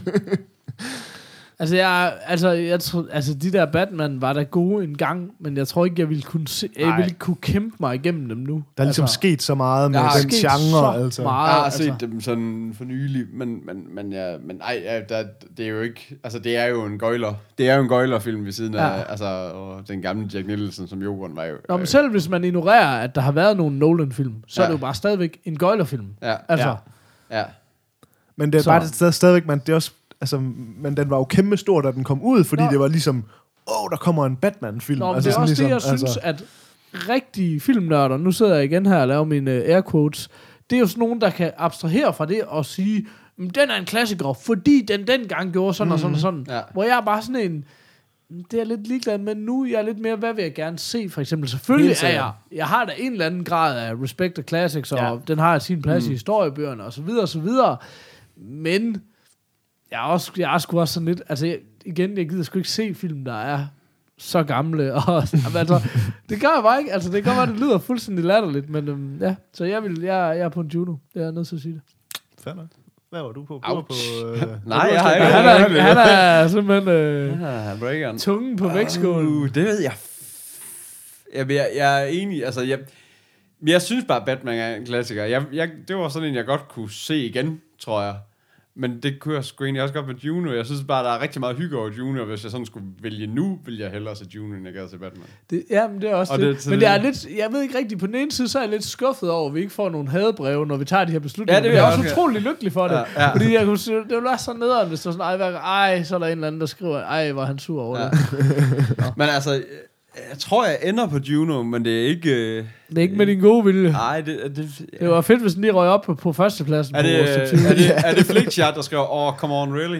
Speaker 2: Altså, jeg, altså, jeg tror, altså, de der Batman var da gode en gang, men jeg tror ikke, jeg ville kunne, se, jeg
Speaker 4: Nej.
Speaker 2: ville ikke kunne kæmpe mig igennem dem nu.
Speaker 4: Der er ligesom
Speaker 2: altså,
Speaker 4: sket så meget med
Speaker 3: der er
Speaker 4: den
Speaker 2: sket
Speaker 4: genre.
Speaker 2: så
Speaker 4: Altså.
Speaker 2: meget.
Speaker 3: Jeg har
Speaker 2: altså.
Speaker 3: set dem sådan for nylig, men, men, men, ja, men ej, ja, der, det er jo ikke, altså det er jo en gøjler, det er jo en gøjlerfilm ved siden
Speaker 2: Ja.
Speaker 3: af, altså, og den gamle Jack Nicholson som Jokeren var jo.
Speaker 2: Nå, men selv hvis man ignorerer, at der har været nogle Nolan-film, så ja. er
Speaker 3: Ja.
Speaker 2: det jo bare stadigvæk en gøjlerfilm.
Speaker 3: Ja,
Speaker 2: Altså,
Speaker 3: ja, ja.
Speaker 4: Men det er
Speaker 2: Så-
Speaker 4: bare det, er stadigvæk, man, det er også, altså, men den var jo kæmpe stor, da den kom ud, fordi
Speaker 2: Nå.
Speaker 4: det var ligesom, åh, der kommer en Batman-film.
Speaker 2: Nå, men
Speaker 4: altså,
Speaker 2: det er også
Speaker 4: sådan
Speaker 2: det, jeg
Speaker 4: ligesom,
Speaker 2: synes, at rigtige filmnørder, nu sidder jeg igen her og laver mine uh, air quotes, det er jo sådan nogen, der kan abstrahere fra det og sige, "Men den er en klassiker, fordi den dengang gjorde sådan mm. og sådan og sådan.
Speaker 3: Ja.
Speaker 2: Hvor jeg er bare sådan en, det er jeg lidt ligeglad med nu, jeg er lidt mere, hvad vil jeg gerne se, for eksempel. Selvfølgelig
Speaker 4: Helt
Speaker 2: er
Speaker 4: sikkert.
Speaker 2: jeg, jeg har da en eller anden grad af respect of classics, og
Speaker 4: Ja.
Speaker 2: den har sin plads mm. i historiebøgerne, og så videre, og så videre. Men jeg er, også, jeg er sgu også sådan lidt, altså jeg, igen, jeg gider sgu ikke se film, der er så gamle, og altså, det gør jeg bare ikke, altså det kan godt være, det lyder fuldstændig latterligt, men øhm, ja, så jeg, vil, jeg, jeg er på en Juno, det er jeg nødt til at sige det.
Speaker 4: Fair nok. Hvad var du på? Du
Speaker 3: Ouch.
Speaker 4: var på øh,
Speaker 3: Nej, jeg har ikke.
Speaker 2: Han er, han er simpelthen øh,
Speaker 3: Ja, breakeren.
Speaker 2: tungen på vægtskålen.
Speaker 3: Uh, det ved jeg. Jeg, jeg, jeg er enig, altså jeg, jeg synes bare, Batman er en klassiker. Jeg, jeg, det var sådan en, jeg godt kunne se igen, tror jeg. Men det kunne jeg sgu egentlig også godt med Juno. Jeg synes bare, der er rigtig meget hygge over Juno, og hvis jeg sådan skulle vælge nu, ville jeg hellere se Juno, end jeg gad se Batman.
Speaker 2: Det, ja, men det er også
Speaker 3: Og
Speaker 2: det.
Speaker 3: det-
Speaker 2: det men det er lidt, jeg ved ikke rigtigt, på den ene side, så er jeg lidt skuffet over, at vi ikke får nogle hadebreve, når vi tager de her beslutninger.
Speaker 3: Ja, det
Speaker 2: Men
Speaker 3: vil
Speaker 2: jeg er
Speaker 3: jeg
Speaker 2: også
Speaker 3: også,
Speaker 2: utrolig lykkelig for det.
Speaker 3: Ja, ja.
Speaker 2: Fordi jeg kunne, sige, det ville være så nederen, hvis der var sådan, ej, hver gang, ej, så er der en eller anden, der skriver, ej, var han sur over
Speaker 3: Ja.
Speaker 2: det.
Speaker 3: Men altså, jeg tror, jeg ender på Juno, men det er ikke... Øh,
Speaker 2: Det er ikke med din gode vilje.
Speaker 3: nej, det, det,
Speaker 2: Det var fedt, hvis den lige røg op på, på førstepladsen.
Speaker 3: er
Speaker 2: på
Speaker 3: det,
Speaker 2: vores top tyve.
Speaker 3: er det, er det Flickchat, der skriver, åh, oh, come on, really?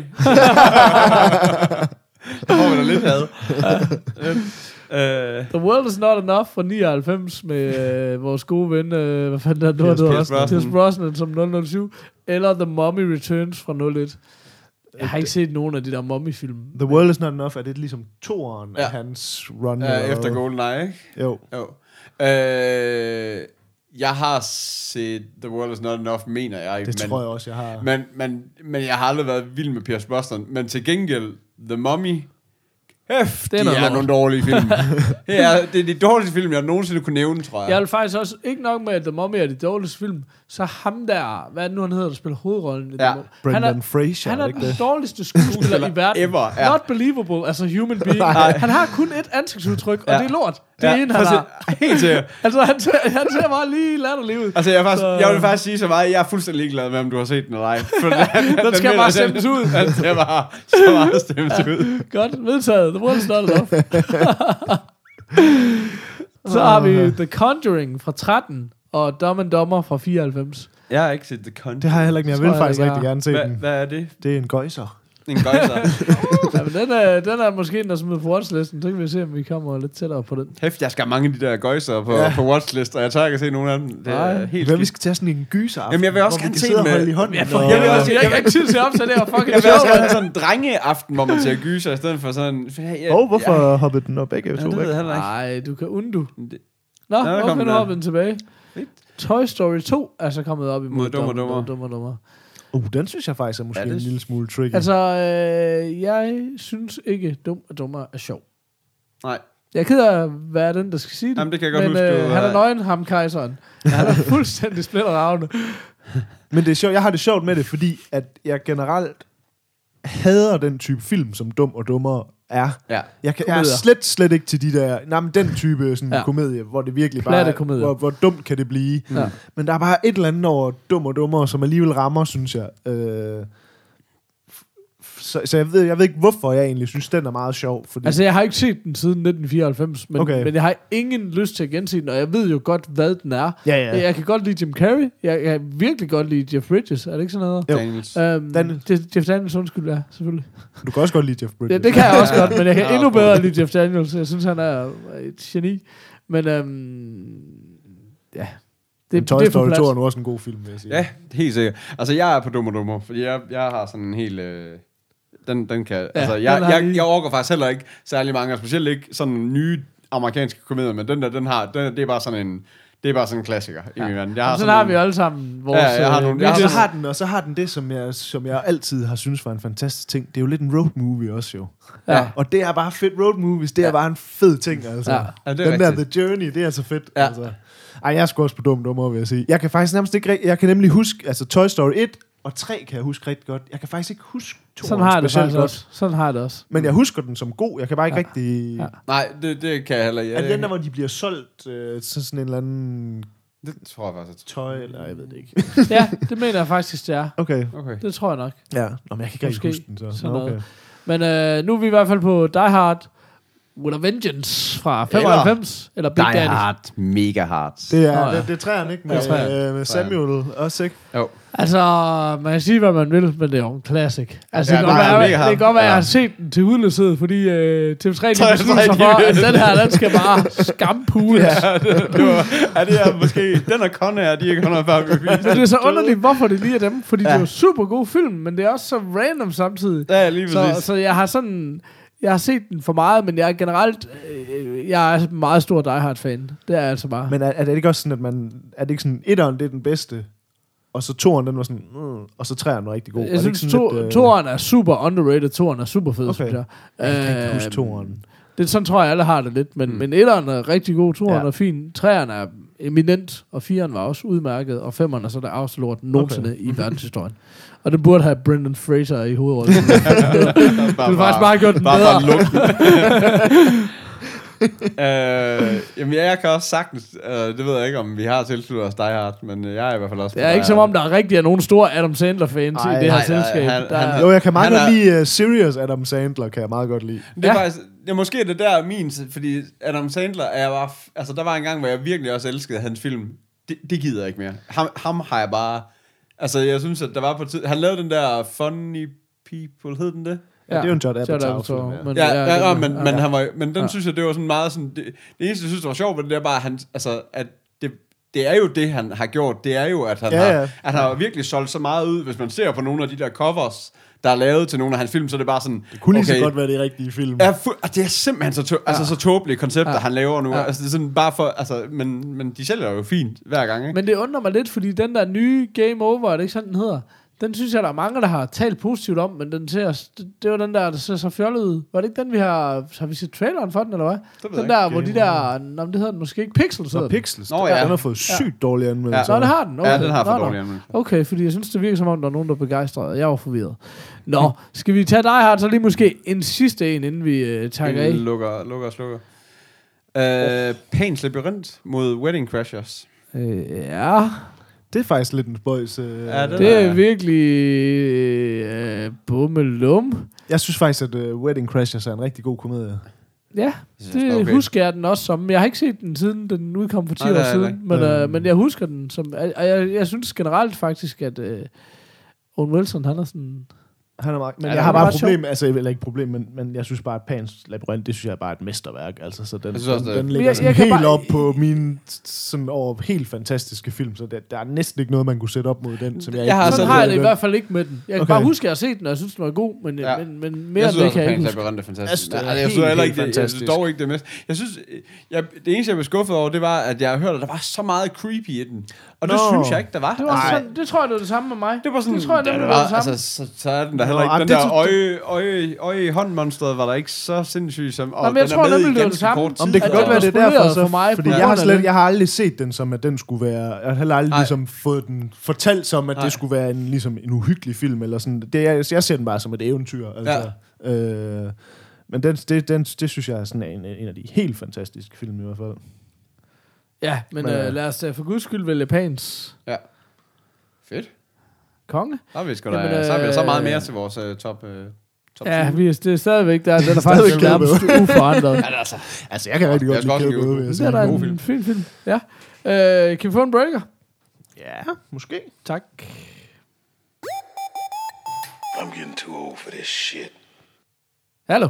Speaker 3: Der får vi da lidt had. Øh,
Speaker 2: The World is Not Enough fra nioghalvfems med øh, vores gode ven, øh, hvad fanden er det, nu
Speaker 3: Pierce-
Speaker 2: hedder
Speaker 3: Pierce
Speaker 2: også?
Speaker 3: Brosnan.
Speaker 2: Pierce Brosnan som nul nul syv, eller The Mummy Returns fra nul et. Jeg har ikke set nogen af de der Mummy-film.
Speaker 4: The World is Not Enough, er det ligesom toeren
Speaker 3: Ja.
Speaker 4: af hans run?
Speaker 3: ja,
Speaker 4: eller
Speaker 3: efter
Speaker 4: hvad?
Speaker 3: GoldenEye, ikke?
Speaker 4: Jo.
Speaker 3: Jo. Øh, jeg har set The World is Not Enough, mener jeg.
Speaker 4: Det
Speaker 3: men,
Speaker 4: tror jeg også, jeg har.
Speaker 3: Men, men, men jeg har aldrig været vild med Pierce Brosnan. Men til gengæld, The Mummy, hæft,
Speaker 2: Det er
Speaker 3: de
Speaker 2: noget
Speaker 3: er
Speaker 2: lort.
Speaker 3: nogle dårlige film. det, er, det er de dårligste film, jeg nogensinde kunne nævne, tror jeg.
Speaker 2: Jeg vil faktisk også, ikke nok med, at The Mummy er de dårligste film, så ham der, hvad er det nu, han hedder, der spiller hovedrollen i
Speaker 3: Ja.
Speaker 2: The Mummy?
Speaker 4: Brendan
Speaker 2: han er,
Speaker 4: Fraser,
Speaker 2: han
Speaker 4: er
Speaker 2: er
Speaker 4: det
Speaker 2: den
Speaker 4: ikke det?
Speaker 2: dårligste skuespiller i verden.
Speaker 3: Ever, ja.
Speaker 2: Not believable, altså human being. Han har kun et ansigtsudtryk, og
Speaker 3: Ja.
Speaker 2: det er lort. Det er
Speaker 3: Ja,
Speaker 2: en, han
Speaker 3: præcis.
Speaker 2: har.
Speaker 3: Helt sikkert.
Speaker 2: Altså, han ser, han ser bare lige latterlig ud.
Speaker 3: Altså, jeg, er faktisk,
Speaker 2: Så-
Speaker 3: jeg vil faktisk sige så meget, jeg er fuldstændig ligeglad med, om du har set den eller ej. For den,
Speaker 2: Den skal bare stemmes ud.
Speaker 3: Den skal bare så meget stemmes ud.
Speaker 2: Godt, vedtaget. The World is Not Enough. Så har vi The Conjuring fra tretten, og Dumb and Dumber fra fireoghalvfems.
Speaker 3: Jeg har ikke set The Conjuring.
Speaker 4: Det har jeg heller ikke, men jeg
Speaker 2: Tror
Speaker 4: vil
Speaker 2: jeg
Speaker 4: faktisk
Speaker 2: ikke,
Speaker 4: rigtig
Speaker 2: jeg
Speaker 4: gerne se
Speaker 3: Hvad,
Speaker 4: den.
Speaker 3: hvad er det?
Speaker 4: Det er en gøjser.
Speaker 3: En gøjser.
Speaker 2: Ja, men den er, den er måske den, der smidt på watchlisten. Så kan vi se, om vi kommer lidt tættere på den.
Speaker 3: Hæft, jeg skal have mange af de der gøjser på,
Speaker 4: Ja.
Speaker 3: på watchlist, og jeg tør ikke at se nogen af dem. Det er
Speaker 2: Nej.
Speaker 3: helt
Speaker 4: Hvad, vi
Speaker 3: skidt.
Speaker 4: skal tage sådan en gyser aften,
Speaker 3: Jamen, jeg vil også
Speaker 4: hvor
Speaker 3: gerne
Speaker 4: vi kan
Speaker 3: se
Speaker 4: sidde og
Speaker 3: den med-
Speaker 4: holde i hånden.
Speaker 2: Ja, for
Speaker 4: og-
Speaker 3: jeg vil også-
Speaker 2: jeg har ikke tid til at optage det her fucking
Speaker 3: Jeg vil også
Speaker 2: show.
Speaker 3: gerne have sådan en drengeaften, hvor man ser gyser, i stedet for sådan... Ja,
Speaker 4: Åh, oh, hvorfor ja. hoppede den op begge
Speaker 3: Ja,
Speaker 4: to
Speaker 3: det ved
Speaker 4: væk?
Speaker 3: jeg heller ikke.
Speaker 2: Nej, du kan undo.
Speaker 3: Det-
Speaker 2: Nå,
Speaker 3: Nå, der
Speaker 2: hvorfor
Speaker 3: kom
Speaker 2: kan du
Speaker 3: den
Speaker 2: hoppe den tilbage?
Speaker 3: Fedt.
Speaker 2: Toy Story to er så kommet op imod
Speaker 3: Mod Dum og Dummer.
Speaker 2: Dum og Dummer.
Speaker 4: Uh, den synes jeg faktisk er måske
Speaker 3: Ja,
Speaker 4: ja,
Speaker 3: det-
Speaker 4: en lille smule tricky.
Speaker 2: Altså, øh, jeg synes ikke, Dum og Dummer er sjov.
Speaker 3: Nej.
Speaker 2: Jeg er ked af at være den, der skal sige det.
Speaker 3: Jamen, det kan jeg godt
Speaker 2: men,
Speaker 3: huske,
Speaker 2: øh,
Speaker 3: du
Speaker 2: han er
Speaker 3: har-
Speaker 2: nøgen, ham kejseren. Han er fuldstændig splitteravne.
Speaker 4: Men det er sjovt, jeg har det sjovt med det, fordi at jeg generelt hader den type film, som Dum og Dummere er.
Speaker 3: Ja.
Speaker 4: Jeg, kan, jeg er
Speaker 2: Komedier.
Speaker 4: slet, slet ikke til de der... Nej, men den type sådan,
Speaker 2: Ja.
Speaker 4: ja. komedie, hvor det virkelig
Speaker 2: Platte
Speaker 4: bare...
Speaker 2: komedier.
Speaker 4: Hvor, hvor dumt kan det blive.
Speaker 2: Ja.
Speaker 4: Men der er bare et eller andet over Dum og Dummere, som alligevel rammer, synes jeg. Øh, f- så, så jeg ved, jeg ved ikke, hvorfor jeg egentlig synes, den er meget sjov. Fordi,
Speaker 2: Altså, jeg har ikke set den siden nitten fireoghalvfems, men,
Speaker 4: Okay.
Speaker 2: men jeg har ingen lyst til at gense den, og jeg ved jo godt, hvad den er.
Speaker 4: ja, ja.
Speaker 2: Jeg kan godt lide Jim Carrey. Jeg, jeg kan virkelig godt lide Jeff Bridges. Er det ikke sådan noget?
Speaker 4: Jo.
Speaker 3: Daniels.
Speaker 2: Um,
Speaker 4: Daniels.
Speaker 2: Det, Jeff Daniels, undskyld, ja, selvfølgelig.
Speaker 4: Du kan også godt lide Jeff Bridges.
Speaker 2: Det, det kan jeg også godt, men jeg kan
Speaker 3: Ja,
Speaker 2: endnu
Speaker 3: okay.
Speaker 2: bedre lide Jeff Daniels. Jeg synes, han er et geni. Men um, ja,
Speaker 4: Men
Speaker 2: det,
Speaker 4: Toy
Speaker 2: det er for
Speaker 4: Story
Speaker 2: plads.
Speaker 4: to er nu også en god film, vil jeg sige.
Speaker 3: Ja, helt sikkert. Altså, jeg er på Dum og Dummer, fordi jeg, jeg har sådan en helt... Øh, den, den kan... Ja, altså, jeg,
Speaker 2: den har
Speaker 3: jeg,
Speaker 2: lige-
Speaker 3: jeg overgår faktisk heller ikke særlig mange, og specielt ikke sådan nye amerikanske komedier, men den der, den har... Den, det er bare sådan en... Det er bare sådan en klassiker i min verden. Jeg har
Speaker 2: Sådan,
Speaker 3: sådan
Speaker 2: har
Speaker 3: en-
Speaker 2: vi alle sammen vores...
Speaker 3: Ja, jeg har
Speaker 2: øh,
Speaker 3: nogle-
Speaker 4: Ja,
Speaker 3: jeg
Speaker 4: og
Speaker 3: har
Speaker 4: så har den, og så har den det, som jeg, som jeg altid har synes var en fantastisk ting. Det er jo lidt en road movie også, jo.
Speaker 2: Ja.
Speaker 4: Og det er bare fedt road movies. Det er
Speaker 3: Ja.
Speaker 4: bare en fed ting, altså.
Speaker 2: Ja.
Speaker 3: Ja, det er
Speaker 4: Den der
Speaker 3: rigtigt.
Speaker 4: The Journey, det er altså fedt.
Speaker 3: Ja.
Speaker 4: Altså. Ej, jeg er sgu også på dum dummer, vil jeg sige. Jeg kan faktisk nærmest ikke... rigt- Jeg kan nemlig huske... Altså, Toy Story et og tre kan jeg huske rigtig godt. Jeg kan faktisk ikke huske to
Speaker 2: Sådan har jeg det
Speaker 4: specielt
Speaker 2: faktisk
Speaker 4: godt.
Speaker 2: også. Sådan har jeg det også.
Speaker 4: Men jeg husker den som god. Jeg kan bare ikke
Speaker 2: Ja.
Speaker 4: ja. rigtig...
Speaker 2: Ja.
Speaker 4: Ja.
Speaker 3: Nej, det, det kan jeg heller ikke.
Speaker 4: Er det den der, hvor de bliver solgt øh, til sådan en eller anden
Speaker 3: Det tror jeg faktisk.
Speaker 4: tøj, eller jeg ved det ikke.
Speaker 2: Ja, det mener jeg faktisk, det er.
Speaker 4: Okay.
Speaker 3: Okay.
Speaker 2: Det tror jeg nok.
Speaker 4: Ja. Nå, men jeg kan ikke
Speaker 2: Måske
Speaker 4: rigtig huske den, så.
Speaker 2: sådan
Speaker 4: Nå, okay.
Speaker 2: noget. Men øh, nu er vi i hvert fald på Die Hard with a Vengeance fra femoghalvfems. Eller, eller Big
Speaker 3: Die
Speaker 2: Daddy.
Speaker 3: Hard, mega hard.
Speaker 4: Det er,
Speaker 2: Nå, ja.
Speaker 4: det, det er træerne, ikke?
Speaker 2: Det er
Speaker 4: Med,
Speaker 2: træerne.
Speaker 4: øh, med Samuel også, ikke?
Speaker 3: Jo.
Speaker 2: Altså, man kan sige, hvad man vil, men det er jo en classic. Altså,
Speaker 3: Ja,
Speaker 2: det, kan
Speaker 3: det er
Speaker 2: godt være,
Speaker 3: mega
Speaker 2: det
Speaker 3: hard.
Speaker 2: kan godt være, at jeg
Speaker 3: Ja.
Speaker 2: har set den til udløshed, fordi øh, T V tre de
Speaker 3: Tre-
Speaker 2: beslutter sig
Speaker 3: tre, de
Speaker 2: for,
Speaker 3: vil-
Speaker 2: at den her, den skal bare skampules. Ja.
Speaker 3: Ja, det, det var, er det er måske... Den og Conair, de er ikke hundrede og fyrre bevis.
Speaker 2: Men det er så underligt, hvorfor det lige er dem, fordi ja.
Speaker 3: Ja.
Speaker 2: det er jo super gode film, men det er også så random samtidig.
Speaker 3: Ja, lige
Speaker 2: Så,
Speaker 3: præcis.
Speaker 2: så jeg har sådan... Jeg har set den for meget, men jeg er generelt... Øh, jeg er en meget stor Die Hard-fan. Det er jeg altså bare.
Speaker 4: Men er, er det ikke også sådan, at man... Er det ikke sådan, etteren, det er den bedste, og så toeren, den var sådan... Mm, og så treeren var rigtig god.
Speaker 2: jeg
Speaker 4: Var det
Speaker 2: synes,
Speaker 4: ikke sådan
Speaker 2: to,
Speaker 4: lidt, øh,
Speaker 2: toeren er super underrated. Toeren er super fed,
Speaker 4: Okay.
Speaker 2: synes jeg.
Speaker 4: Jeg kan ikke huske
Speaker 2: Øhm,
Speaker 4: toeren.
Speaker 2: Det, sådan tror jeg, alle har det lidt. Men,
Speaker 3: Mm.
Speaker 2: mm. men etteren er rigtig god, toeren
Speaker 4: Ja.
Speaker 2: er fin, treeren er eminent, og fireren var også udmærket, og femeren er så der afslået nogensinde okay. i verdenshistorien. Og den burde have Brendan Fraser i hovedrollen.
Speaker 3: Det
Speaker 2: Du har faktisk bare gjort den
Speaker 3: bare
Speaker 2: bedre.
Speaker 3: for at lukke. øh, jamen, ja, jeg kan også sagtens... Øh, det ved jeg ikke, om vi har tilsluttet os Die Hard, men øh, jeg er i hvert fald også... på
Speaker 2: Det er
Speaker 3: Die
Speaker 2: ikke som
Speaker 3: Hard.
Speaker 2: om, der er rigtig er nogen store Adam Sandler-fans i
Speaker 4: Ej,
Speaker 2: det her
Speaker 3: nej, nej,
Speaker 2: selskab.
Speaker 3: han-
Speaker 2: der
Speaker 3: han-
Speaker 2: er,
Speaker 4: Jo, jeg kan meget
Speaker 3: Han
Speaker 4: godt
Speaker 3: er-
Speaker 4: lide uh, Serious Adam Sandler, kan jeg meget godt lide.
Speaker 3: Det er
Speaker 2: Ja.
Speaker 3: faktisk... Ja, måske er det der min... Fordi Adam Sandler er jeg bare... f- Altså, der var en gang, hvor jeg virkelig også elskede hans film. Det, det gider jeg ikke mere. Ham, ham har jeg bare... Altså, jeg synes, at der var på tid... Han lavede den der Funny People, hed den det?
Speaker 4: Ja, det er jo en Judd
Speaker 2: Judd
Speaker 4: Apatow
Speaker 2: Apatow,
Speaker 4: film, ja.
Speaker 2: men-
Speaker 3: Ja, ja, ja,
Speaker 2: den-
Speaker 3: men,
Speaker 2: ja.
Speaker 3: men, han var, men den
Speaker 2: Ja.
Speaker 3: synes jeg, det var sådan meget sådan... Det, det eneste, jeg synes, der var sjovt ved det, det er bare, at han, altså, at det, det er jo det, han har gjort. Det er jo, at han,
Speaker 4: Ja,
Speaker 3: har,
Speaker 4: ja.
Speaker 3: at han har virkelig solgt så meget ud. Hvis man ser på nogle af de der covers, der er lavet til nogle af hans film, så er det bare sådan...
Speaker 4: Det kunne lige så godt være det rigtige film.
Speaker 3: Ja, fu- og det er simpelthen så, tå- altså, så tåbelige koncepter,
Speaker 2: Ja.
Speaker 3: han laver nu.
Speaker 2: Ja.
Speaker 3: Altså, det er sådan bare for... Altså, men, men de sælger jo fint hver gang, ikke?
Speaker 2: Men det undrer mig lidt, fordi den der nye Game Over, er det ikke sådan, den hedder? Den synes jeg, der er mange, der har talt positivt om, men den ser, det, det var den der, der ser så fjollet ud. Var det ikke den, vi har... Har vi set traileren for den, eller hvad?
Speaker 3: ved
Speaker 2: Den
Speaker 3: jeg
Speaker 2: der,
Speaker 4: ikke.
Speaker 2: hvor de der... Nå, men det hedder den måske ikke. Pixels hedder
Speaker 4: Nå,
Speaker 2: den.
Speaker 4: Pixels.
Speaker 3: Nå,
Speaker 4: Nå,
Speaker 3: ja.
Speaker 4: ja. Den har fået sygt dårlige anmeldelser.
Speaker 2: Nå, det har den. Okay.
Speaker 3: Ja, den har for
Speaker 2: Nå, nå.
Speaker 3: dårlige anmeldelser.
Speaker 2: Okay, fordi jeg synes, det virker som om, der er nogen, der er begejstrede. Jeg var forvirret. Nå, skal vi tage Die Hard, så lige måske en sidste en, inden vi øh, tager af?
Speaker 3: Lukker, lukker og slukker. Uh, Pans Labyrinth mod Wedding Crashers.
Speaker 2: Øh, ja,
Speaker 4: Det er faktisk lidt en spøjs. Øh,
Speaker 3: Ja, den
Speaker 2: det er
Speaker 3: er-
Speaker 2: virkelig øh, bummelum.
Speaker 4: Jeg synes faktisk, at uh, Wedding Crashers er en rigtig god komedie.
Speaker 2: Ja,
Speaker 3: synes,
Speaker 2: det
Speaker 3: den er
Speaker 2: okay.
Speaker 3: okay.
Speaker 2: husker jeg den også som. Jeg har ikke set den siden den udkom for ti
Speaker 3: Nej, det
Speaker 2: år
Speaker 3: har jeg
Speaker 2: siden,
Speaker 3: ikke.
Speaker 2: men, øh,
Speaker 4: Øhm.
Speaker 2: men jeg husker den som. Og jeg, jeg synes generelt faktisk, at øh, Owen Wilson, han er sådan
Speaker 4: Han er meget, men
Speaker 2: Ja,
Speaker 4: jeg
Speaker 2: han
Speaker 4: har
Speaker 2: er
Speaker 4: bare et
Speaker 2: ret
Speaker 4: problem, altså eller ikke problem, men, men jeg synes bare, at Pans Labyrint, det synes jeg er bare et mesterværk. Altså, så den,
Speaker 3: Jeg synes også,
Speaker 4: den,
Speaker 3: det er-
Speaker 4: den ligger
Speaker 2: Jeg-
Speaker 4: sådan
Speaker 2: jeg kan
Speaker 4: helt
Speaker 2: bare-
Speaker 4: op på mine sådan over helt fantastiske film, så der, der er næsten ikke noget, man kunne sætte op mod den, som jeg,
Speaker 3: Jeg
Speaker 4: ikke
Speaker 3: har
Speaker 4: kunne
Speaker 3: så-
Speaker 2: Sådan
Speaker 4: sætte
Speaker 2: har jeg
Speaker 4: mod
Speaker 2: det i
Speaker 4: den.
Speaker 2: hvert fald ikke med den. Jeg kan
Speaker 4: Okay.
Speaker 2: bare huske, at jeg har set den, og jeg synes, den var god, men,
Speaker 3: Ja.
Speaker 2: men, men mere
Speaker 3: Jeg
Speaker 2: end
Speaker 3: synes
Speaker 2: det
Speaker 3: også,
Speaker 2: kan jeg
Speaker 3: at
Speaker 2: ikke
Speaker 3: Pan's
Speaker 2: huske.
Speaker 3: Labyrint er fantastisk.
Speaker 4: Jeg synes, det er
Speaker 3: Nej, jeg
Speaker 4: helt,
Speaker 3: synes heller
Speaker 4: helt
Speaker 3: ikke, det, jeg synes
Speaker 4: fantastisk.
Speaker 3: dog ikke det mest. Jeg synes, jeg, det eneste, jeg blev skuffet over, det var, at jeg hørte, at der var så meget creepy i den. Og det
Speaker 4: Nå.
Speaker 3: synes jeg ikke, der var.
Speaker 2: Det, var
Speaker 3: Nej.
Speaker 2: sådan, det tror jeg, det var det samme med mig.
Speaker 3: Det var sådan,
Speaker 2: det tror jeg,
Speaker 3: ja,
Speaker 2: nemlig,
Speaker 3: det
Speaker 2: det var
Speaker 3: var,
Speaker 2: det samme.
Speaker 3: altså, så, så er den der heller
Speaker 4: Nå,
Speaker 3: ikke.
Speaker 4: jamen,
Speaker 3: Den
Speaker 4: det
Speaker 3: der
Speaker 4: synes-
Speaker 3: øje, øje, øje i håndmonstret var der ikke så sindssyg som, og
Speaker 2: Nå, men jeg
Speaker 3: den
Speaker 2: tror
Speaker 3: er med
Speaker 2: nemlig,
Speaker 3: i
Speaker 2: det var det
Speaker 3: ganske
Speaker 2: samme.
Speaker 3: kort
Speaker 4: Om
Speaker 3: tid.
Speaker 4: det kan
Speaker 2: At
Speaker 4: godt
Speaker 2: det
Speaker 4: være,
Speaker 2: var
Speaker 4: det er derfor,
Speaker 2: spoleret
Speaker 4: så,
Speaker 2: for mig
Speaker 4: fordi
Speaker 2: på
Speaker 4: jeg
Speaker 2: grund
Speaker 4: har,
Speaker 2: af
Speaker 4: slet,
Speaker 2: det.
Speaker 4: jeg har aldrig set den som, at den skulle være... Jeg har heller aldrig
Speaker 3: Nej.
Speaker 4: ligesom fået den fortalt som, at
Speaker 3: Nej.
Speaker 4: det skulle være en, ligesom en uhyggelig film, eller sådan. Det er, jeg ser den bare som et eventyr, altså. Ja. Øh, men den, det, den, det synes jeg er sådan en, en af de helt fantastiske film i hvert fald.
Speaker 2: Ja, men
Speaker 4: Men,
Speaker 2: øh,
Speaker 4: øh,
Speaker 2: lad os da for guds skyld vælge Pans
Speaker 3: Ja. Fedt.
Speaker 2: konge.
Speaker 3: Så har vi sgu da,
Speaker 2: Jamen,
Speaker 3: så har vi så meget
Speaker 2: øh,
Speaker 3: mere til vores uh, top, uh, top
Speaker 2: Ja,
Speaker 3: tyve.
Speaker 2: vi er, det er stadigvæk der. Den er
Speaker 4: Stadigvæk
Speaker 2: faktisk
Speaker 4: glad med.
Speaker 2: nærmest uforandret.
Speaker 3: Ja, det er altså.
Speaker 4: Altså, jeg kan rigtig
Speaker 3: Jeg
Speaker 4: godt
Speaker 3: skal også
Speaker 4: lide
Speaker 3: give
Speaker 4: Kæde
Speaker 3: ud.
Speaker 4: vil jeg
Speaker 2: Det
Speaker 4: sige.
Speaker 2: er da
Speaker 3: God
Speaker 2: en
Speaker 3: film.
Speaker 2: fin film. Ja. Øh, kan vi få en breaker?
Speaker 4: Ja, måske.
Speaker 2: Tak.
Speaker 8: I'm getting too old for this shit.
Speaker 2: Hallo.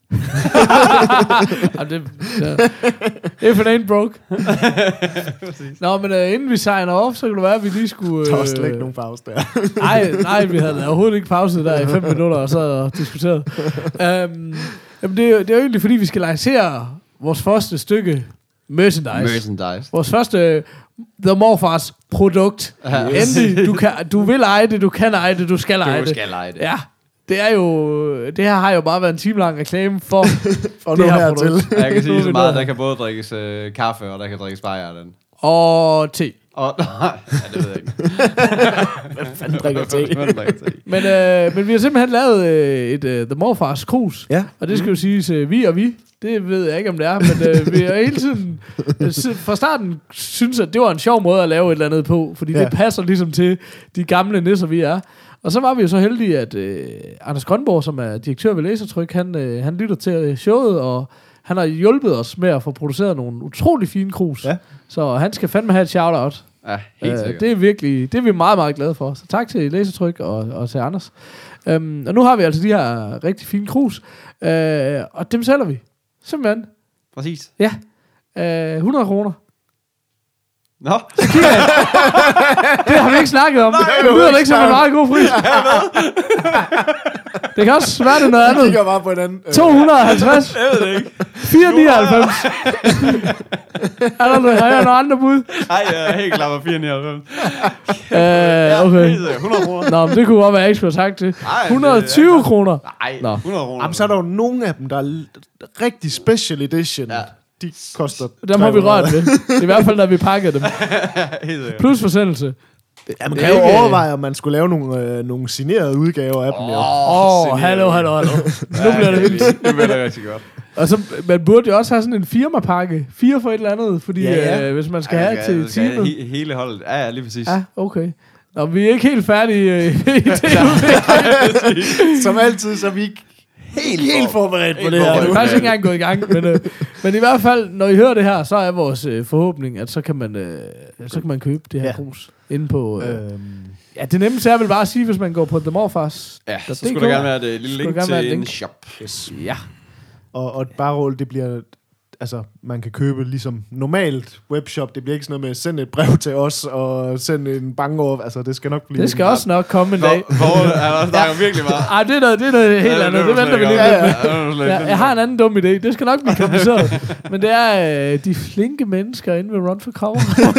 Speaker 2: Jamen, det, ja. If it ain't broke. Nå, men uh, inden vi signer off, så kunne det være, at vi lige skulle...
Speaker 4: Der var slet ikke nogen pause der.
Speaker 2: Nej, nej, vi havde overhovedet ikke pause der i fem minutter, og så og diskuteret. Um, jamen, det, er, jo- det er jo egentlig, fordi vi skal lancere vores første stykke merchandise.
Speaker 3: Merchandise.
Speaker 2: Vores første The Morfars produkt.
Speaker 3: Yes.
Speaker 2: Endelig, du, kan, du vil eje det, du kan eje det, du skal eje
Speaker 3: Du
Speaker 2: det.
Speaker 3: skal lege det.
Speaker 2: Ja, det er jo... Det her har jo bare været en time lang reklame for
Speaker 4: Og
Speaker 2: det
Speaker 4: nu
Speaker 2: her
Speaker 4: hertil.
Speaker 2: produkt.
Speaker 3: Og jeg kan
Speaker 2: Nu er
Speaker 3: sige
Speaker 2: vi
Speaker 3: så meget,
Speaker 2: der.
Speaker 3: der kan både drikkes øh, kaffe, og der kan drikkes bajer af den.
Speaker 2: Og te.
Speaker 3: Og, nej, ja, det ved jeg ikke.
Speaker 4: Hvem fanden drikker te?
Speaker 3: Hvem drikker te?
Speaker 2: Men, øh, men vi har simpelthen lavet øh, et øh, The Morfars krus.
Speaker 4: Ja.
Speaker 2: Og det skal jo siges, øh, vi og vi, det ved jeg ikke, om det er, men øh, vi har hele tiden øh, si- fra starten synes, at det var en sjov måde at lave et eller andet på, fordi
Speaker 4: Ja.
Speaker 2: det passer ligesom til de gamle nisser, vi er. Og så var vi jo så heldige, at øh, Anders Grønborg, som er direktør ved Lasertryk, han, øh, han lytter til showet, og han har hjulpet os med at få produceret nogle utrolig fine krus.
Speaker 4: Ja.
Speaker 2: Så han skal fandme have et shout-out.
Speaker 3: Ja, helt
Speaker 2: Øh,
Speaker 3: sikkert.
Speaker 2: det er virkelig, det er vi meget, meget glade for. Så tak til Lasertryk og, og til Anders. Um, og nu har vi altså de her rigtig fine krus, uh, og dem sælger vi. Simpelthen.
Speaker 3: Præcis.
Speaker 2: Ja. Uh, hundrede kroner.
Speaker 3: Nå,
Speaker 2: Det har vi ikke snakket om. Det lyder da ikke som en meget god pris. Det kan også være det er noget
Speaker 4: Jeg
Speaker 2: andet.
Speaker 4: kigger bare på en anden. øh,
Speaker 2: to hundrede og halvtreds.
Speaker 3: jeg ved det ikke.
Speaker 2: fire hundrede nioghalvfems. Er der noget, har jeg nogle andre bud?
Speaker 3: Nej, jeg er helt klar på fire komma nioghalvfems.
Speaker 2: Uh, okay.
Speaker 3: hundrede kroner.
Speaker 2: Nå, men det kunne godt være, jeg ikke skulle have sagt det.
Speaker 3: Ej,
Speaker 2: hundrede og
Speaker 3: det er
Speaker 2: tyve
Speaker 3: godt.
Speaker 2: kroner.
Speaker 3: Nej,
Speaker 2: Nå.
Speaker 3: hundrede kroner.
Speaker 4: Jamen, så er der jo nogle af dem, der er l- rigtig special edition.
Speaker 3: Ja.
Speaker 4: De koster
Speaker 2: Dem har vi
Speaker 4: tre hundrede.
Speaker 2: rørt ved. I hvert fald, når vi pakker dem.
Speaker 3: Helt sikkert.
Speaker 2: Plus forsendelse.
Speaker 4: Ja, man
Speaker 2: Det
Speaker 4: kan
Speaker 2: er
Speaker 4: jo
Speaker 2: ikke-
Speaker 4: overveje, om man skulle lave nogle, øh, nogle signerede udgaver af dem. Jo.
Speaker 2: Åh, oh, hallo, hallo, hallo. Nu bliver det vildt.
Speaker 3: Det bliver det rigtig godt.
Speaker 2: Og så, man burde jo også have sådan en firmapakke. Fire for et eller andet, fordi
Speaker 4: Ja, ja.
Speaker 2: Øh, hvis man skal
Speaker 3: Ja,
Speaker 2: have
Speaker 3: vi
Speaker 2: til
Speaker 3: skal have
Speaker 2: teamet.
Speaker 3: he- hele holdet. Ja, ja, lige præcis.
Speaker 2: Ja, okay. Nå, vi er ikke helt færdige øh, i det.
Speaker 4: Som altid, så er vi ikke helt, helt forberedt på
Speaker 3: Helt
Speaker 4: det her.
Speaker 2: Jeg er
Speaker 4: nu.
Speaker 2: faktisk ikke engang gået i gang. Men, øh, men i hvert fald, når I hører det her, så er vores øh, forhåbning, at så kan man, øh, så kan man købe det her
Speaker 4: Ja.
Speaker 2: krus inde på... Øh,
Speaker 4: Øhm,
Speaker 2: ja, det nemmeste er vel bare at sige, hvis man går på The Morfars.
Speaker 3: Ja,
Speaker 2: Der-
Speaker 3: så
Speaker 2: det
Speaker 3: skulle
Speaker 2: går.
Speaker 3: der gerne være et lille
Speaker 2: Skulle
Speaker 3: link
Speaker 2: der gerne være
Speaker 3: til
Speaker 2: et
Speaker 3: en
Speaker 2: link.
Speaker 3: shop.
Speaker 2: Ja.
Speaker 4: og, og bare roll, det bliver... Altså, man kan købe ligesom normalt webshop. Det bliver ikke sådan noget med at sende et brev til os og sende en bangeover. Altså, det skal nok blive...
Speaker 2: Det skal også nok komme en dag.
Speaker 3: Hvor er der snakker virkelig meget.
Speaker 2: Ej, det er noget, det er noget helt andet. Det venter vi lige lidt med. Ja, jeg har en anden dum idé. Det skal nok blive kompliceret. Men det er øh, de flinke mennesker inde ved Run for Cover.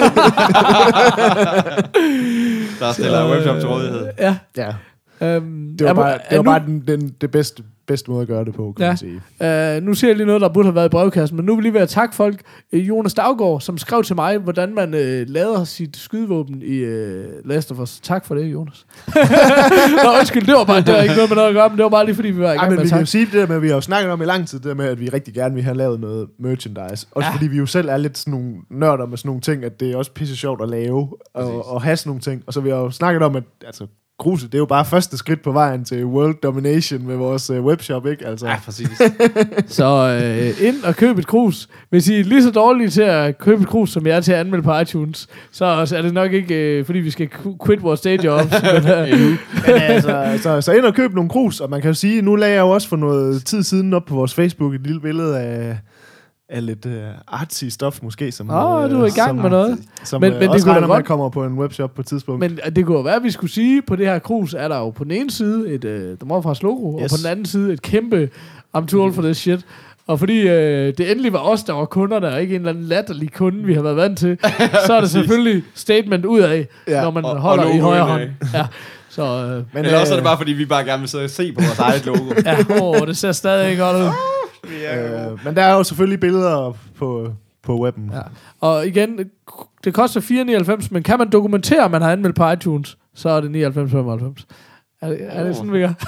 Speaker 3: Der stiller webshop til rådighed.
Speaker 2: Ja.
Speaker 4: Ja,
Speaker 2: Øhm,
Speaker 4: det var
Speaker 2: er-
Speaker 4: bare,
Speaker 2: er
Speaker 4: det var
Speaker 2: nu,
Speaker 4: bare den, den, det bedste, bedste måde at gøre det på, kan
Speaker 2: Ja.
Speaker 4: man sige.
Speaker 2: øh, nu ser jeg lige noget, der burde have været i brevkassen, men nu er vi lige ved at takke folk. Øh, Jonas Daggaard, som skrev til mig, hvordan man øh, lader sit skydevåben i øh, Last of Us. Tak for det, Jonas. Nå, undskyld, det var bare det var ikke noget med noget at gøre, men det var bare lige fordi, vi var i
Speaker 4: Ej,
Speaker 2: gang
Speaker 4: men
Speaker 2: med
Speaker 4: vi
Speaker 2: at
Speaker 4: kan jo
Speaker 2: takke.
Speaker 4: sige det der med, at vi har jo snakket om i lang tid, det der med, at vi rigtig gerne vil have lavet noget merchandise. Også
Speaker 2: Ja.
Speaker 4: ja. fordi vi jo selv er lidt sådan nogle nørder med sådan nogle ting, at det er også pisse sjovt at lave og, og have sådan nogle ting. Og så vi har jo snakket om, at altså, Kruse, det er jo bare første skridt på vejen til world domination med vores øh, webshop, ikke? Altså.
Speaker 3: Ja, præcis.
Speaker 2: Så øh, ind og køb et krus. Hvis I er lige så dårlige til at købe et krus, som jeg er til at anmelde på iTunes, så, så er det nok ikke, øh, fordi vi skal quit vores day jobs. men, øh,
Speaker 4: Men altså, så, så ind og køb nogle krus, og man kan jo sige, nu lagde jeg jo også for noget tid siden op på vores Facebook et lille billede af, af lidt uh, artsy stuff måske, som,
Speaker 2: Åh, oh, du er i gang
Speaker 4: som,
Speaker 2: med noget.
Speaker 4: som
Speaker 2: Men-
Speaker 4: men,
Speaker 2: men
Speaker 4: men
Speaker 2: det
Speaker 4: også
Speaker 2: kunne da
Speaker 4: regner med,
Speaker 2: godt-
Speaker 4: at kommer på en webshop på et tidspunkt.
Speaker 2: Men det kunne jo være, at vi skulle sige, på det her krus er der jo på den ene side et uh, The Morfars logo, yes.
Speaker 4: Yes.
Speaker 2: og på den anden side et kæmpe I'm too old for this shit. Og fordi øh, det endelig var os, der var kunderne, og ikke en eller anden latterlig kunde, vi har været vant til, så er det selvfølgelig statement ud af, ja.
Speaker 4: Ja.
Speaker 2: når man
Speaker 3: Og- og
Speaker 2: holder i
Speaker 3: logoen
Speaker 2: højre
Speaker 3: af.
Speaker 2: hånd. Ja. Så, øh,
Speaker 4: men,
Speaker 3: Eller også er
Speaker 4: øh,
Speaker 3: det bare, fordi vi bare gerne vil sidde og se på vores eget logo.
Speaker 2: ja, åh, det ser stadig ikke godt ud.
Speaker 4: øh, men der er jo selvfølgelig billeder på, på webben.
Speaker 2: Ja. Og igen, det koster fire nioghalvfems, men kan man dokumentere, at man har anmeldt på iTunes, så er det nioghalvfems femoghalvfems. Er det, er det sådan, vi gør?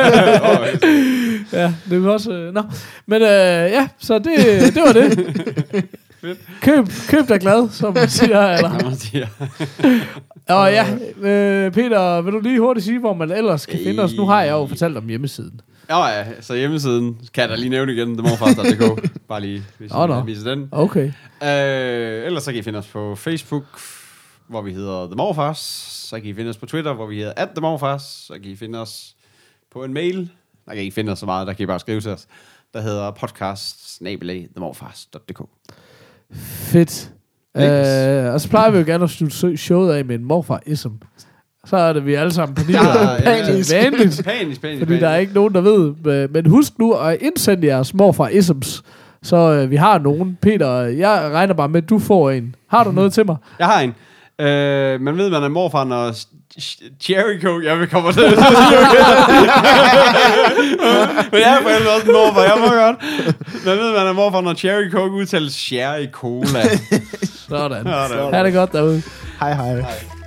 Speaker 2: Ja, det kan også... Øh, nå. Men øh, ja, så det, det var det. Køb, køb dig glad, som man siger. Eller?
Speaker 3: Som man siger.
Speaker 2: Og ja, øh, Peter, vil du lige hurtigt sige, hvor man ellers kan finde os? Nu har jeg jo fortalt om hjemmesiden.
Speaker 3: Ja, ja, så hjemmesiden kan jeg da lige nævne igen, the morfars punktum d k. Bare lige, hvis I
Speaker 2: Nå, nå.
Speaker 3: vil vise den.
Speaker 2: Okay.
Speaker 3: Øh, ellers så kan I finde os på Facebook, hvor vi hedder The Morfars. Så kan I finde os på Twitter, hvor vi hedder at The Morfars. Så kan I finde os på en mail. Der kan I ikke finde os så meget, der kan I bare skrive til os. Der hedder podcast snabel-a the morfars punktum d k.
Speaker 2: Fedt. Øh, og så plejer vi jo gerne at slutte showet af med en morfar-ism. Så er det vi alle sammen på
Speaker 3: Ja, ja,
Speaker 2: panisk. Vanligt.
Speaker 3: Panisk, panisk,
Speaker 2: Fordi der er ikke nogen, der ved. Men husk nu at indsende jeres morfar-isms. Så øh, vi har nogen. Peter, jeg regner bare med, at du får en. Har du noget til mig?
Speaker 3: Jeg har en. Øh, man ved, man er morfar, når Jericho... Jeg vil komme til det. Men jeg er for helvede også en morfar. Jeg må godt. Man ved, man er morfar, når Cherry Coke udtales Cherry Cola.
Speaker 2: Sådan.
Speaker 3: Sådan.
Speaker 2: Ha' det godt derude.
Speaker 4: Hej hej.
Speaker 3: Hej.